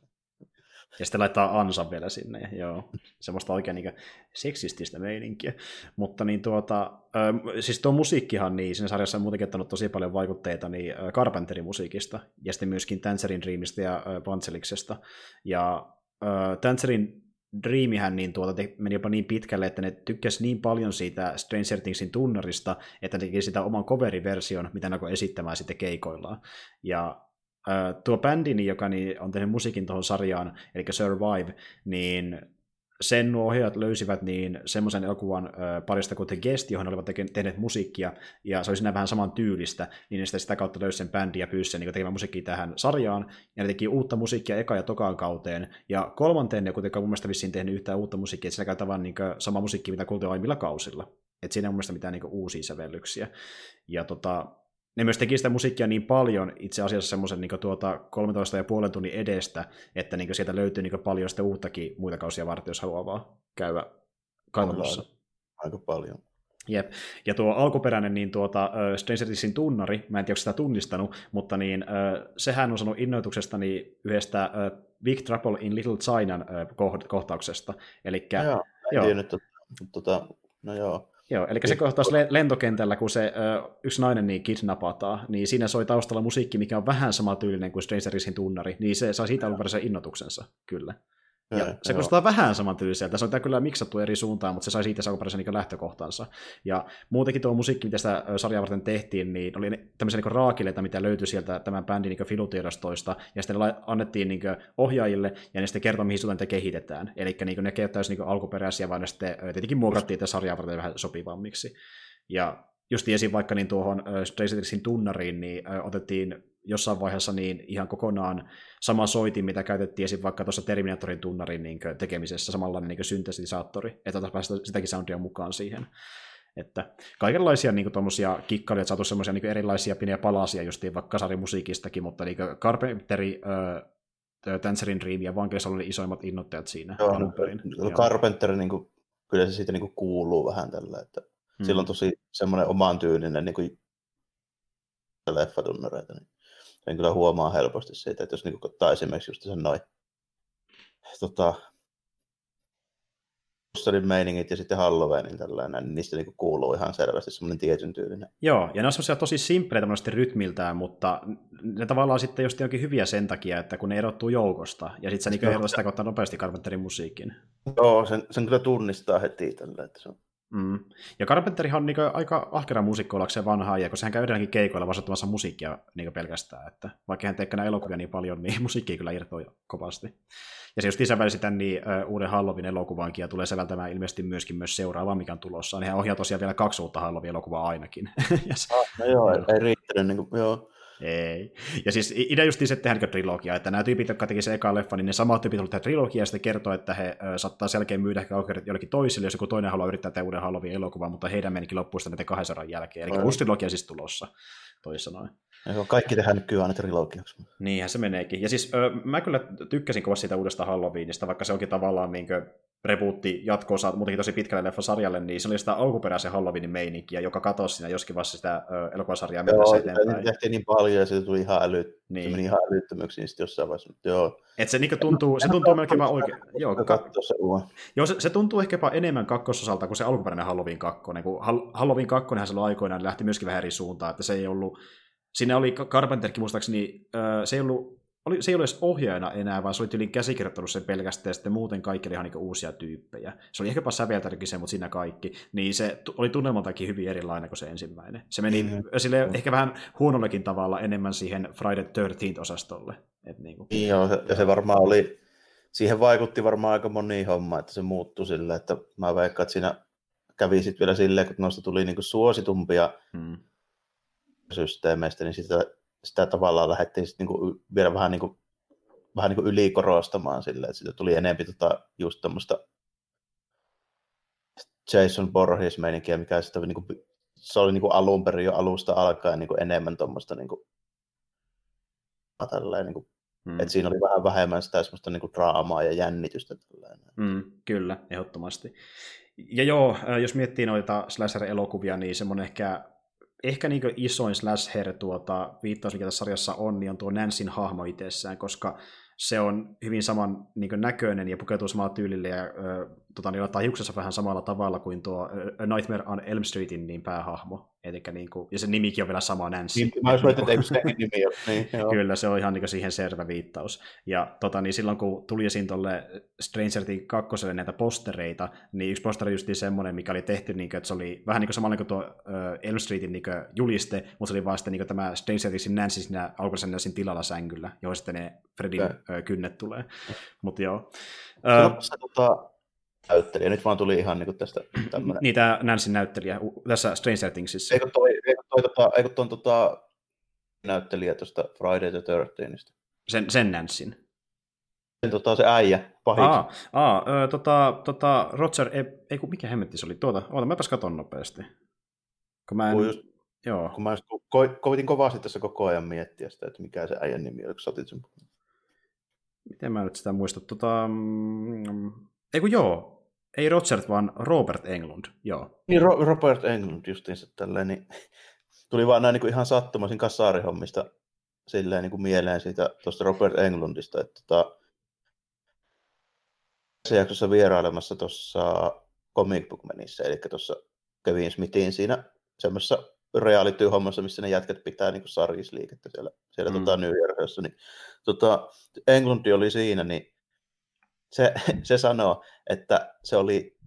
Speaker 1: Ja sitten laittaa ansa vielä sinne, ja joo, semmoista oikein niin seksististä meininkiä. Mutta niin tuota, äh, siis tuo musiikkihan, niin siinä sarjassa on muutenkin ottanut tosi paljon vaikutteita niin äh, Carpenterin musiikista, ja sitten myöskin Tangerine Dreamista ja äh, Vanzeliksesta. Ja äh, Tangerine Dreamihän niin tuota, meni jopa niin pitkälle, että ne tykkäsi niin paljon siitä Stranger Thingsin tunnarista, että ne teki sitä oman coveriversion, mitä ne alkoi esittämään sitten keikoillaan. Ja Uh, tuo bändi, joka niin, on tehnyt musiikin tuohon sarjaan, eli Survive, niin sen nuo ohjaajat löysivät niin semmoisen elokuvan uh, parista kuin The Guest, johon olivat teke- tehneet musiikkia, ja se oli siinä vähän saman tyylistä, niin ne sitä, sitä kautta löysi sen bändin ja pyysi sen niin tekemään musiikkia tähän sarjaan, ja ne teki uutta musiikkia eka ja tokaan kauteen, ja kolmanteen ne kuitenkaan mun mielestä vissiin tehnyt yhtään uutta musiikkia, että sillä käytetään vaan niin sama musiikki, mitä kuultiin aiemmilla kausilla. Että siinä ei mun mielestä mitään niin uusia sävellyksiä. Ja tota, ne myös teki sitä musiikkia niin paljon itse asiassa semmoisen niin tuota kolmetoista ja puolen tunnin edestä, että niin sieltä löytyy niin paljon sitten uuttakin muita kausia varten, jos haluaa vaan käydä katsomassa.
Speaker 2: Aika paljon.
Speaker 1: Jep. Ja tuo alkuperäinen niin tuota, uh, Stranger Thingsin tunnari, mä en tiedä, onko sitä tunnistanut, mutta niin, uh, sehän on sanonut innoituksesta niin yhdestä uh, Big Trouble in Little Chinan uh, kohtauksesta. Elikkä,
Speaker 2: no joo, en tiennyt, tota, no joo.
Speaker 1: Joo, eli se kohtaus lentokentällä, kun se ö, yksi nainen niin kidnapataan, niin siinä soi taustalla musiikki, mikä on vähän samantyylinen kuin Stranger Thingsin tunnari, niin se sai siitä alunperäisen innotuksensa, kyllä. Ja, ja se kuulostaa vähän samantyyliseltä, se on kyllä miksattu eri suuntaan, mutta se sai siitä se alunperäisen niin lähtökohtansa. Ja muutenkin tuo musiikki, mitä sitä sarjaa varten tehtiin, niin oli tämmöisiä niin raakileita, mitä löytyi sieltä tämän bändin niin filutiedostoista, ja sitten ne annettiin niin ohjaajille, ja ne sitten kertoi, mihin suuntaan te kehitetään. Eli niin ne käyttäisi niin alkuperäisiä, vaan ne sitten tietenkin muokattiin tätä sarjaa varten vähän sopivammiksi. Ja just tiesin vaikka niin tuohon Stranger Thingsin tunnariin, niin otettiin jossain vaiheessa niin ihan kokonaan sama soitin, mitä käytettiin esim. Vaikka tuossa Terminatorin tunnarin niin tekemisessä, samanlainen niin syntesisaattori, että päästä sitäkin soundia mukaan siihen. Että kaikenlaisia niin tuommoisia kikkailuja, että saatu semmoisia niin erilaisia pieniä palasia justiin vaikka kasarimusiikistakin, mutta niin Carpenteri, äh, Tangerine Dream ja Vankeissa oli isoimmat innoittajat siinä.
Speaker 2: Joo, no, Carpenter, niin kuin, kyllä se siitä niin kuin kuuluu vähän tällä, että hmm. sillä on tosi semmoinen oman tyylinen niin kuin leffatunnareita, niin sen kyllä huomaa helposti siitä, että jos niin ottaa esimerkiksi just sen noin tota, Monsterin meiningit ja sitten Halloweenin tällainen, niin niistä niinku kuuluu ihan selvästi semmoinen tietyn tyylinen.
Speaker 1: Joo, ja ne on semmoisia tosi simppeleitä monesti rytmiltään, mutta ne tavallaan sitten just onkin hyviä sen takia, että kun ne erottuu joukosta, ja sitten sä niinku erotat sitä kautta nopeasti Carpenterin musiikin.
Speaker 2: Joo, sen, sen kyllä tunnistaa heti tällä, että se on.
Speaker 1: Mm. Ja Carpenterihan on niinku aika ahkera muusikko ollakseen vanhaa, ja kun sehän käy edelleenkin keikoilla vastattomassa musiikkia niinku pelkästään, että vaikka hän teekö elokuvia niin paljon, niin musiikki kyllä irtoi kovasti. Ja se just lisäväli tämän niin, uh, uuden Halloween-elokuvankin, ja tulee säveltämään ilmeisesti myöskin myös seuraava, mikä on tulossa. Niin hän ohjaa tosiaan vielä kaksi uutta Halloween-elokuvaa ainakin. yes.
Speaker 2: ah, no joo, ei, ei riittänyt, niin kuin, joo.
Speaker 1: Ei. Ja siis idea justiin se tehdä trilogia, että nämä tyypit, jotka teki se eka leffa, niin ne samat tyypit ovat tehdä trilogia, ja sitten kertoo, että he ö, saattaa selkeä myydä ehkä oikeudet jollekin toisille, jos joku toinen haluaa yrittää tehdä uuden Halloween-elokuvan, mutta heidän menikin loppuun sitä näiden kahdensadan jälkeen. Eli uusi trilogia siis tulossa, toisin sanoen.
Speaker 2: Joo, kaikki tehdään nykyään aina trilogiaksi.
Speaker 1: Niinhän se meneekin. Ja siis ö, mä kyllä tykkäsin kovasti siitä uudesta Halloweenista, vaikka se onkin tavallaan niin kuin rebootti jatko-osa muutenkin tosi pitkälle leffasarjalle, niin se oli sitä alkuperäisen Halloweenin meininkiä, joka katosi siinä joskin vasta sitä ö, elokuvasarjaa mennessä eteenpäin.
Speaker 2: Joo, tehtiin niin paljon ja se tuli ihan, äly... niin. se meni ihan älyttömyksiin sitten jossain vaiheessa. Joo.
Speaker 1: Et se, niin tuntuu, se tuntuu melkein vaan oikein. Joo,
Speaker 2: ka... se,
Speaker 1: Joo se, se tuntuu ehkä enemmän kakkososalta kuin se alkuperäinen Halloween kaksi. Kun Halloween kaksi silloin aikoinaan lähti myöskin vähän eri suuntaan, että se ei ollut. Siinä oli Carpenterkin muistaakseni, se ei ollut, oli, se ei ollut edes ohjaajana enää, vaan se oli tyyliin käsikirjoittanut sen pelkästään, ja sitten muuten kaikki oli ihan niin uusia tyyppejä. Se oli ehkäpä säveltänytkin se, mutta siinä kaikki. Niin se oli tunnelmaltakin hyvin erilainen kuin se ensimmäinen. Se meni mm. sille ehkä vähän huonollekin tavalla enemmän siihen Friday thirteenth-osastolle. Et niin kuin.
Speaker 2: Joo, ja se varmaan oli, siihen vaikutti varmaan aika moni homma, että se muuttui silleen, että mä veikkaan, että siinä kävi sitten vielä silleen, kun noista tuli niin kuin suositumpia, mm. systeemeistä, niin sitä, sitä tavallaan lähdettiin sit niinku vielä vähän, niinku, vähän niinku ylikorostamaan silleen, että siitä tuli enemmän tota, just tämmöistä Jason Voorhees-meininkiä, mikä sitä, niinku, se oli niinku alun perin jo alusta alkaen niinku enemmän tuommoista niinku, niinku, mm. että siinä oli vähän vähemmän sitä semmoista niinku draamaa ja jännitystä.
Speaker 1: Mm, kyllä, ehdottomasti. Ja joo, jos miettii noita slasher-elokuvia, niin semmoinen ehkä Ehkä niin isoin slasher tuota, viittaus, mikä tässä sarjassa on, niin on tuo Nancyn hahmo itsessään, koska se on hyvin saman niin näköinen ja pukeutuu samalla tyylillä ja ö, tota, niin laittaa hiuksessa vähän samalla tavalla kuin tuo A Nightmare on Elm Streetin niin päähahmo. Elikkä, niin kuin, ja se nimikin on vielä sama Nancy.
Speaker 2: Niin, mä olisin että eikö se nimi ole. Niin,
Speaker 1: kyllä, se on ihan niin siihen selvä viittaus. Ja tota, niin silloin kun tuli esiin tuolle Stranger Things kakkoselle näitä postereita, niin yksi posteri just semmoinen, mikä oli tehty, niin kuin, että se oli vähän niin kuin samalla kuin tuo uh, Elm Streetin niin kuin juliste, mutta se oli vaan sitten niin kuin tämä Stranger Thingsin Nancy siinä alkuisen Nancyn tilalla sängyllä, johon sitten ne Fredin uh, kynnet tulee. Mutta joo.
Speaker 2: Uh, se, tota, näyttelijä. Nyt vaan tuli ihan niin tästä tämmöinen.
Speaker 1: Niitä Nancyn näyttelijä tässä Stranger Thingsissa.
Speaker 2: Eikö toi, eikö toi, tota, eikö ton tota, näyttelijä tuosta Friday the thirteenth?
Speaker 1: Sen, sen Nancyn.
Speaker 2: Sen tota, se äijä, pahiksi.
Speaker 1: Aa, aa ö, tota, tota, Roger, ei, ei kun mikä hemmetti se oli tuota, oota, mäpäs katon nopeasti. Kun mä en,
Speaker 2: just,
Speaker 1: joo.
Speaker 2: Kun mä just ko- koitin kovasti tässä koko ajan miettiä sitä, että mikä se äijän nimi oli, kun sä otit sen.
Speaker 1: Miten mä nyt sitä muistan, tota, mm, ei kun joo. Ei Roger, vaan Robert Englund, joo.
Speaker 2: Niin, Ro- Robert Englund justiinsa tälleen, niin tuli vaan näin niin kuin ihan sattumaisin kassaarihommista silleen niin kuin mieleen siitä tuosta Robert Englundista, että tota, se jaksossa vierailemassa tuossa Comic Book Manissä, eli tuossa Kevin Smithin siinä semmoisessa reality-hommassa, missä ne jätkät pitää niin kuin sarjisliikettä siellä, siellä mm. tota New Yorkissa, niin tota, Englundi oli siinä, niin Se, se sanoo, että se oli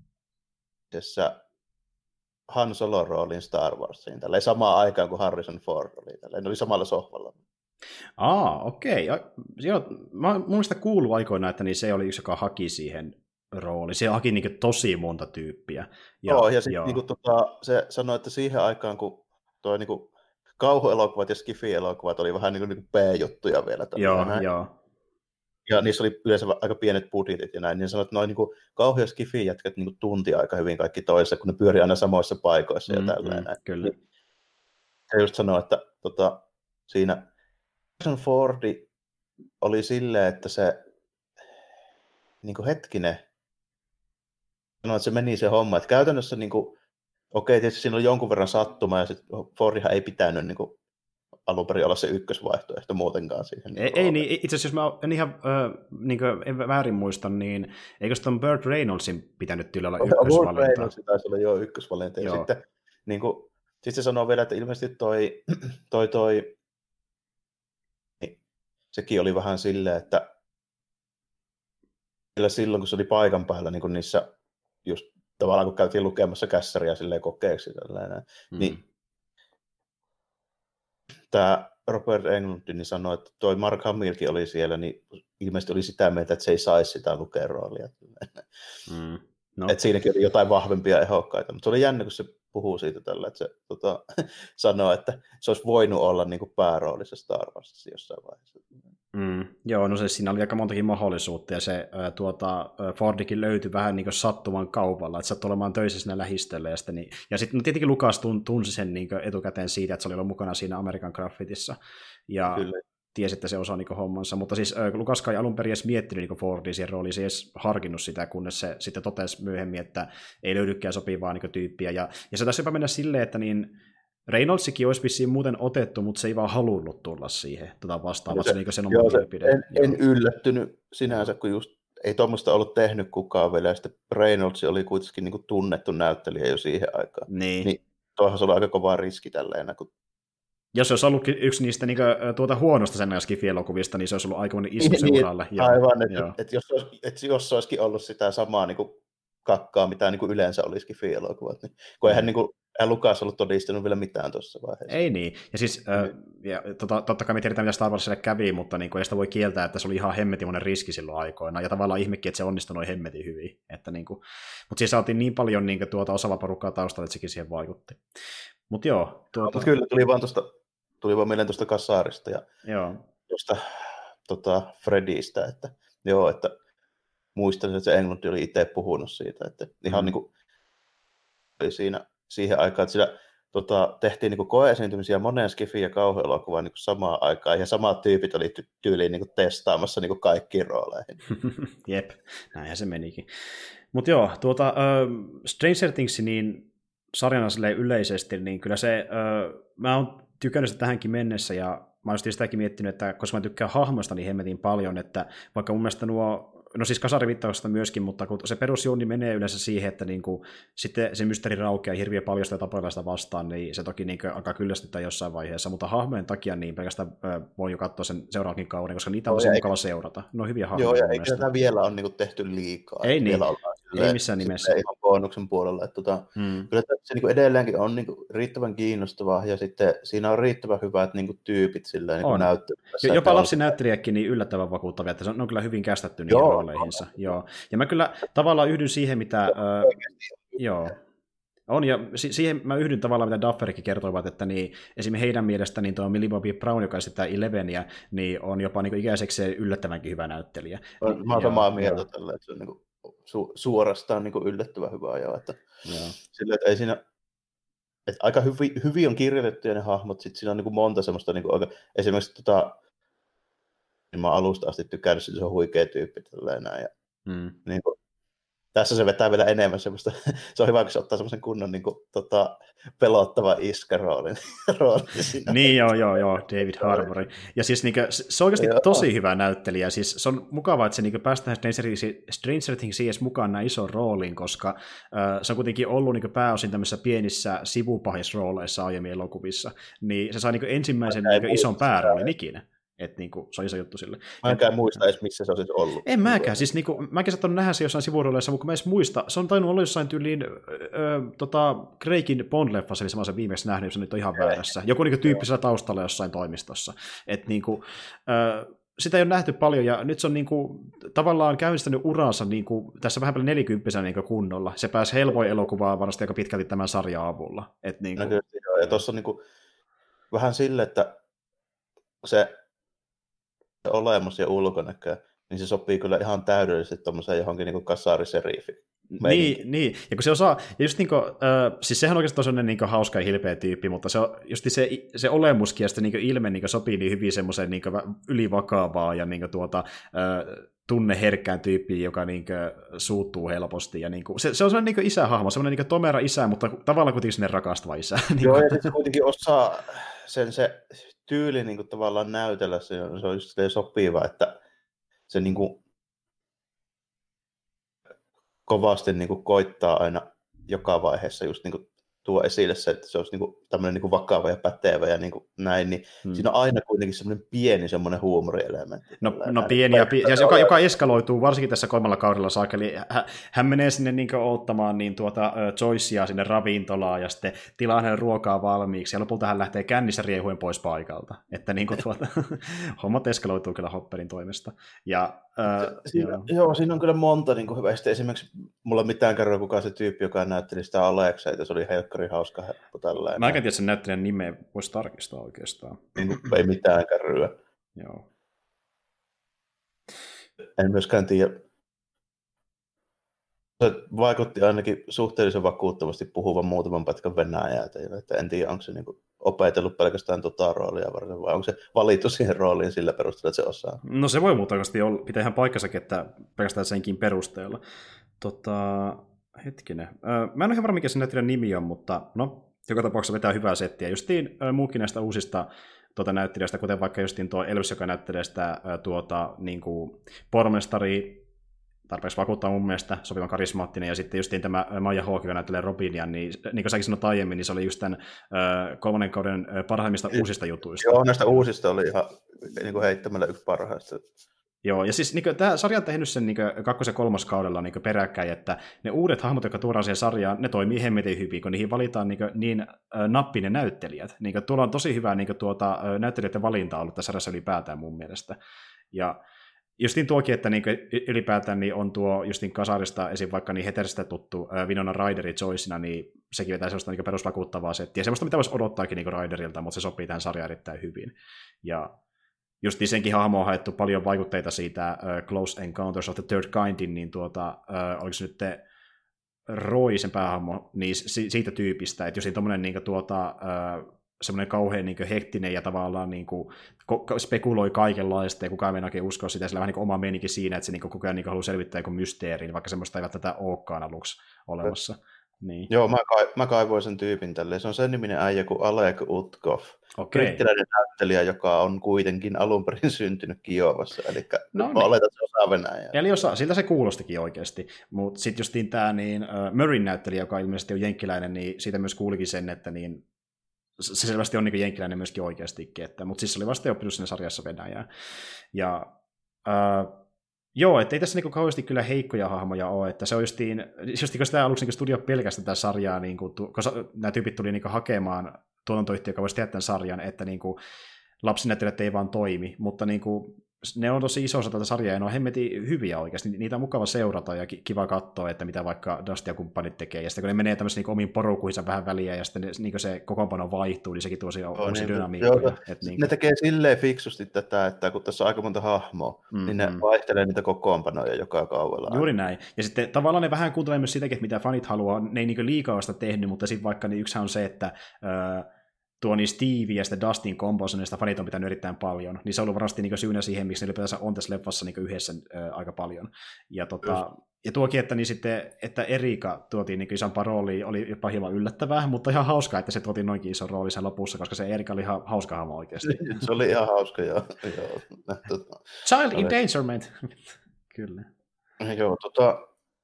Speaker 2: Han Solon roolin Star Warsiin, tälleen samaan aikaan kuin Harrison Ford oli. Tälleen. Ne oli samalla sohvalla.
Speaker 1: Aa, okei. Okay. Joo, mä mun mielestä kuuluu aikoinaan, että niin se oli yksi, joka haki siihen rooliin. Se haki niin tosi monta tyyppiä.
Speaker 2: Ja, joo, ja sitten niin tota, se sanoi, että siihen aikaan, kun toi niin kuin kauhuelokuvat ja skifi-elokuvat oli vähän niin kuin, niin kuin B-juttuja vielä.
Speaker 1: Joo, näin. Joo.
Speaker 2: Ja niissä oli yleensä aika pienet budjetit ja näin, niin sanoit, että noin niin kauhean skifi-jätkät niin tunti aika hyvin kaikki toisessa, kun ne pyörii aina samoissa paikoissa ja mm, tälleen. Mm,
Speaker 1: kyllä.
Speaker 2: Ja just sanoi, että tota, siinä Harrison Fordi oli silleen, että se niin kuin hetkinen, sanoi, että se meni se homma, että käytännössä niin kuin, okei, tietysti siinä oli jonkun verran sattumaa ja sitten Fordihan ei pitänyt niin kuin, alun perin olla se ykkösvaihtoehto muutenkaan siihen.
Speaker 1: Ei, ei niin, itse asiassa jos mä en ihan äh, niin en väärin muista, niin eikö se ton Burt Reynoldsin pitänyt tyyli olla ykkösvalinta?
Speaker 2: Burt Reynolds taisi olla jo ykkösvalinta. Ja sitten niin kuin, sit se sanoo vielä, että ilmeisesti toi, toi, toi niin, sekin oli vähän silleen, että silloin kun se oli paikan päällä niin kuin niissä just tavallaan kun käytiin lukemassa kässäriä silleen kokeeksi, tällainen, mm. niin tämä Robert Englund niin sanoi, että toi Mark Hamillkin oli siellä, niin ilmeisesti oli sitä mieltä, että se ei saisi sitä lukeroolia.
Speaker 1: Mm. No.
Speaker 2: Että siinäkin oli jotain vahvempia ehokkaita, mutta se oli jännä, kun se puhuu siitä tällä, että se tota, sanoo, että se olisi voinut olla niin kuin pääroolissa Star Warsissa jossain vaiheessa.
Speaker 1: Mm, joo, no se siinä oli aika montakin mahdollisuutta, ja se ää, tuota, Fordikin löytyi vähän niin kuin sattuman kaupalla, että sattui olemaan töissä siinä lähistöllä, ja sitten niin, ja sitten no, tietenkin Lucas tunsi sen niin kuin etukäteen siitä, että se oli ollut mukana siinä American Graffitissa, ja Kyllä. tiesi, että se osaa niin kuin hommansa, mutta siis ää, Lucas ei alun perin edes miettinyt niin Fordin siihen rooliin, se ei edes harkinnut sitä, kunnes se sitten totesi myöhemmin, että ei löydykään sopivaa niin kuin tyyppiä, ja, ja se taisi jopa mennä silleen, että niin Reynoldsikin olisi vissiin muuten otettu, mutta se ei vaan halunnut tulla siihen tota vastaamassa, niin kuin sen oma mielipide.
Speaker 2: En, en yllättynyt sinänsä, kun just ei tuommoista ollut tehnyt kukaan vielä, ja sitten Reynolds oli kuitenkin niin kuin tunnettu näyttelijä jo siihen aikaan.
Speaker 1: Niin.
Speaker 2: niin tuohan se oli aika kova riski tälleen. Kun...
Speaker 1: Jos se olisi ollutkin yksi niistä niin kuin, tuota huonosta sen Skifi-elokuvista, niin se olisi ollut aikamoinen isku
Speaker 2: niin,
Speaker 1: seuraalle.
Speaker 2: Niin, aivan, että et jos, et jos se olisikin ollut sitä samaa niin kuin kakkaa, mitä niin kuin yleensä olisi Skifi-elokuvat, niin kun eihän niin kuin Eihän Lucas ollut todistanut vielä mitään tuossa vaiheessa.
Speaker 1: Ei niin. Ja siis, mm. äh, ja, tota, totta kai me tiedetään, mitä Star Warsille kävi, mutta niin kuin, ei sitä voi kieltää, että se oli ihan hemmetimoinen riski silloin aikoina. Ja tavallaan ihmekin, että se onnistui noin hemmetin hyvin. Että, niin kuin, mutta siis saatiin niin paljon niin kuin, tuota osaavaa porukkaa taustalla, että sekin siihen vaikutti. Mutta joo. Tuota...
Speaker 2: Mutta kyllä, tuli vaan, tosta, tuli vaan mieleen tuosta Kassaarista ja
Speaker 1: joo.
Speaker 2: tuosta tota, Fredistä. Että, joo, että muistan, että se Englund oli itse puhunut siitä. Että ihan mm. niin kuin oli siinä siihen aikaan, että siellä tota, tehtiin niin koe-esiintymisiä moneen skifi- ja kauhuelokuvaan niin samaan aikaan, ja samat tyypit oli ty- tyyliin niin testaamassa niin kaikkiin rooleihin.
Speaker 1: Jep, näinhän se menikin. Mutta joo, tuota, uh, Stranger Things, niin sarjana yleisesti, niin kyllä se, uh, mä oon tykännyt sitä tähänkin mennessä, ja mä oon sitäkin miettinyt, että koska mä tykkään hahmoista niin hemmetin paljon, että vaikka mun mielestä nuo no siis kasarivittauksesta myöskin, mutta kun se perusjuoni menee yleensä siihen, että niinku, sitten se mysteeri raukeaa hirveän paljon sitä tapoilaista vastaan, niin se toki niinku alkaa kyllästyttää jossain vaiheessa, mutta hahmojen takia niin pelkästään äh, voi jo katsoa sen seuraavankin kauden, koska niitä on tosi mukava seurata. No hyviä hahmoja.
Speaker 2: Joo, ja eikä tätä vielä ole niinku tehty liikaa.
Speaker 1: Ei niin,
Speaker 2: silleen,
Speaker 1: ei missään nimessä.
Speaker 2: Ihan bonuksen puolella. Että, tota, hmm. Kyllä se niinku edelleenkin on niinku riittävän kiinnostavaa, ja sitten siinä on riittävän hyvät niinku tyypit silleen, niinku näyttelyssä.
Speaker 1: Jopa lapsinäyttelijäkin niin yllättävän vakuuttavia, että se on, on kyllä hyvin kästetty niihin Joo. rooleihinsa. Joo. Ja mä kyllä tavallaan yhdyn siihen, mitä... Äh, joo. On, ja si- siihen mä yhdyn tavallaan, mitä Dufferikin kertoivat, että niin, esimerkiksi heidän mielestä niin tuo Millie Bobby Brown, joka esittää Eleveniä, niin on jopa niin ikäiseksi yllättävänkin hyvä näyttelijä.
Speaker 2: Mä oon samaa mieltä tällä, että se on niin kuin su- suorastaan niin kuin yllättävän hyvä ajoa. Että, sillä, että ei siinä, että aika hyvin, hyvin on kirjoitettuja ne hahmot, sitten siinä on niin kuin monta semmoista, niin kuin aika, esimerkiksi tota, niin mä oon alusta asti tykännyt, että se on huikea tyyppi tällainen, ja mm. niin kuin, tässä se vetää vielä enemmän semmoista, se on hyvä, kun se ottaa semmoisen kunnon niin kuin, tota, pelottava iskaroolin.
Speaker 1: Niin joo, joo, joo, David Harbour. Ja siis niin kuin, se on oikeasti joo. tosi hyvä näyttelijä. Siis se on mukavaa, että se niin kuin, päästään Stranger Thingsiin edes mukaan näin ison rooliin, koska äh, se on kuitenkin ollut niin kuin, pääosin tämmöisissä pienissä sivupahisrooleissa aiemmin elokuvissa. Niin se sai niin kuin, ensimmäisen niin kuin, ison pääroolin ikinä. Että niinku, se on iso juttu sille.
Speaker 2: Mä enkään muista edes, missä se on siis ollut.
Speaker 1: En mäkään. Siis, niinku, mäkin saattanut nähdä se jossain sivurooleissa, mutta mä edes muista. Se on tainnut olla jossain tyyliin öö, tota, Craigin Bond-leffassa, missä mä sen viimeksi nähnyt, jos se nyt on ihan väärässä. Joku niinku, tyyppisellä taustalla jossain toimistossa. Et, niinku, öö, sitä ei ole nähty paljon, ja nyt se on niinku, tavallaan käynnistänyt uransa niinku, tässä vähän paljon nelikymppisenä niinku, kunnolla. Se pääsi helpoin elokuvaan varmasti aika pitkälti tämän sarjan avulla. Et, niinku...
Speaker 2: no, ja tuossa on niinku, vähän sille, että se olemus ja ulkonäkö, niin se sopii kyllä ihan täydellisesti tuommoiseen johonkin niin kasaariseriifiin.
Speaker 1: Niin, niin, ja kun se osaa, ja just niin kuin, äh, siis sehän on oikeastaan sellainen niin hauska ja hilpeä tyyppi, mutta se, on, just se, se olemuskin ja sitten niin ilme niin sopii niin hyvin semmoiseen niin ylivakavaan ja niin tuota, äh, tunneherkkään tyyppiin, joka niin suuttuu helposti. Ja niin kuin, se, se on sellainen niin isähahmo, sellainen niin tomera isä, mutta tavallaan kuitenkin sinne rakastava isä.
Speaker 2: Joo, ja sitten se kuitenkin osaa sen se tyyli niin kuin, tavallaan näytellä, se on, se on just sopiva, että se niin kuin, kovasti niin kuin, koittaa aina joka vaiheessa just niin kuin, tuo esille se, että se olisi niin kuin, tämmöinen niin kuin, vakava ja pätevä ja niin kuin, näin, niin hmm. siinä on aina kuitenkin semmoinen pieni semmoinen huumorielementti.
Speaker 1: No, no pieni ja pieni, siis joka, joka eskaloituu varsinkin tässä kolmella kaudella saakka, eli hän, hän menee sinne niin ottamaan niin tuota, Joycea sinne ravintolaan ja sitten tilaa hänen ruokaa valmiiksi ja lopulta hän lähtee kännissä riehuen pois paikalta, että niin kuin, tuota, hommat eskaloituu kyllä Hopperin toimesta. Ja, äh,
Speaker 2: siinä, joo. joo, siinä on kyllä monta niin kuin hyvä. Sitten esimerkiksi mulla mitään kerroa kukaan se tyyppi, joka näytteli sitä Aleksaa, että se oli helkkari hauska heppu tällainen.
Speaker 1: Mä en tiedä sen näyttelijän nimeä, voisi tarkistaa oikeastaan.
Speaker 2: Ei mitään kärryä.
Speaker 1: Joo.
Speaker 2: En myöskään tiedä. Se vaikutti ainakin suhteellisen vakuuttavasti puhuvan muutaman pätkän Venäjää. Että en tiedä, onko se niinku opetellut pelkästään tota roolia varten, vai onko se valittu siihen rooliin sillä perusteella, että se osaa.
Speaker 1: No se voi muuta oikeasti olla, pitää ihan paikkansakin, että pelkästään senkin perusteella. Tota, hetkinen. Mä en ole ihan varma, mikä se näyttelijän nimi on, mutta no, joka tapauksessa vetää hyvää settiä. Justiin muukin näistä uusista tuota näyttelijöistä, kuten vaikka justiin tuo Elvis, joka näyttelee sitä tuota, niin kuin pormestari, tarpeeksi vakuuttaa mun mielestä, sopivan karismaattinen, ja sitten justiin tämä Maija Hawke, joka näyttelee Robinia, niin niin kuin säkin sanoit aiemmin, niin se oli just tämän äh, kolmannen kauden parhaimmista uusista jutuista.
Speaker 2: Joo, näistä uusista oli ihan niin kuin heittämällä yksi parhaista.
Speaker 1: Joo, ja siis niin kuin, tämä sarja on tehnyt sen niin kuin, kakkos- ja kolmoskaudella niin peräkkäin, että ne uudet hahmot, jotka tuodaan siihen sarjaan, ne toimii hemmetin hyvin, kun niihin valitaan niin, kuin, niin äh, nappinen näyttelijät. Niin kuin, tuolla on tosi hyvää niin kuin, tuota, äh, näyttelijöiden valinta ollut tässä sarjassa ylipäätään mun mielestä. Ja justiin tuokin, että niin ylipäätään niin on tuo justiin kasarista esim. Vaikka niin heteristä tuttu äh, Winona Ryderi Joycena, niin sekin vetää sellaista niin perusvakuuttavaa settiä. Semmoista, mitä voisi odottaakin niin Ryderilta, mutta se sopii tähän sarjaan erittäin hyvin. Ja justiin senkin hahmo on haettu paljon vaikutteita siitä uh, Close Encounters of the Third Kindin, niin tuota, uh, oliko se nyt te Roy, sen päähahmo, niin si- siitä tyypistä, että justiin tommoinen niin tuota, uh, semmoinen kauhean niin hektinen ja tavallaan niin kuin, ko- spekuloi kaikenlaista ja kukaan ei oikein uskoa sitä, sillä on vähän niin oma meininki siinä, että se niin koko ajan niin haluaa selvittää joku mysteeriin, vaikka semmoista ei välttämättä olekaan aluksi olemassa. Niin.
Speaker 2: Joo, mä, ka- mä kaivoin sen tyypin tälleen. Se on sen niminen äijä kuin Alek Utkov.
Speaker 1: Okay.
Speaker 2: Brittiläinen näyttelijä, joka on kuitenkin alun perin syntynyt Kiovassa. Eli
Speaker 1: no
Speaker 2: mä
Speaker 1: niin.
Speaker 2: oletan, että se osaa Venäjää.
Speaker 1: Eli osaa, siltä se kuulostikin oikeasti. Mutta sitten justiin tämä niin, uh, Murrayn näyttelijä, joka ilmeisesti on jenkkiläinen, niin siitä myös kuulikin sen, että niin, se selvästi on niin jenkkiläinen myöskin oikeastikin. Mutta siis se oli vasta oppinut siinä sarjassa Venäjää. Ja uh, joo, että ei tässä niinku kauheasti kyllä heikkoja hahmoja ole, että se on justiin, justiin kun sitä aluksi niinku studio pelkästään tätä sarjaa, niinku, kun nämä tyypit tuli niinku hakemaan tuotantoyhtiö, joka voisi tehdä tämän sarjan, että niinku, lapsinäyttelijät ei vaan toimi, mutta niinku, ne on tosi iso osa tätä sarjaa, ja ne on hemmetin hyviä oikeasti, niitä on mukava seurata ja kiva katsoa, että mitä vaikka Dusty ja kumppanit tekee, ja sitten kun ne menee tämmöisiin niinku omiin porukuihinsa vähän väliä, ja sitten ne, niinku se kokoonpano vaihtuu, niin sekin tuo siihen
Speaker 2: oh,
Speaker 1: uusia
Speaker 2: niin,
Speaker 1: dynamiikkoja.
Speaker 2: Niinku... Ne tekee silleen fiksusti tätä, että kun tässä on aika monta hahmoa, mm-hmm. niin ne vaihtelee niitä kokoonpanoja joka kaudella.
Speaker 1: Juuri näin, ja sitten tavallaan ne vähän kuuntelee myös sitäkin, että mitä fanit haluaa, ne ei niinku liikaa sitä tehnyt, mutta sitten vaikka niin yksihän on se, että öö, tuo niin Stevie ja sitten Dustin kombos, niin sitä fanit on pitänyt erittäin paljon. Niin se on ollut varmasti niin syynä siihen, miksi ne ylipäätänsä on tässä leffassa niin yhdessä äh, aika paljon. Ja, tota, ja tuokin, että, niin sitten, että Erika tuotiin niin isompaa roolia, oli jopa hieman yllättävää, mutta ihan hauskaa, että se tuotiin noinkin iso rooli sen lopussa, koska se Erika oli ihan hauska hahmo oikeasti.
Speaker 2: Se oli ihan hauska, joo.
Speaker 1: Child endangerment. Kyllä.
Speaker 2: Joo, tota,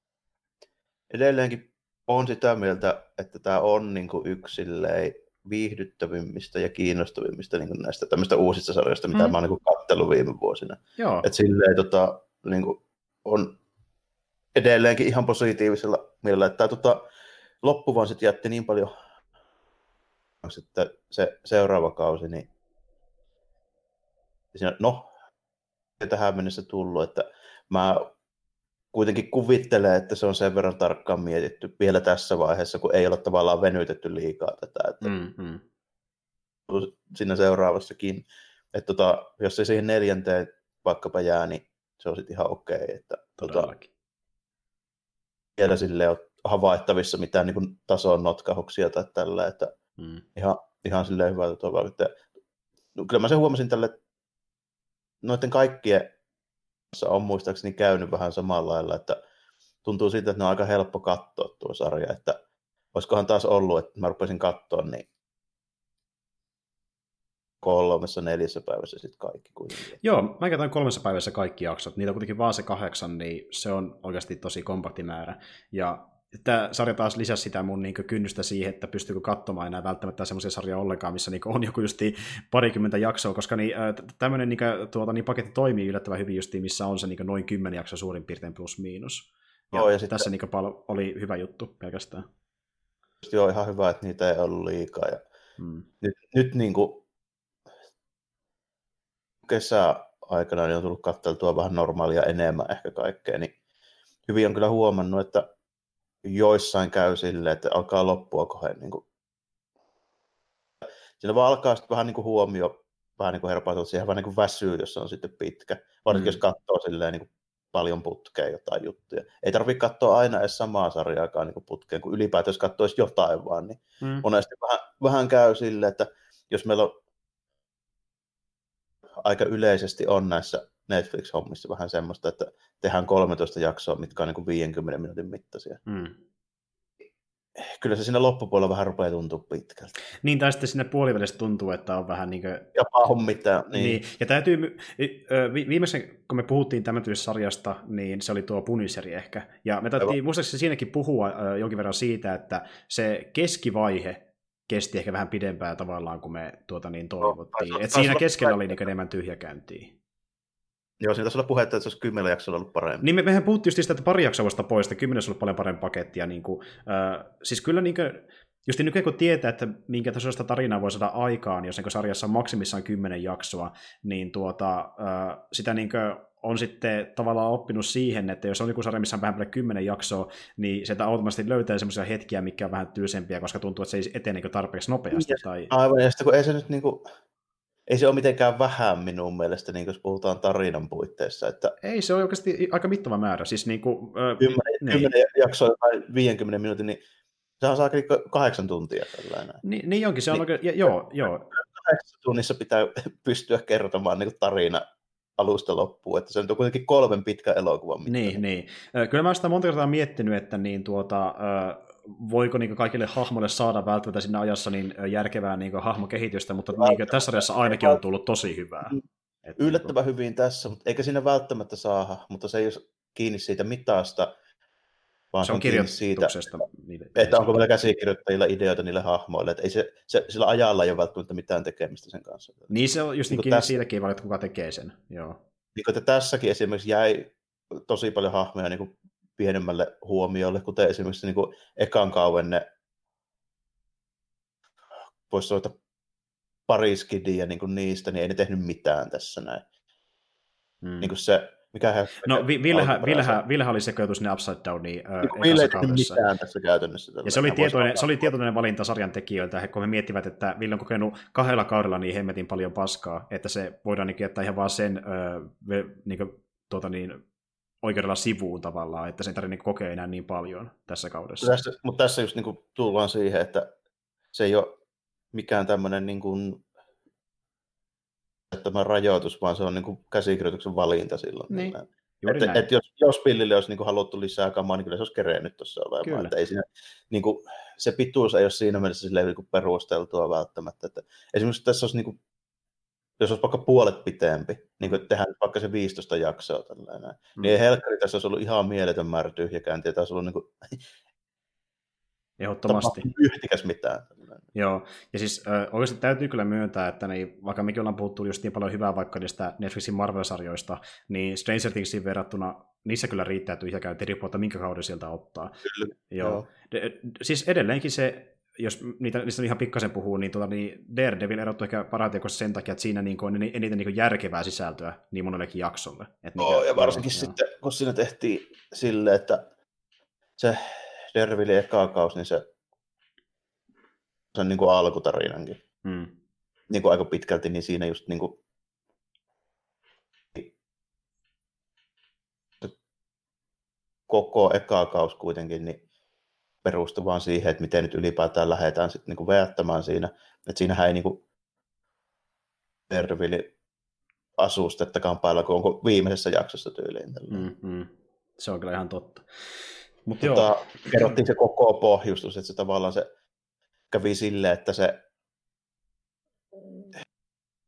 Speaker 2: edelleenkin on sitä mieltä, että tämä on niin kuin yksilleen viihdyttävimmistä ja kiinnostavimmista niin näistä tämmöistä uusista sarjoista, mitä mm. mä oon niin katsellut viime vuosina. Että silleen tota, niin on edelleenkin ihan positiivisella mielellä, että tota, loppu vaan sitten jätti niin paljon, että se seuraava kausi, niin siinä, no, tähän mennessä tullut, että mä kuitenkin kuvittelen, että se on sen verran tarkkaan mietitty vielä tässä vaiheessa, kun ei ole tavallaan venytetty liikaa tätä. Että mm-hmm. siinä seuraavassakin, että tota, jos se siihen neljänteen vaikkapa jää, niin se on sitten ihan okei. Okay, että tota, vielä silleen on havaittavissa mitään niin kuin tason notkahuksia tai tällä, että mm. ihan, ihan silleen hyvältä tuolla. Että, no, kyllä mä sen huomasin tälle, noiden kaikkien on muistaakseni käynyt vähän samalla lailla, että tuntuu siitä, että ne on aika helppo katsoa tuo sarja, että olisikohan taas ollut, että mä rupesin katsoa, niin kolmessa, neljässä päivässä sitten kaikki kuitenkin.
Speaker 1: Joo, mä katsoin kolmessa päivässä kaikki jaksot. Niitä on kuitenkin vaan se kahdeksan, niin se on oikeasti tosi kompakti määrä. Ja tämä sarja taas lisäsi sitä mun niin kynnystä siihen, että pystyykö katsomaan enää välttämättä semmoisia sarjoja ollenkaan, missä niin on joku justiin parikymmentä jaksoa, koska niin, äh, tämmöinen niin, tuota, niin paketti toimii yllättävän hyvin justiin, missä on se niin noin kymmenen jaksoa suurin piirtein plus miinus. Ja, joo, ja tässä sitten niin pal- oli hyvä juttu pelkästään.
Speaker 2: Joo, ihan hyvä, että niitä ei ollut liikaa. Ja hmm. Nyt, nyt niin kuin kesäaikana niin on tullut katseltua vähän normaalia enemmän ehkä kaikkea, niin hyvin on kyllä huomannut, että joissain käy silleen, että alkaa loppua kohden. Niin kuin... Siinä vaan alkaa sitten vähän niin kuin huomio, vähän niin kuin herpaatella siihen, vähän niin kuin väsyy, jos se on sitten pitkä. Varsinkin mm. jos katsoo silleen niin kuin paljon putkeen jotain juttuja. Ei tarvitse katsoa aina edes samaa sarjaakaan niin kuin putkeen, kun ylipäätään jos katsoisi jotain vaan, niin mm. monesti vähän, vähän käy silleen, että jos meillä on aika yleisesti on näissä Netflix-hommissa vähän semmoista, että tehdään kolmetoista jaksoa, mitkä on niin kuin viidenkymmenen minuutin mittaisia. Mm. Kyllä se siinä loppupuolella vähän rupeaa tuntua pitkältä.
Speaker 1: Niin, tai sitten sinne puolivälissä tuntuu, että on vähän niin kuin...
Speaker 2: Jopa hommittaa. Niin.
Speaker 1: niin. Ja täytyy... Viimeisen, kun me puhuttiin tämän tyylisestä sarjasta, niin se oli tuo Punisheri ehkä. Ja me täytyy muistaakseni siinäkin puhua jonkin verran siitä, että se keskivaihe kesti ehkä vähän pidempään tavallaan, kuin me tuota niin toivottiin. No, että siinä keskellä oli niin enemmän tyhjäkäyntiä.
Speaker 2: Joo, siinä taisi olla puhetta, että se olisi kymmenen jaksolla ollut parempi.
Speaker 1: Niin me, mehän puhuttiin just sitä, että pari jaksoa vasta pois, että kymmenen olisi ollut paljon parempi paketti. Ja niin kuin, äh, siis kyllä niin kuin, just nykyään kun tietää, että minkä tasoista tarinaa voi saada aikaan, jos niin sarjassa on maksimissaan kymmenen jaksoa, niin tuota, äh, sitä niin kuin on sitten tavallaan oppinut siihen, että jos on joku sarja, missä on vähän paljon kymmenen jaksoa, niin sieltä automaattisesti löytää semmoisia hetkiä, mikä on vähän tylsempiä, koska tuntuu, että se ei etene tarpeeksi nopeasti.
Speaker 2: Ja,
Speaker 1: tai...
Speaker 2: Aivan, ja sitten kun ei se nyt niin kuin... Ei se ole mitenkään vähän minun mielestä, niin jos puhutaan tarinan puitteissa. Että
Speaker 1: ei, se on oikeasti aika mittava määrä. Siis niin kuin, äh,
Speaker 2: kymmenen, niin. kymmenen jaksoa tai viidenkymmenen minuutin, niin se on saakeli kahdeksan tuntia. Tällainen.
Speaker 1: Niin, niin jonkin, se on niin, oikein, joo, joo.
Speaker 2: Kahdeksan tunnissa pitää pystyä kertomaan niin tarina alusta loppuun, että se on kuitenkin kolmen pitkä elokuvan mitta.
Speaker 1: Niin, niin. Kyllä mä sitä monta kertaa miettinyt, että niin tuota... Äh, voiko niin kaikille hahmoille saada välttämättä siinä ajassa niin järkevää niin hahmokehitystä, mutta niin tässä sarjassa ainakin on tullut tosi hyvää.
Speaker 2: Et yllättävän niin hyvin tässä, mutta eikä siinä välttämättä saada, mutta se ei ole kiinni siitä mitasta, vaan
Speaker 1: se on, on kiinni siitä,
Speaker 2: että onko meillä käsikirjoittajilla ideoita niille hahmoille, että ei se, se, sillä ajalla ei ole välttämättä mitään tekemistä sen kanssa.
Speaker 1: Niin se on just niin kiinni tässä, siitäkin, että kuka tekee sen. Joo.
Speaker 2: Niin että tässäkin esimerkiksi jäi tosi paljon hahmoja niin kuin pienemmälle huomiolle, kuten esimerkiksi niin kuin ekan kauden ne, voisi sanoa, että pari skidiä niin kuin niistä, niin ei ne tehnyt mitään tässä näin. Hmm. Niin kuin se, mikä he...
Speaker 1: No Villehän, Villehän, Villehän oli sekoitus ne Upside Downiin
Speaker 2: niin Ville ei tehnyt mitään tässä käytännössä.
Speaker 1: Ja se oli tietoinen, se oli tietoinen valinta sarjan tekijöiltä, kun he miettivät, että Ville on kokenut kahdella kaudella niin hemmetin paljon paskaa, että se voidaan niin jättää ihan vaan sen öö, niin kuin, tuota niin, oikeudella sivuun tavallaan, että sen tarvitse kokea enää niin paljon tässä kaudessa.
Speaker 2: Tässä, mutta tässä just niin kuin tullaan siihen, että se ei ole mikään tämmöinen niin kuin, tämä rajoitus, vaan se on niin kuin käsikirjoituksen valinta silloin.
Speaker 1: Niin,
Speaker 2: että, että jos, jos Pillille olisi niin kuin haluttu lisää kamaa, niin kyllä se olisi kerennyt tuossa olemaan. Että ei siinä, niin kuin, se pituus ei ole siinä mielessä niin kuin perusteltua välttämättä. Että esimerkiksi tässä olisi niin kuin, jos olisi vaikka puolet pitempi, niin kuin tehdään vaikka se viisitoista jaksoa, tällainen, mm. niin helkkari tässä olisi ollut ihan mieletön määrä tyhjäkäyntiä, tai olisi ollut niin kuin,
Speaker 1: ehdottomasti
Speaker 2: yhtikäs mitään. Tällainen.
Speaker 1: Joo, ja siis äh, oikeasti täytyy kyllä myöntää, että niin, vaikka mekin ollaan puhuttu just niin paljon hyvää vaikka niistä Netflixin Marvel-sarjoista, niin Stranger Thingsiin verrattuna niissä kyllä riittää tyhjäkäyntiä, riippuu, minkä kauden sieltä ottaa.
Speaker 2: Kyllä,
Speaker 1: joo. joo. De, siis edelleenkin se, jos niitä, niistä ihan pikkasen puhuu, niin, tuota, niin Daredevil erottu ehkä parhaiten sen takia, että siinä niin on eniten niin järkevää sisältöä niin monellekin jaksolle.
Speaker 2: Että joo, niin, ja varsinkin joo. sitten, kun siinä tehtiin silleen, että se Daredevilin eka kaus, niin se sen niin kuin alkutarinankin. Hmm. Niin kuin aika pitkälti, niin siinä just niin kuin koko eka kaus kuitenkin, niin perustui vaan siihen, että miten nyt ylipäätään lähdetään sitten niinku veättämään siinä. Että siinähän ei niinku Daredevil asustettakaan päällä, kun onko viimeisessä jaksossa tyyliin.
Speaker 1: Mm-hmm. Se on kyllä ihan totta. Mut
Speaker 2: Mutta joo. Kerrottiin se koko pohjustus, että se tavallaan se kävi silleen, että se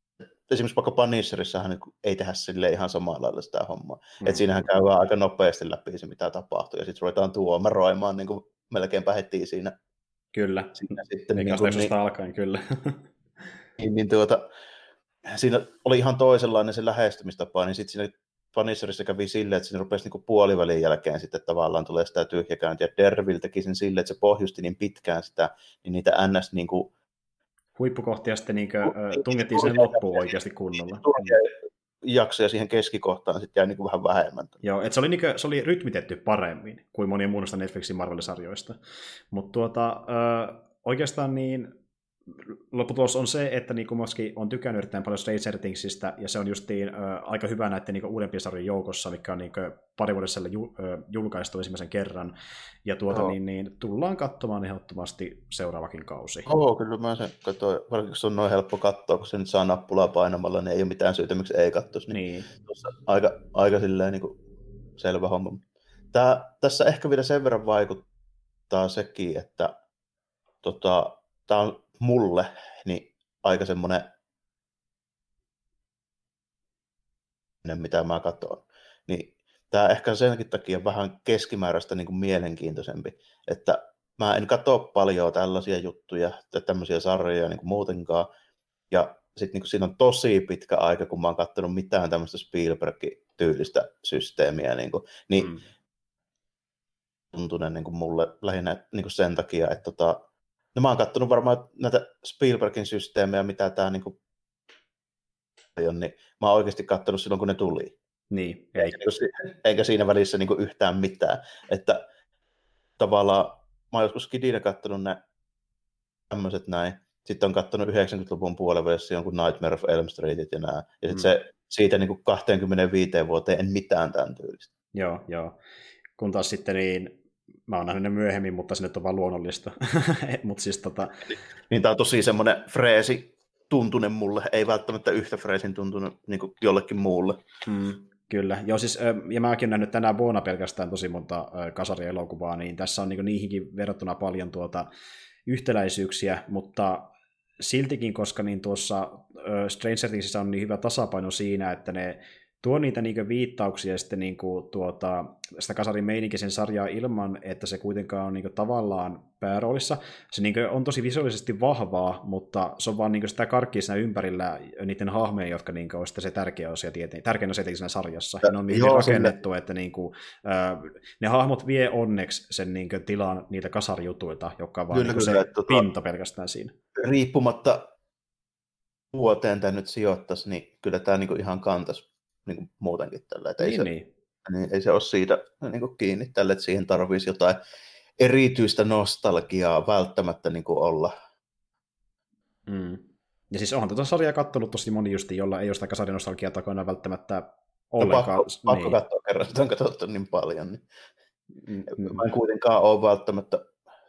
Speaker 2: esimerkiksi vaikka Punisherissahan niin ei tehdä silleen ihan samalla lailla sitä hommaa.
Speaker 1: Mm.
Speaker 2: Että siinähän käydään aika nopeasti läpi se, mitä tapahtuu, ja sitten ruvetaan tuomaroimaan niin kuin melkeinpä heti siinä.
Speaker 1: Kyllä,
Speaker 2: siinä sitten,
Speaker 1: eikä
Speaker 2: niin,
Speaker 1: niin, alkaen, kyllä.
Speaker 2: niin, niin tuota, siinä oli ihan toisenlainen se lähestymistapa, niin sitten siinä Punisherissa kävi silleen, että siinä rupesi niinku puolivälin jälkeen sitten tavallaan tulee sitä tyhjäkäyntiä. Daredevil teki sen silleen, että se pohjusti niin pitkään sitä, niin niitä ns. Niinku
Speaker 1: huippukohtia sitten niinkö, tungettiin sen loppuun oikeasti kunnolla.
Speaker 2: Jaksoja siihen keskikohtaan sitten jäi niinku vähän vähemmän.
Speaker 1: Joo, että se oli, niinkö, se oli rytmitetty paremmin kuin monien muista Netflixin Marvel-sarjoista. Mutta tuota, oikeastaan niin lopputulos on se, että niin kuin on tykännyt erittäin paljon Stranger Thingsista, ja se on justiin äh, aika hyvä näiden niin uudempien sarjojen joukossa, mikä on niin pari vuodessa ju, äh, julkaistu ensimmäisen kerran, ja tuota, oh. niin, niin, tullaan katsomaan ehdottomasti seuraavakin kausi.
Speaker 2: Oo, oh, kyllä mä sen katsoin, varsinkin se on noin helppo katsoa, kun se nyt saa nappulaa painamalla, niin ei ole mitään syytä, miksi ei katsoisi. Niin niin. Aika, aika silleen niin kuin selvä homma. Tää, tässä ehkä vielä sen verran vaikuttaa sekin, että tota, tämä on mulle niin aika semmoinen, mitä mä katson. Niin tämä ehkä senkin takia vähän keskimääräistä niin kuin mielenkiintoisempi, että mä en katso paljon tällaisia juttuja tai tämmöisiä sarjoja niin kuin muutenkaan, ja sitten niin siinä on tosi pitkä aika, kun mä oon katsonut mitään tämmöistä Spielberg-tyylistä systeemiä, niin, kuin, niin mm. tuntunen niin kuin mulle lähinnä niin kuin sen takia, että tota, no mä oon katsonut varmaan näitä Spielbergin systeemejä, mitä tää niinku on, niin mä oon oikeasti katsonut silloin, kun ne tuli.
Speaker 1: Niin,
Speaker 2: eikä, eikä siinä välissä niinku yhtään mitään. Että tavallaan mä oon joskus kidinä katsonut ne tämmöiset näin. Sitten on katsonut yhdeksänkymmentäluvun puolivälissä jonkun Nightmare of Elm Streetit ja nää. Ja sit mm. se siitä niinku kaksikymmentäviisi vuoteen en mitään tämän tyylistä.
Speaker 1: Joo, joo. Kun taas sitten niin mä oon nähnyt ne myöhemmin, mutta se nyt on vaan luonnollista. Mut siis, tota...
Speaker 2: Niin tää on tosi semmoinen freesi tuntunen mulle, ei välttämättä yhtä freesin tuntunut niin kuin jollekin muulle.
Speaker 1: Mm, kyllä. Joo, siis, ja mäkin olen nähnyt tänä vuonna pelkästään tosi monta kasarielokuvaa, niin tässä on niin niihinkin verrattuna paljon tuota yhtäläisyyksiä, mutta siltikin, koska niin tuossa Stranger Thingsissä on niin hyvä tasapaino siinä, että ne tuo niitä niinku viittauksia sitten niinku tuota, sitä kasarin meininkisen sarjaa ilman, että se kuitenkaan on niinku tavallaan pääroolissa. Se niinku on tosi visuaalisesti vahvaa, mutta se on vaan niinku sitä karkkia siinä ympärillä niiden hahmojen, jotka niinku on sitten se tärkeä osia tietenkin, tärkein osia siinä sarjassa. Ja ne on niin joo, rakennettu, sinne. Että niinku, äh, ne hahmot vie onneksi sen niinku tilan niitä kasarijutuilta, jotka on vaan kyllä, niinku kyllä, se tota, pinta pelkästään siinä.
Speaker 2: Riippumatta vuoteen tämä nyt sijoittaisi, niin kyllä tämä niinku ihan kantaisi niin kuin muutenkin tällä, että niin, ei, niin. Se, niin, ei se ole siitä niin kuin kiinni tälle, että siihen tarvitsisi jotain erityistä nostalgiaa välttämättä niin kuin olla.
Speaker 1: Mm. Ja siis onhan tätä sarjaa katsonut tosi moni justi, jolla ei ole sitä kasarinostalgiaa takana välttämättä ollenkaan.
Speaker 2: No, pakko, pakko niin. katsoa kerran, sitä on katsottu niin paljon. Niin. Mm. Mä en kuitenkaan ole välttämättä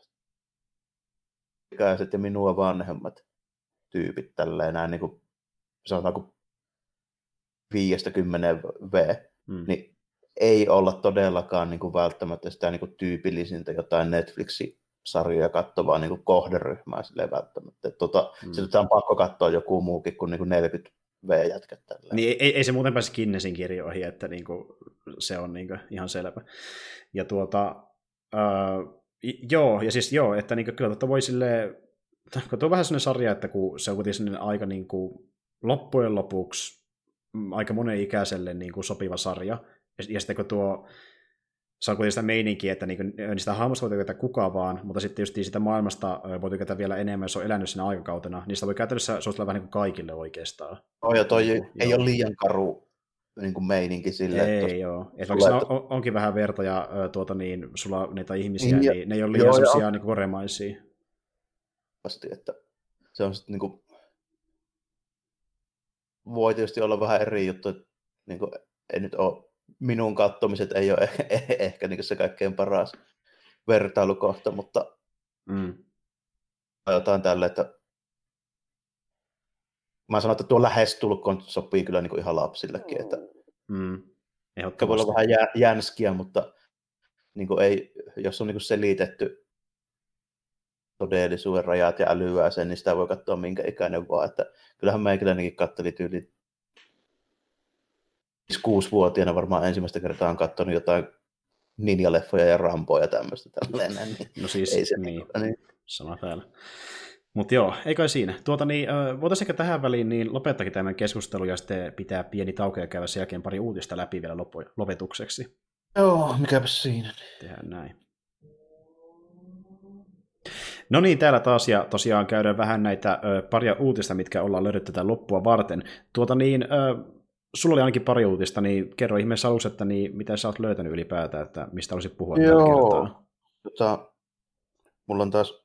Speaker 2: ikäiset ja minua vanhemmat tyypit tälleen näin, niin kuin sanotaanko viidestä kymmeneen V, mm. niin ei olla todellakaan niin kuin välttämättä sitä niin kuin tyypillisintä jotain Netflix-sarjoja katsovaa niin kuin kohderyhmää silleen välttämättä. Tota, mm. Sitten on pakko katsoa joku muukin kuin, niin kuin neljäkymmentä V-jätkät tälleen.
Speaker 1: Niin ei, ei se muuten pääse Guinnessin kirjoihin, että niin kuin, se on niin kuin ihan selvä. Ja tuota, uh, joo, ja siis joo, että niin kuin, kyllä tuota voi silleen, tuo on vähän sellainen sarja, että kun se on kuitenkin sellainen aika niin kuin, loppujen lopuksi aika monen ikäiselle niin kuin sopiva sarja, ja, ja sitten kun tuo, se on kuitenkin sitä meininkiä, että niin kuin, niin sitä hahmosta voi tykätä kuka vaan, mutta sitten just sitä maailmasta voi tykätä vielä enemmän, jos on elänyt siinä aikakautena, niin sitä voi käytännössä suositella vähän niin kuin kaikille oikeastaan.
Speaker 2: Oh, ja toi ei, ei ole liian karu niin kuin meininki sille.
Speaker 1: Ei, että joo. Et vaikka että on, onkin vähän verta ja tuota, niin, sulla niitä ihmisiä, niin, niin ne ei ole liian sellaisia niin koremaisia.
Speaker 2: Vasti, että se on sitten niin kuin voi tietysti olla vähän eri juttu, että niin kuin, ei nyt ole, minun katsomiset ei ole ehkä, ehkä niin se kaikkein paras vertailukohta, mutta mm. jotain tälle, että mä sanon, että tuo lähestulkoon sopii kyllä niin kuin ihan lapsillekin, että mm. voi olla vähän jä, jänskiä, mutta niin kuin ei, jos on niin kuin selitetty todellisuuden rajat ja älyää sen, niin sitä voi katsoa minkä ikäinen vaan. Että kyllähän meikäläinenkin katteli tyyli kuusivuotiaana varmaan ensimmäistä kertaa on katsonut jotain ninjaleffoja ja rampoja ja tämmöistä tällainen. Niin
Speaker 1: no siis,
Speaker 2: ei se
Speaker 1: niin,
Speaker 2: niin.
Speaker 1: sama täällä. Mutta joo, ei kai siinä. Tuota, niin, äh, voitaisiin ehkä tähän väliin niin lopettaakin tämän keskustelun ja sitten pitää pieni tauko ja käydä sen jälkeen pari uutista läpi vielä lopu- lopetukseksi.
Speaker 2: Joo, mikäpä siinä.
Speaker 1: Tehdään näin. No niin, täällä taas ja tosiaan käydään vähän näitä ö, paria uutista, mitkä ollaan löydetty tätä loppua varten. Tuota niin, ö, sulla oli ainakin pari uutista, niin kerro ihmeessä alussa, että niin, mitä sä oot löytänyt ylipäätään, että mistä olisit puhua tällä kertaa.
Speaker 2: Tota, mulla on taas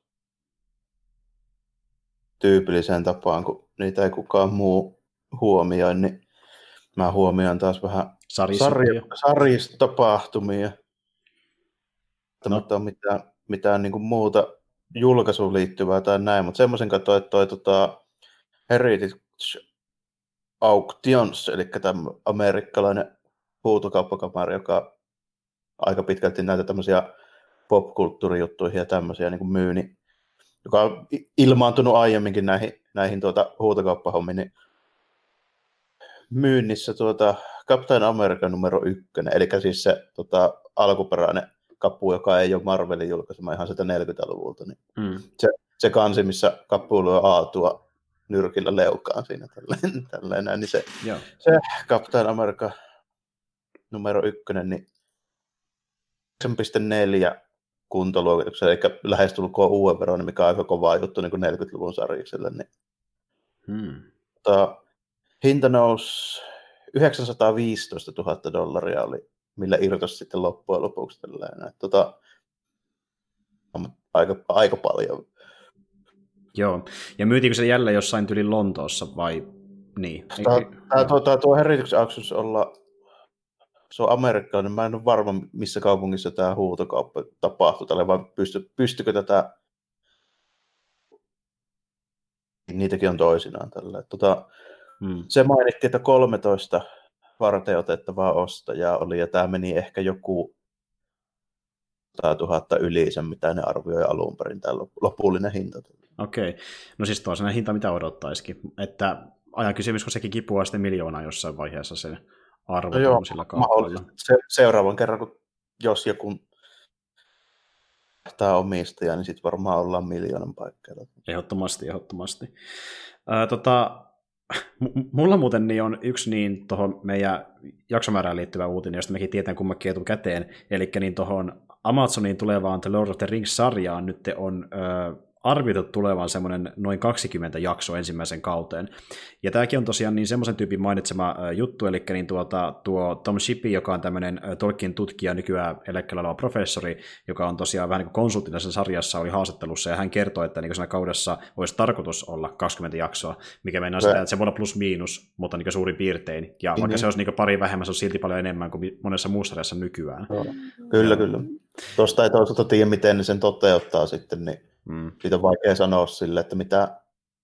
Speaker 2: tyypilliseen tapaan, kun niitä ei kukaan muu huomioi, niin mä huomioin taas vähän sarjistapahtumia. No. Mutta on mitään, mitään niin kuin muuta julkaisuun liittyvää tai näin, mutta semmoisen katsoin, että toi tota, Heritage Auctions, eli tämä amerikkalainen huutokauppakamari, joka aika pitkälti näitä tämmöisiä popkulttuurijuttuihin ja tämmöisiä niin kuin myy, niin, joka on ilmaantunut aiemminkin näihin, näihin tuota, huutokauppahommiin, niin myynnissä tuota, Captain America numero ykkönen, eli siis se tota, alkuperäinen kappu, joka ei ole Marvelin julkaisema ihan sitä neljäkymmentäluvulta. Niin mm. se, se kansi, missä kappu lyö aatua nyrkillä leukaan siinä tälleen, tälleen niin se, se Captain America numero ykkönen, niin yhdeksän pilkku neljä kuntoluokituksen, eli lähestulkoon uuden veron, mikä on aika kova juttu niin kuin neljäkymmentäluvun sarjikselle. Niin. Hmm. Tota, hinta nousi yhdeksänsataaviisitoistatuhatta dollaria oli, millä irtosi sitten loppujen lopuksi. Tota, aika, aika paljon.
Speaker 1: Joo, ja myytiinkö se jälleen jossain tyli Lontoossa vai niin?
Speaker 2: Tämä, tämä, tuo, tämä, tuo Heritage Auctions olla, se on amerikkalainen, mä en ole varma missä kaupungissa tämä huutokauppa tapahtui, tälle, vai pysty, pystykö tätä, niitäkin on toisinaan tällä. Tota, hmm. Se mainittiin, että kolmetoista varten otettavaa ostajaa oli, ja tämä meni ehkä joku sata tuhatta yli sen, mitä ne arvioi alun perin, tämä lopullinen hinta.
Speaker 1: Okei, no siis tuo hinta, mitä odottaisikin, että ajan kysymys, kun sekin kipuaa sitten miljoonaa jossain vaiheessa se arvo no joo, sillä kaupalla.
Speaker 2: Se, seuraavan kerran, kun jos joku tämä omistaja, niin sitten varmaan ollaan miljoonan paikkeilla.
Speaker 1: Ehdottomasti, ehdottomasti. Ää, tota, m- mulla muuten niin on yksi niin tuohon meidän jaksomäärään liittyvä uutinen, josta mekin tietään kummankin etukäteen, eli niin tuohon Amazonin tulevaan The Lord of the Rings-sarjaan nyt on ö, arvioitu tulevan semmoinen noin kaksikymmentä jaksoa ensimmäisen kauteen. Ja tämäkin on tosiaan niin semmoisen tyypin mainitsema ö, juttu, eli niin tuota, tuo Tom Shippey, joka on tämmöinen ö, Tolkien tutkija, nykyään eläkkeellä oleva professori, joka on tosiaan vähän niin kuin konsulttina sen sarjassa, oli haastattelussa, ja hän kertoi, että niin siinä kaudessa olisi tarkoitus olla kaksikymmentä jaksoa, mikä meinaa sitä, että se voi olla plus miinus, mutta niin suurin piirtein. Ja vaikka mm-hmm. se olisi niin pari vähemmän, se on silti paljon enemmän kuin monessa muussa sarjassa nykyään. No,
Speaker 2: kyllä, ja, kyllä. Tuosta ei toisaalta tiedä, miten ne sen toteuttaa sitten, niin mm. siitä on vaikea sanoa sille, että mitä,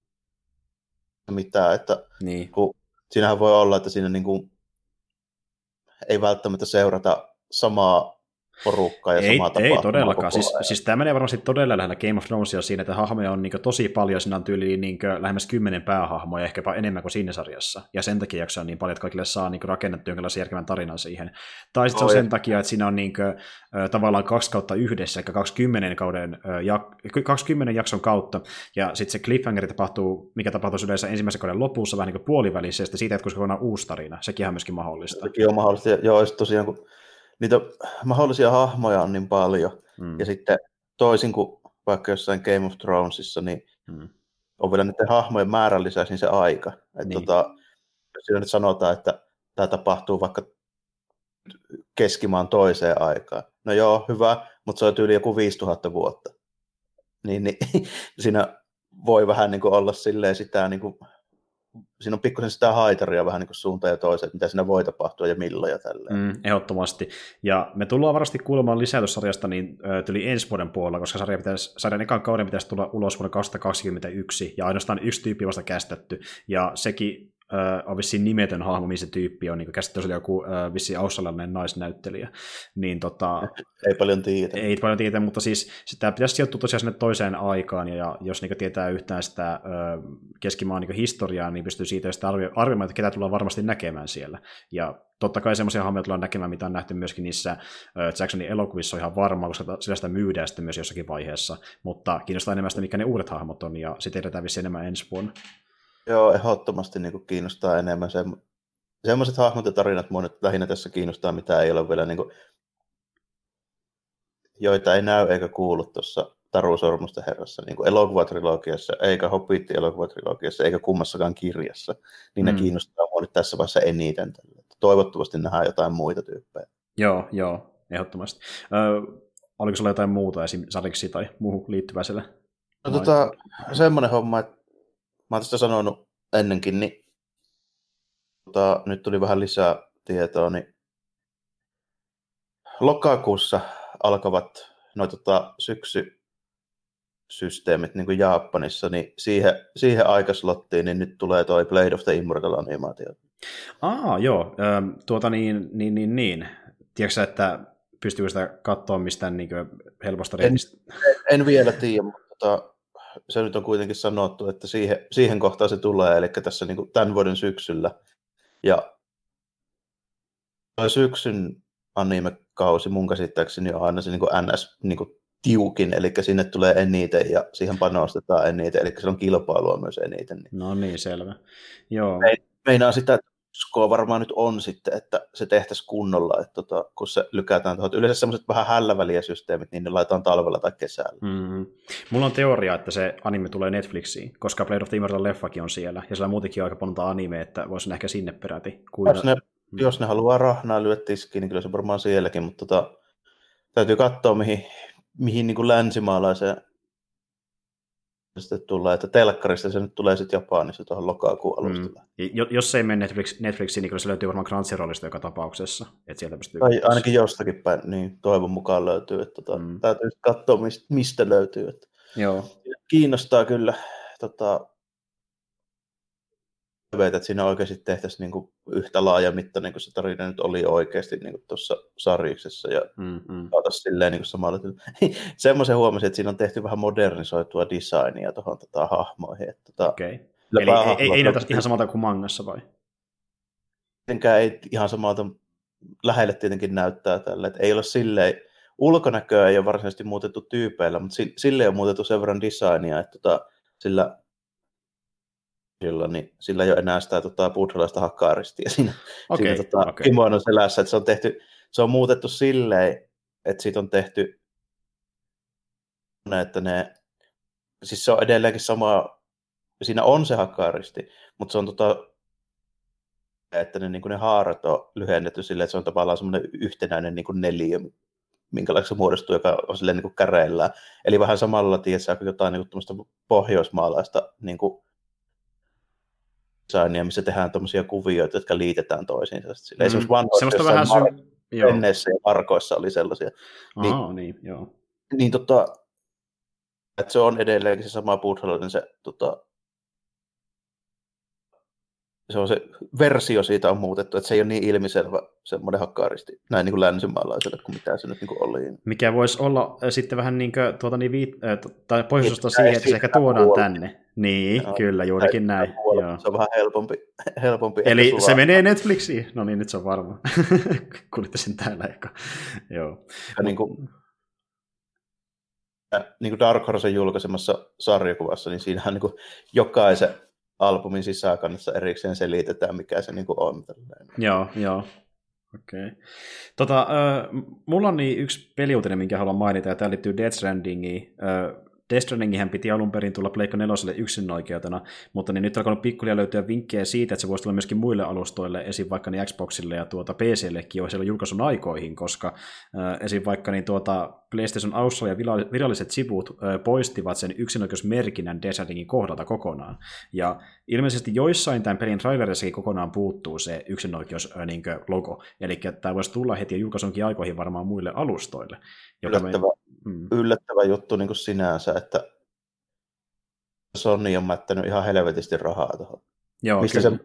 Speaker 2: mitä että
Speaker 1: niin.
Speaker 2: kun, siinähän voi olla, että siinä niin kuin, ei välttämättä seurata samaa porukkaa ja
Speaker 1: ei,
Speaker 2: samaa tapahtumaa.
Speaker 1: Ei todellakaan. Siis, siis tämä menee varmasti todella lähellä Game of Thronesia siinä, että hahmoja on niin tosi paljon, siinä on tyyliin niin lähemmäs kymmenen päähahmoja, ehkäpä enemmän kuin siinä sarjassa. Ja sen takia jaksoa niin paljon, että kaikille saa niin rakennettu jonkinlaisen järkevän tarinan siihen. Tai sitten oh, se on sen takia, että siinä on niin kuin, tavallaan kaksi kautta yhdessä, eli kaksikymmentä, kauden, kaksikymmentä jakson kautta, ja sitten se cliffhanger tapahtuu, mikä tapahtuu yleensä ensimmäisen kauden lopussa, vähän niin kuin puolivälissä, ja sitten siitä, että koska on uusi tarina. Sekin on myöskin mahdollista.
Speaker 2: Sekin on mahdollista, joo, tosiaan kun niitä mahdollisia hahmoja on niin paljon, mm. ja sitten toisin kuin vaikka jossain Game of Thronesissa, niin mm. on vielä niiden hahmojen määrän lisäksi niin se aika. Että niin. tota, jos siinä nyt sanotaan, että tämä tapahtuu vaikka keskimaan toiseen aikaan. No joo, hyvä, mutta se on tyyli joku viisituhatta vuotta. Niin, niin siinä voi vähän niin kuin olla silleen sitä niin kuin, siinä on pikkusen sitä haitaria vähän niin kuin suuntaan ja toiseen, että mitä siinä voi tapahtua ja milloin ja tälleen.
Speaker 1: Mm, ehdottomasti. Ja me tullaan varmasti kuulemaan lisää sarjasta niin tuli ensi vuoden puolella, koska sarja pitäisi, sarjan ekan kauden pitäisi tulla ulos vuonna kaksituhattakaksikymmentäyksi, ja ainoastaan yksi tyyppi vasta kästetty. Ja sekin äh, on vissiin nimetön hahmo, missä tyyppi on, niin käsittääkseni joku äh, vissiin australialainen naisnäyttelijä, niin tota,
Speaker 2: ei paljon tiedä.
Speaker 1: Ei paljon tiedä, mutta siis tämä pitäisi sijoittua tosiaan sinne toiseen aikaan, ja, ja jos niin tietää yhtään sitä ö, keskimaan niin historiaa, niin pystyy siitä sitten arvio, arvioimaan, että ketä tullaan varmasti näkemään siellä. Ja totta kai semmoisia hahmoja tullaan näkemään, mitä on nähty myöskin niissä ö, Jacksonin elokuvissa on ihan varma, koska sillä sitä myydään sitten myös jossakin vaiheessa, mutta kiinnostaa enemmän sitä, mikä ne uudet hahmot on, ja sitten edetään vissiin enemmän ensi vuonna.
Speaker 2: Joo, ehdottomasti niin kuin kiinnostaa enemmän se, semmoiset hahmot ja tarinat mua nyt lähinnä tässä kiinnostaa, mitä ei ole vielä, niin kuin, joita ei näy eikä kuulu tuossa Taru Sormusten herrassa, niin kuin elokuvatrilogiassa, eikä Hobbit-elokuvatrilogiassa, eikä kummassakaan kirjassa, niin mm. ne kiinnostaa mua nyt tässä vaiheessa eniten. Toivottavasti nähdään jotain muita tyyppejä.
Speaker 1: Joo, joo, ehdottomasti. Ö, oliko sulla jotain muuta, esim. Sariksi tai muuhun liittyvää siellä?
Speaker 2: No tota, semmoinen homma, että mä oon tästä sanonut ennenkin, niin tota, nyt tuli vähän lisää tietoa, niin lokakuussa alkavat noi tota, syksysysteemit niin kuin Japanissa, niin siihen, siihen aikaslottiin niin nyt tulee toi Blade of the Immortal-animaatio.
Speaker 1: Aa, joo. Ähm, tuota niin, niin, niin, niin. Tiedätkö sä, että pystyykö sitä katsoa mistään niin helposta reitistä?
Speaker 2: En, en vielä tiedä, mutta tota, se nyt on kuitenkin sanottu, että siihen, siihen kohtaan se tulee, eli tässä niin kuin tämän vuoden syksyllä. Ja syksyn anime-kausi mun käsittääkseni on aina se niin kuin N S niin kuin tiukin, eli sinne tulee eniten ja siihen panostetaan eniten, eli se on kilpailua myös eniten. Niin.
Speaker 1: No niin, selvä. Joo.
Speaker 2: Meinaa sitä, että uskoa varmaan nyt on sitten, että se tehtäisiin kunnolla, että tota, kun se lykätään tuohon. Yleensä semmoiset vähän hälläväliä systeemit, niin ne laitetaan talvella tai kesällä.
Speaker 1: Mm-hmm. Mulla on teoria, että se anime tulee Netflixiin, koska Blade of the Immortal-leffakin on siellä, ja siellä muutenkin on aika monta anime, että voisi ehkä sinne peräti. Kuinka...
Speaker 2: Jos, ne, mm. jos ne haluaa rahnaa lyödä tiskiin, niin kyllä se varmaan sielläkin, mutta tota, täytyy katsoa, mihin, mihin niin kuin länsimaalaiseen sitten tulee, että telkkarista se nyt tulee sitten Japanissa tuohon lokakuun alusta. Mm.
Speaker 1: Jos se ei mene Netflix, Netflixiin, niin kyllä se löytyy varmaan Crunchyrollista joka tapauksessa. Että sieltä pystyy
Speaker 2: tai ainakin jostakin päin, niin toivon mukaan löytyy. Että tota, mm. täytyy katsoa, mistä löytyy. Että
Speaker 1: joo.
Speaker 2: Kiinnostaa kyllä tota, että siinä oikeasti tehtäisiin niin kuin yhtä laajamittainen kuin se tarina nyt oli oikeasti niin kuin tuossa sarjiksessa ja mm-hmm. saataisiin silleen niin kuin samalla. Semmoisen huomasin, että siinä on tehty vähän modernisoitua designia tuohon tota, hahmoihin. Että, tota,
Speaker 1: Okei. Okay. Eli ei, ei, ei näytä ihan samalta kuin mangassa vai?
Speaker 2: Tietenkään ei ihan samalta, lähelle tietenkin näyttää tällä, että ei ole silleen, ulkonäköä ei ole varsinaisesti muutettu tyypeillä, mutta silleen on muutettu sen verran designia, että tota, sillä Sillä, niin sillä ei ole enää sitä tota, buddhalaista hakkaaristia siinä, okay, siinä tota, okay. kimonon selässä. Että se on tehty, se on muutettu silleen, että siitä on tehty, että ne, siis se on edelleenkin sama, siinä on se hakkaaristi, mutta se on tota, että ne, niin ne haarat on lyhennetty silleen, että se on tavallaan semmoinen yhtenäinen niin neliö, minkälaista se muodostuu, joka on silleen niin käreillään. Eli vähän samalla tiedätkö, kuin jotain niin kuin pohjoismaalaista niin kuin designia, missä tehdään tuommoisia kuvioita, jotka liitetään toisiinsa. Mm. Esimerkiksi vanhoissa
Speaker 1: vähän sy-
Speaker 2: menneissä ja arkoissa oli sellaisia.
Speaker 1: Aha, niin, niin, joo.
Speaker 2: Niin tota, että se on edelleenkin se sama buddhalainen, se, tota, se on se versio siitä on muutettu, että se ei ole niin ilmiselvä semmoinen hakkaaristi, näin niin kuin länsimaalaiselle, kuin mitä se nyt niin kuin oli.
Speaker 1: Mikä voisi olla sitten vähän niin kuin tuota, niin viit- äh, tai pohjustusta siihen, että se ehkä tuodaan puolta tänne. Niin, no, kyllä, juurikin näin.
Speaker 2: Joo. Se on vähän helpompi. helpompi
Speaker 1: Eli se menee Netflixiin? No niin, nyt se on varma. Kuulitte sen täällä ehkä. Joo.
Speaker 2: Ja niin kuin, niin kuin Dark Horsen julkaisemassa sarjakuvassa, niin siinähän niin kuin jokaisen albumin sisääkannassa erikseen selitetään, mikä se niin kuin on.
Speaker 1: Joo, joo. Okei. Okay. Tota, äh, mulla on niin yksi peliuutinen, minkä haluan mainita, ja tämä liittyy Death Strandingiin. Äh, Death Strandinghän piti alun perin tulla Pleikka neloselle yksinoikeutena, mutta niin nyt on alkanut pikkuhiljaa löytyä vinkkejä siitä, että se voisi tulla myöskin muille alustoille, esim. Vaikka niin Xboxille ja tuota P C:llekin jo siellä julkaisun aikoihin, koska äh, esim. Vaikka niin tuota PlayStation Australia ja viralliset sivut äh, poistivat sen yksinoikeusmerkinnän Death Strandingin kohdalta kokonaan. Ja ilmeisesti joissain tämän pelin trailerissakin kokonaan puuttuu se yksinoikeus äh, niin logo, eli tämä voisi tulla heti julkaisunkin aikoihin varmaan muille alustoille.
Speaker 2: Yllättävä, me... mm. yllättävä juttu niin kuin sinänsä, että Sony on mättänyt ihan helvetisti rahaa tuohon.
Speaker 1: Joo,
Speaker 2: mistä, se,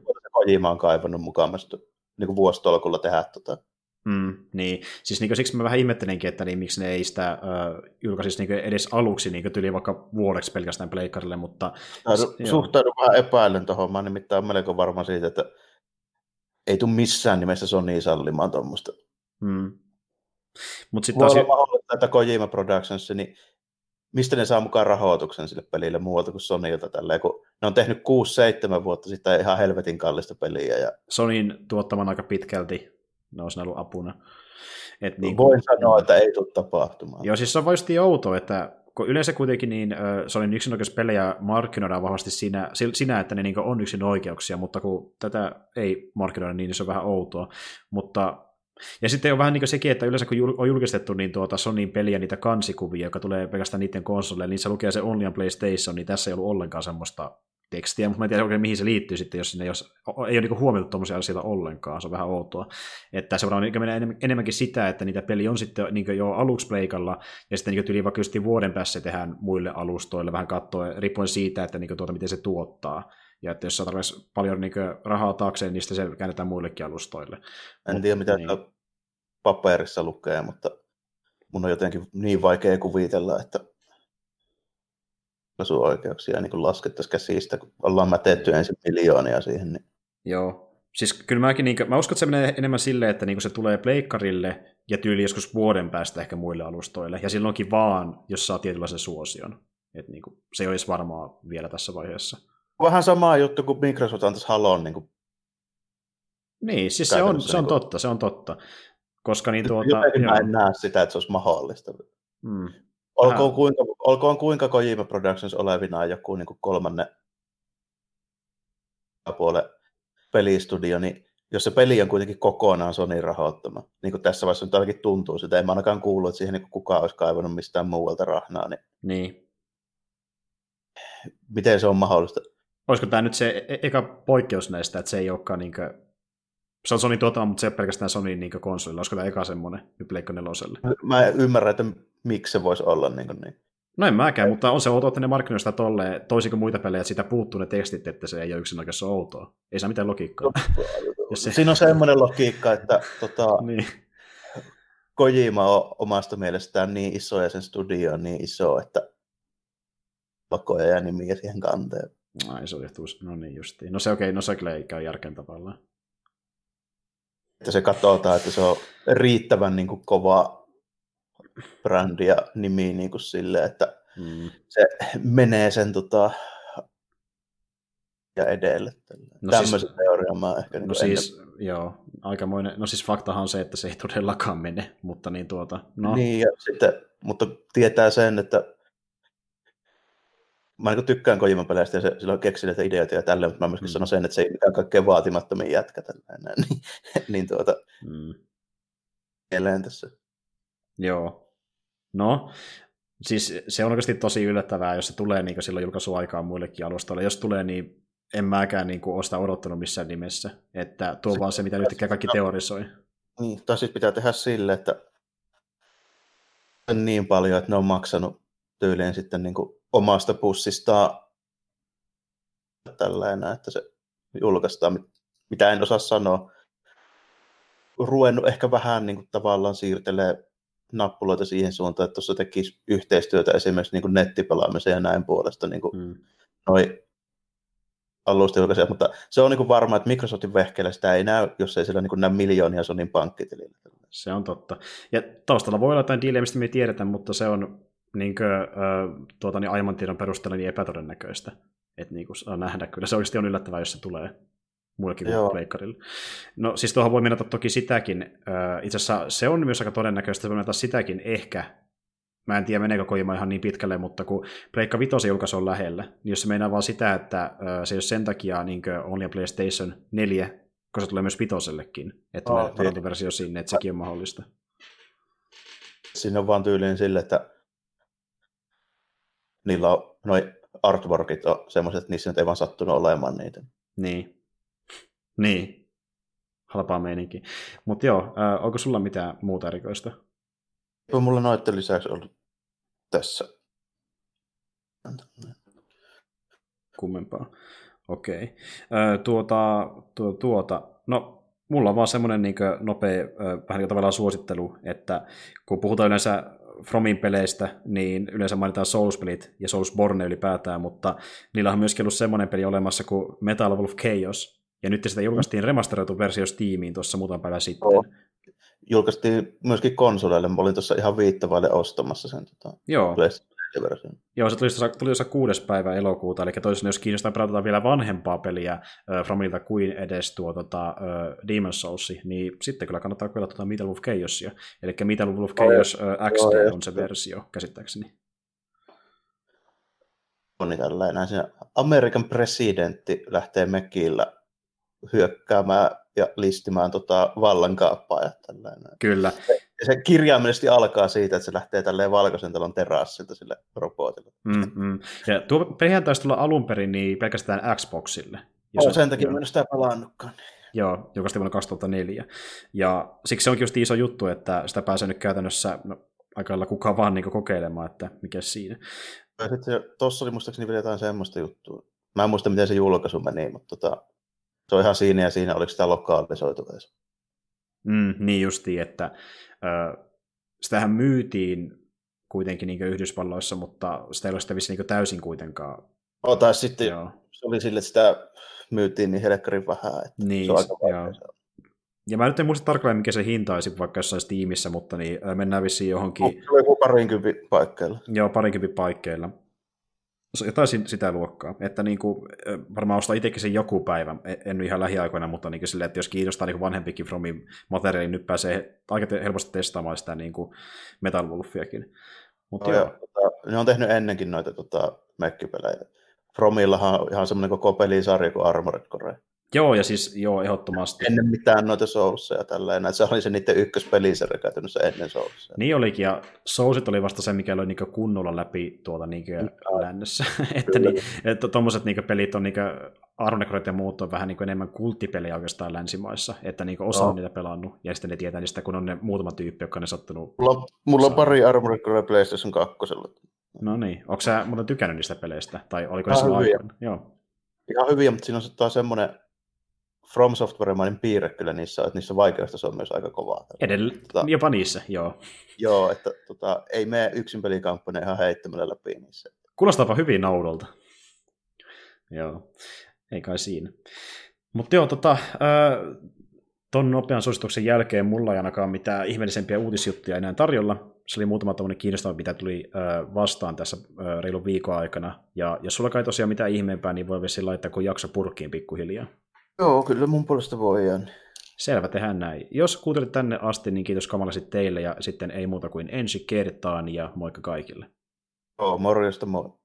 Speaker 2: Kojima on kaivannut mukaamasta niin kuin vuositolkulla tehdä tota.
Speaker 1: Mm, niin, siis niin kuin, siksi mä vähän ihmettelinkin, että niin, miksi ne ei sitä äh, julkaisisi niin edes aluksi niin tyli vaikka vuodeksi pelkästään pleikkarille, mutta...
Speaker 2: Suhtaudun, suhtaudun vähän epäillen tuohon, mä nimittäin olen melko varma siitä, että ei tule missään nimessä Sony sallimaan tuommoista.
Speaker 1: Mm. Mut sit
Speaker 2: voi
Speaker 1: taas...
Speaker 2: olla mahdollista, että Kojima Productions, niin mistä ne saa mukaan rahoituksen sille pelille muualta kuin Sonylta tälleen, kun ne on tehnyt kuusi seitsemän vuotta sitten ihan helvetin kallista peliä. Ja...
Speaker 1: Sonyin tuottaman aika pitkälti, ne olisi ollut apuna. Et niin
Speaker 2: Voin kuin, sanoa, että ei tule tapahtumaan.
Speaker 1: Joo, siis se on vaisti outoa, että kun yleensä kuitenkin niin, äh, Sonyn yksinoikeuspelejä markkinoidaan vahvasti siinä, siinä että ne niin on yksin oikeuksia, mutta kun tätä ei markkinoida, niin se on vähän outoa. Mutta ja sitten on vähän niin kuin sekin, että yleensä kun on julkistettu niin tuota Sonyin peliä, niitä kansikuvia, joka tulee pelkästään niiden konsoleille, niin se lukee se Only on PlayStation, niin tässä ei ollut ollenkaan semmoista tekstiä, mutta mä en tiedä oikein mihin se liittyy sitten, jos, sinne, jos ei ole niin huomioitu tuommoisia asioita ollenkaan, se on vähän outoa. Että se varmaan menee enemmänkin sitä, että niitä peli on sitten niin jo aluksi pleikalla, ja sitten niin yli vaikka just vuoden päässä tehdään muille alustoille, vähän katsoa, riippuen siitä, että niin tuota, miten se tuottaa. Ja että jos saa tarvitsisi paljon niin rahaa taakseen, niin sitten se käännetään muillekin alustoille.
Speaker 2: En tiedä, mitä niin. paperissa lukee, mutta mun on jotenkin niin vaikea kuvitella, että oikeuksia niin laskettaisiin käsistä, kun ollaan mätetty ensin miljoonia siihen. Niin.
Speaker 1: Joo. Siis kyllä mäkin, niin kuin, mä uskon, että se menee enemmän silleen, että niin se tulee pleikkarille ja tyyli joskus vuoden päästä ehkä muille alustoille. Ja silloinkin vaan, jos saa tietynlaisen suosion. Että niin kuin, se ei olisi varmaa vielä tässä vaiheessa.
Speaker 2: Vähän sama juttu kuin Microsoft antaisi Halon. Niin, kuin
Speaker 1: niin siis se on, se on niin kuin... totta, se on totta. Koska niin tuota...
Speaker 2: Jotenkin mä en näe sitä, että se olisi mahdollista.
Speaker 1: Mm.
Speaker 2: Olkoon, äh. kuinka, olkoon kuinka Kojima Productions olevinaan joku niin kuin kolmannen puolen pelistudio, niin jos se peli on kuitenkin kokonaan Sonyn rahoittama, niin kuin tässä vaiheessa nyt ainakin tuntuu sitä, en mä ainakaan kuullut, että siihen niin kukaan olisi kaivannut mistään muualta rahnaa, niin,
Speaker 1: niin
Speaker 2: miten se on mahdollista?
Speaker 1: Olisiko tämä nyt se e- eka poikkeus näistä, että se ei olekaan niin kuin... Se on Sony tuotama, mutta se ei ole pelkästään Sonyn niin konsolilla. Olisiko tämä eka semmoinen nyt Pleikka neloselle?
Speaker 2: Mä en ymmärrä, että miksi se voisi olla niin, niin.
Speaker 1: No en mäkään, mutta on se outoa, että ne markkinoista sitä tolleen, toisin kuin muita pelejä, että siitä puuttuu ne tekstit, että se ei ole yksin oikeassa outoa. Ei saa mitään logiikkaa.
Speaker 2: se... Siinä on semmoinen logiikka, että tota, niin. Kojima on omasta mielestään niin iso ja sen studio on niin iso, että pakoja ja nimiä siihen kanteen.
Speaker 1: Ai se johtuu, no niin justiin. No se okei, okay, no se kyllä käy järkeen tavallaan.
Speaker 2: Että se katsotaan, että se on riittävän niin kuin, kova brändi ja nimi niin kuin sille, että mm. se menee sen tota, ja edelle. No tämmöisen siis, teorian mä ehkä...
Speaker 1: No niin siis, ennen... joo, aikamoinen... No siis faktahan on se, että se ei todellakaan mene, mutta niin tuota... No.
Speaker 2: Niin, ja sitten, mutta tietää sen, että mä niin tykkään Kojiman peleistä ja se, sillä on keksineet ideoita ja tälleen, mutta mä myöskin mm. sanon sen, että se ei mikään kaikkein vaatimattomia jätkä tällainen, niin, niin tuota, mm. eleen tässä.
Speaker 1: Joo. No, siis se on oikeasti tosi yllättävää, jos se tulee niin silloin julkaisuaikaan muillekin alustoille. Jos tulee, niin en mäkään niin ole sitä odottanut missään nimessä, että tuo se, vaan se, mitä nyt kaikki teorisoi.
Speaker 2: Niin, tai siis pitää tehdä sille, että on niin paljon, että ne on maksanut tyyliin sitten niin kuin omasta pussistaan tällainen, että se julkaistaan, mitä en osaa sanoa. Ruvennut ehkä vähän niin kuin tavallaan siirtelee nappuloita siihen suuntaan, että tuossa tekisi yhteistyötä esimerkiksi niin kuin nettipelaamisen ja näin puolesta niin kuin hmm. noi alustajulkaisijat, mutta se on niin kuin varma, että Microsoftin vehkeellä sitä ei näy, jos ei sillä niin kuin näy miljoonia Sonyn pankkitilillä.
Speaker 1: Se on totta. Ja taustalla voi olla jotain diilejä, mistä me ei tiedetä, mutta se on niin kuin, äh, tuota, niin aiemman tiedon perusteella niin epätodennäköistä, että niin kuin saa nähdä. Kyllä se oikeasti on yllättävää, jos se tulee muillekin kuin pleikkarille. No siis tuohon voi mennä toki sitäkin. Äh, itse asiassa se on myös aika todennäköistä, että voi mennä sitäkin ehkä. Mä en tiedä, meneekö Kojima ihan niin pitkälle, mutta kun Pleikka vitosen julkaisu on lähellä, niin jos se meinaa vaan sitä, että äh, se ei ole sen takia niin Only PlayStation neljä, kun se tulee myös vitosellekin, että tulee oh, parantuversio sinne, että sekin on mahdollista.
Speaker 2: Siinä on vaan tyyliin sille, että niillä on noi artworkit on semmoiset, että niissä nyt ei vaan sattunut olemaan niitä.
Speaker 1: Niin. Niin. Halpaa meininki. Mutta joo, äh, onko sulla mitään muuta erikoista?
Speaker 2: Eipä mulla noitten lisäksi ollut tässä.
Speaker 1: Kummempaa. Okei. Okay. Tuota, tuota, tuota, no mulla on vaan semmoinen niin nopea, vähän niin tavallaan suosittelu, että kun puhutaan yleensä Fromin peleistä, niin yleensä mainitaan Souls-pelit ja Soulsborne ylipäätään, mutta niillä on myöskin ollut semmoinen peli olemassa kuin Metal of Chaos, ja nyt sitä julkaistiin remasteroitu versio Steamiin tuossa muutaman päivän sitten.
Speaker 2: Oh. Julkaistiin myöskin konsoleille, mä olin tuossa ihan viittavaille ostamassa sen tota,
Speaker 1: Joo.
Speaker 2: version.
Speaker 1: Joo, se tuli tuossa kuudes päivä elokuuta, eli toisaalta jos kiinnostaa pelata vielä vanhempaa peliä äh, Fromilta kuin edes tuo tota, äh, Demon's Souls, niin sitten kyllä kannattaa kyllä tuota Metal of Chaosia. Eli Metal of Chaos äh, X D on se versio, käsittääkseni.
Speaker 2: On niin tällainen. Se Amerikan presidentti lähtee mekillä hyökkäämään ja listimään tota vallankaapaa ja tällainen.
Speaker 1: Kyllä.
Speaker 2: Ja se kirjaimellisesti alkaa siitä, että se lähtee tälleen valkoisen talon terassilta sille robotille.
Speaker 1: Mm-hmm. Ja tuo pelihän taisi tulla alun perin niin pelkästään Xboxille.
Speaker 2: Oh, sen takia mä en sitä pelannutkaan.
Speaker 1: Joo, julkaistiin vuonna kaksituhattaneljä. Ja siksi se onkin just iso juttu, että sitä pääsee nyt käytännössä no, aika lailla kukaan vaan niin kokeilemaan, että mikä siinä.
Speaker 2: Ja sitten tuossa oli muistaakseni vielä jotain semmoista juttua. Mä en muista, miten se julkaisu meni, mutta tota, se on ihan siinä ja siinä, oliko sitä lokaalisoitu edes.
Speaker 1: Mm, niin justiin, että ö, sitähän myytiin kuitenkin niin Yhdysvalloissa, mutta sitä ei ole sitä vissiin niin täysin kuitenkaan.
Speaker 2: No, tai sitten joo. Se oli sille, että sitä myytiin niin helkkarin vähän, että
Speaker 1: niin,
Speaker 2: se on aika
Speaker 1: joo. Ja mä nyt en muista tarkalleen, mikä se hinta olisi vaikka jossain Steamissa, mutta niin, mennään vissiin johonkin...
Speaker 2: Se oli joku parinkympin paikkeilla.
Speaker 1: Joo, parinkympin paikkeilla. Jotain sitä luokkaa, että niin kuin, varmaan ostaa itsekin sen joku päivä, en ihan lähiaikoina, mutta niin silleen, että jos kiinnostaa niin vanhempikin Fromin materiaali, niin nyt pääsee aika helposti testaamaan sitä niin kuin Metal Wolfiakin. Mutta
Speaker 2: no, joo. Tota, ne on tehnyt ennenkin noita tota, mekkipelejä. Fromillahan on ihan semmoinen koko pelisarja kuin Armored Core.
Speaker 1: Joo, ja siis joo, ehdottomasti.
Speaker 2: Ennen mitään noita Soulsia ja tällainen. Se oli se niiden ykköspelisarja käytännössä ennen Soulsia.
Speaker 1: Niin olikin, ja Soulsit oli vasta se, mikä oli niinku kunnolla läpi tuolta niinku lännessä. että niin, että tuommoiset niinku pelit on niinku Armored Core ja muut on vähän niinku enemmän kulttipelejä oikeastaan länsimaissa, että niinku osa no. on niitä pelannut, ja sitten ne tietää niistä, kun on ne muutama tyyppi, jotka on ne sattunut.
Speaker 2: Mulla, mulla on pari Armored Core PlayStation kakkosella.
Speaker 1: No niin, onko sä muuten tykännyt niistä peleistä, tai oliko ne silloin aikana? Joo.
Speaker 2: Ihan hyviä, mutta siinä on semmoinen From Software-mainen piirre kyllä niissä, että niissä vaikeustaso on myös aika kovaa.
Speaker 1: Edelleen, tota, jopa niissä, joo.
Speaker 2: Joo, että tota, ei mene yksin pelikampanja ihan heittämällä läpi niissä.
Speaker 1: Kuulostaapa hyvin oudolta. Joo, ei kai siinä. Mutta joo, tota, äh, ton nopean suosituksen jälkeen mulla ei ainakaan mitään ihmeellisempiä uutisjuttuja enää tarjolla. Se oli muutama tämmöinen kiinnostava, mitä tuli äh, vastaan tässä äh, reilun viikon aikana. Ja jos sulla kai tosiaan mitään ihmeempää, niin voi vissiin laittaa, kun jakso purkkiin pikkuhiljaa.
Speaker 2: Joo, kyllä mun puolesta voidaan.
Speaker 1: Selvä, tehdään näin. Jos kuuntelit tänne asti, niin kiitos kamalasti teille, ja sitten ei muuta kuin ensi kertaan, ja moikka kaikille.
Speaker 2: Joo, morjesta moi.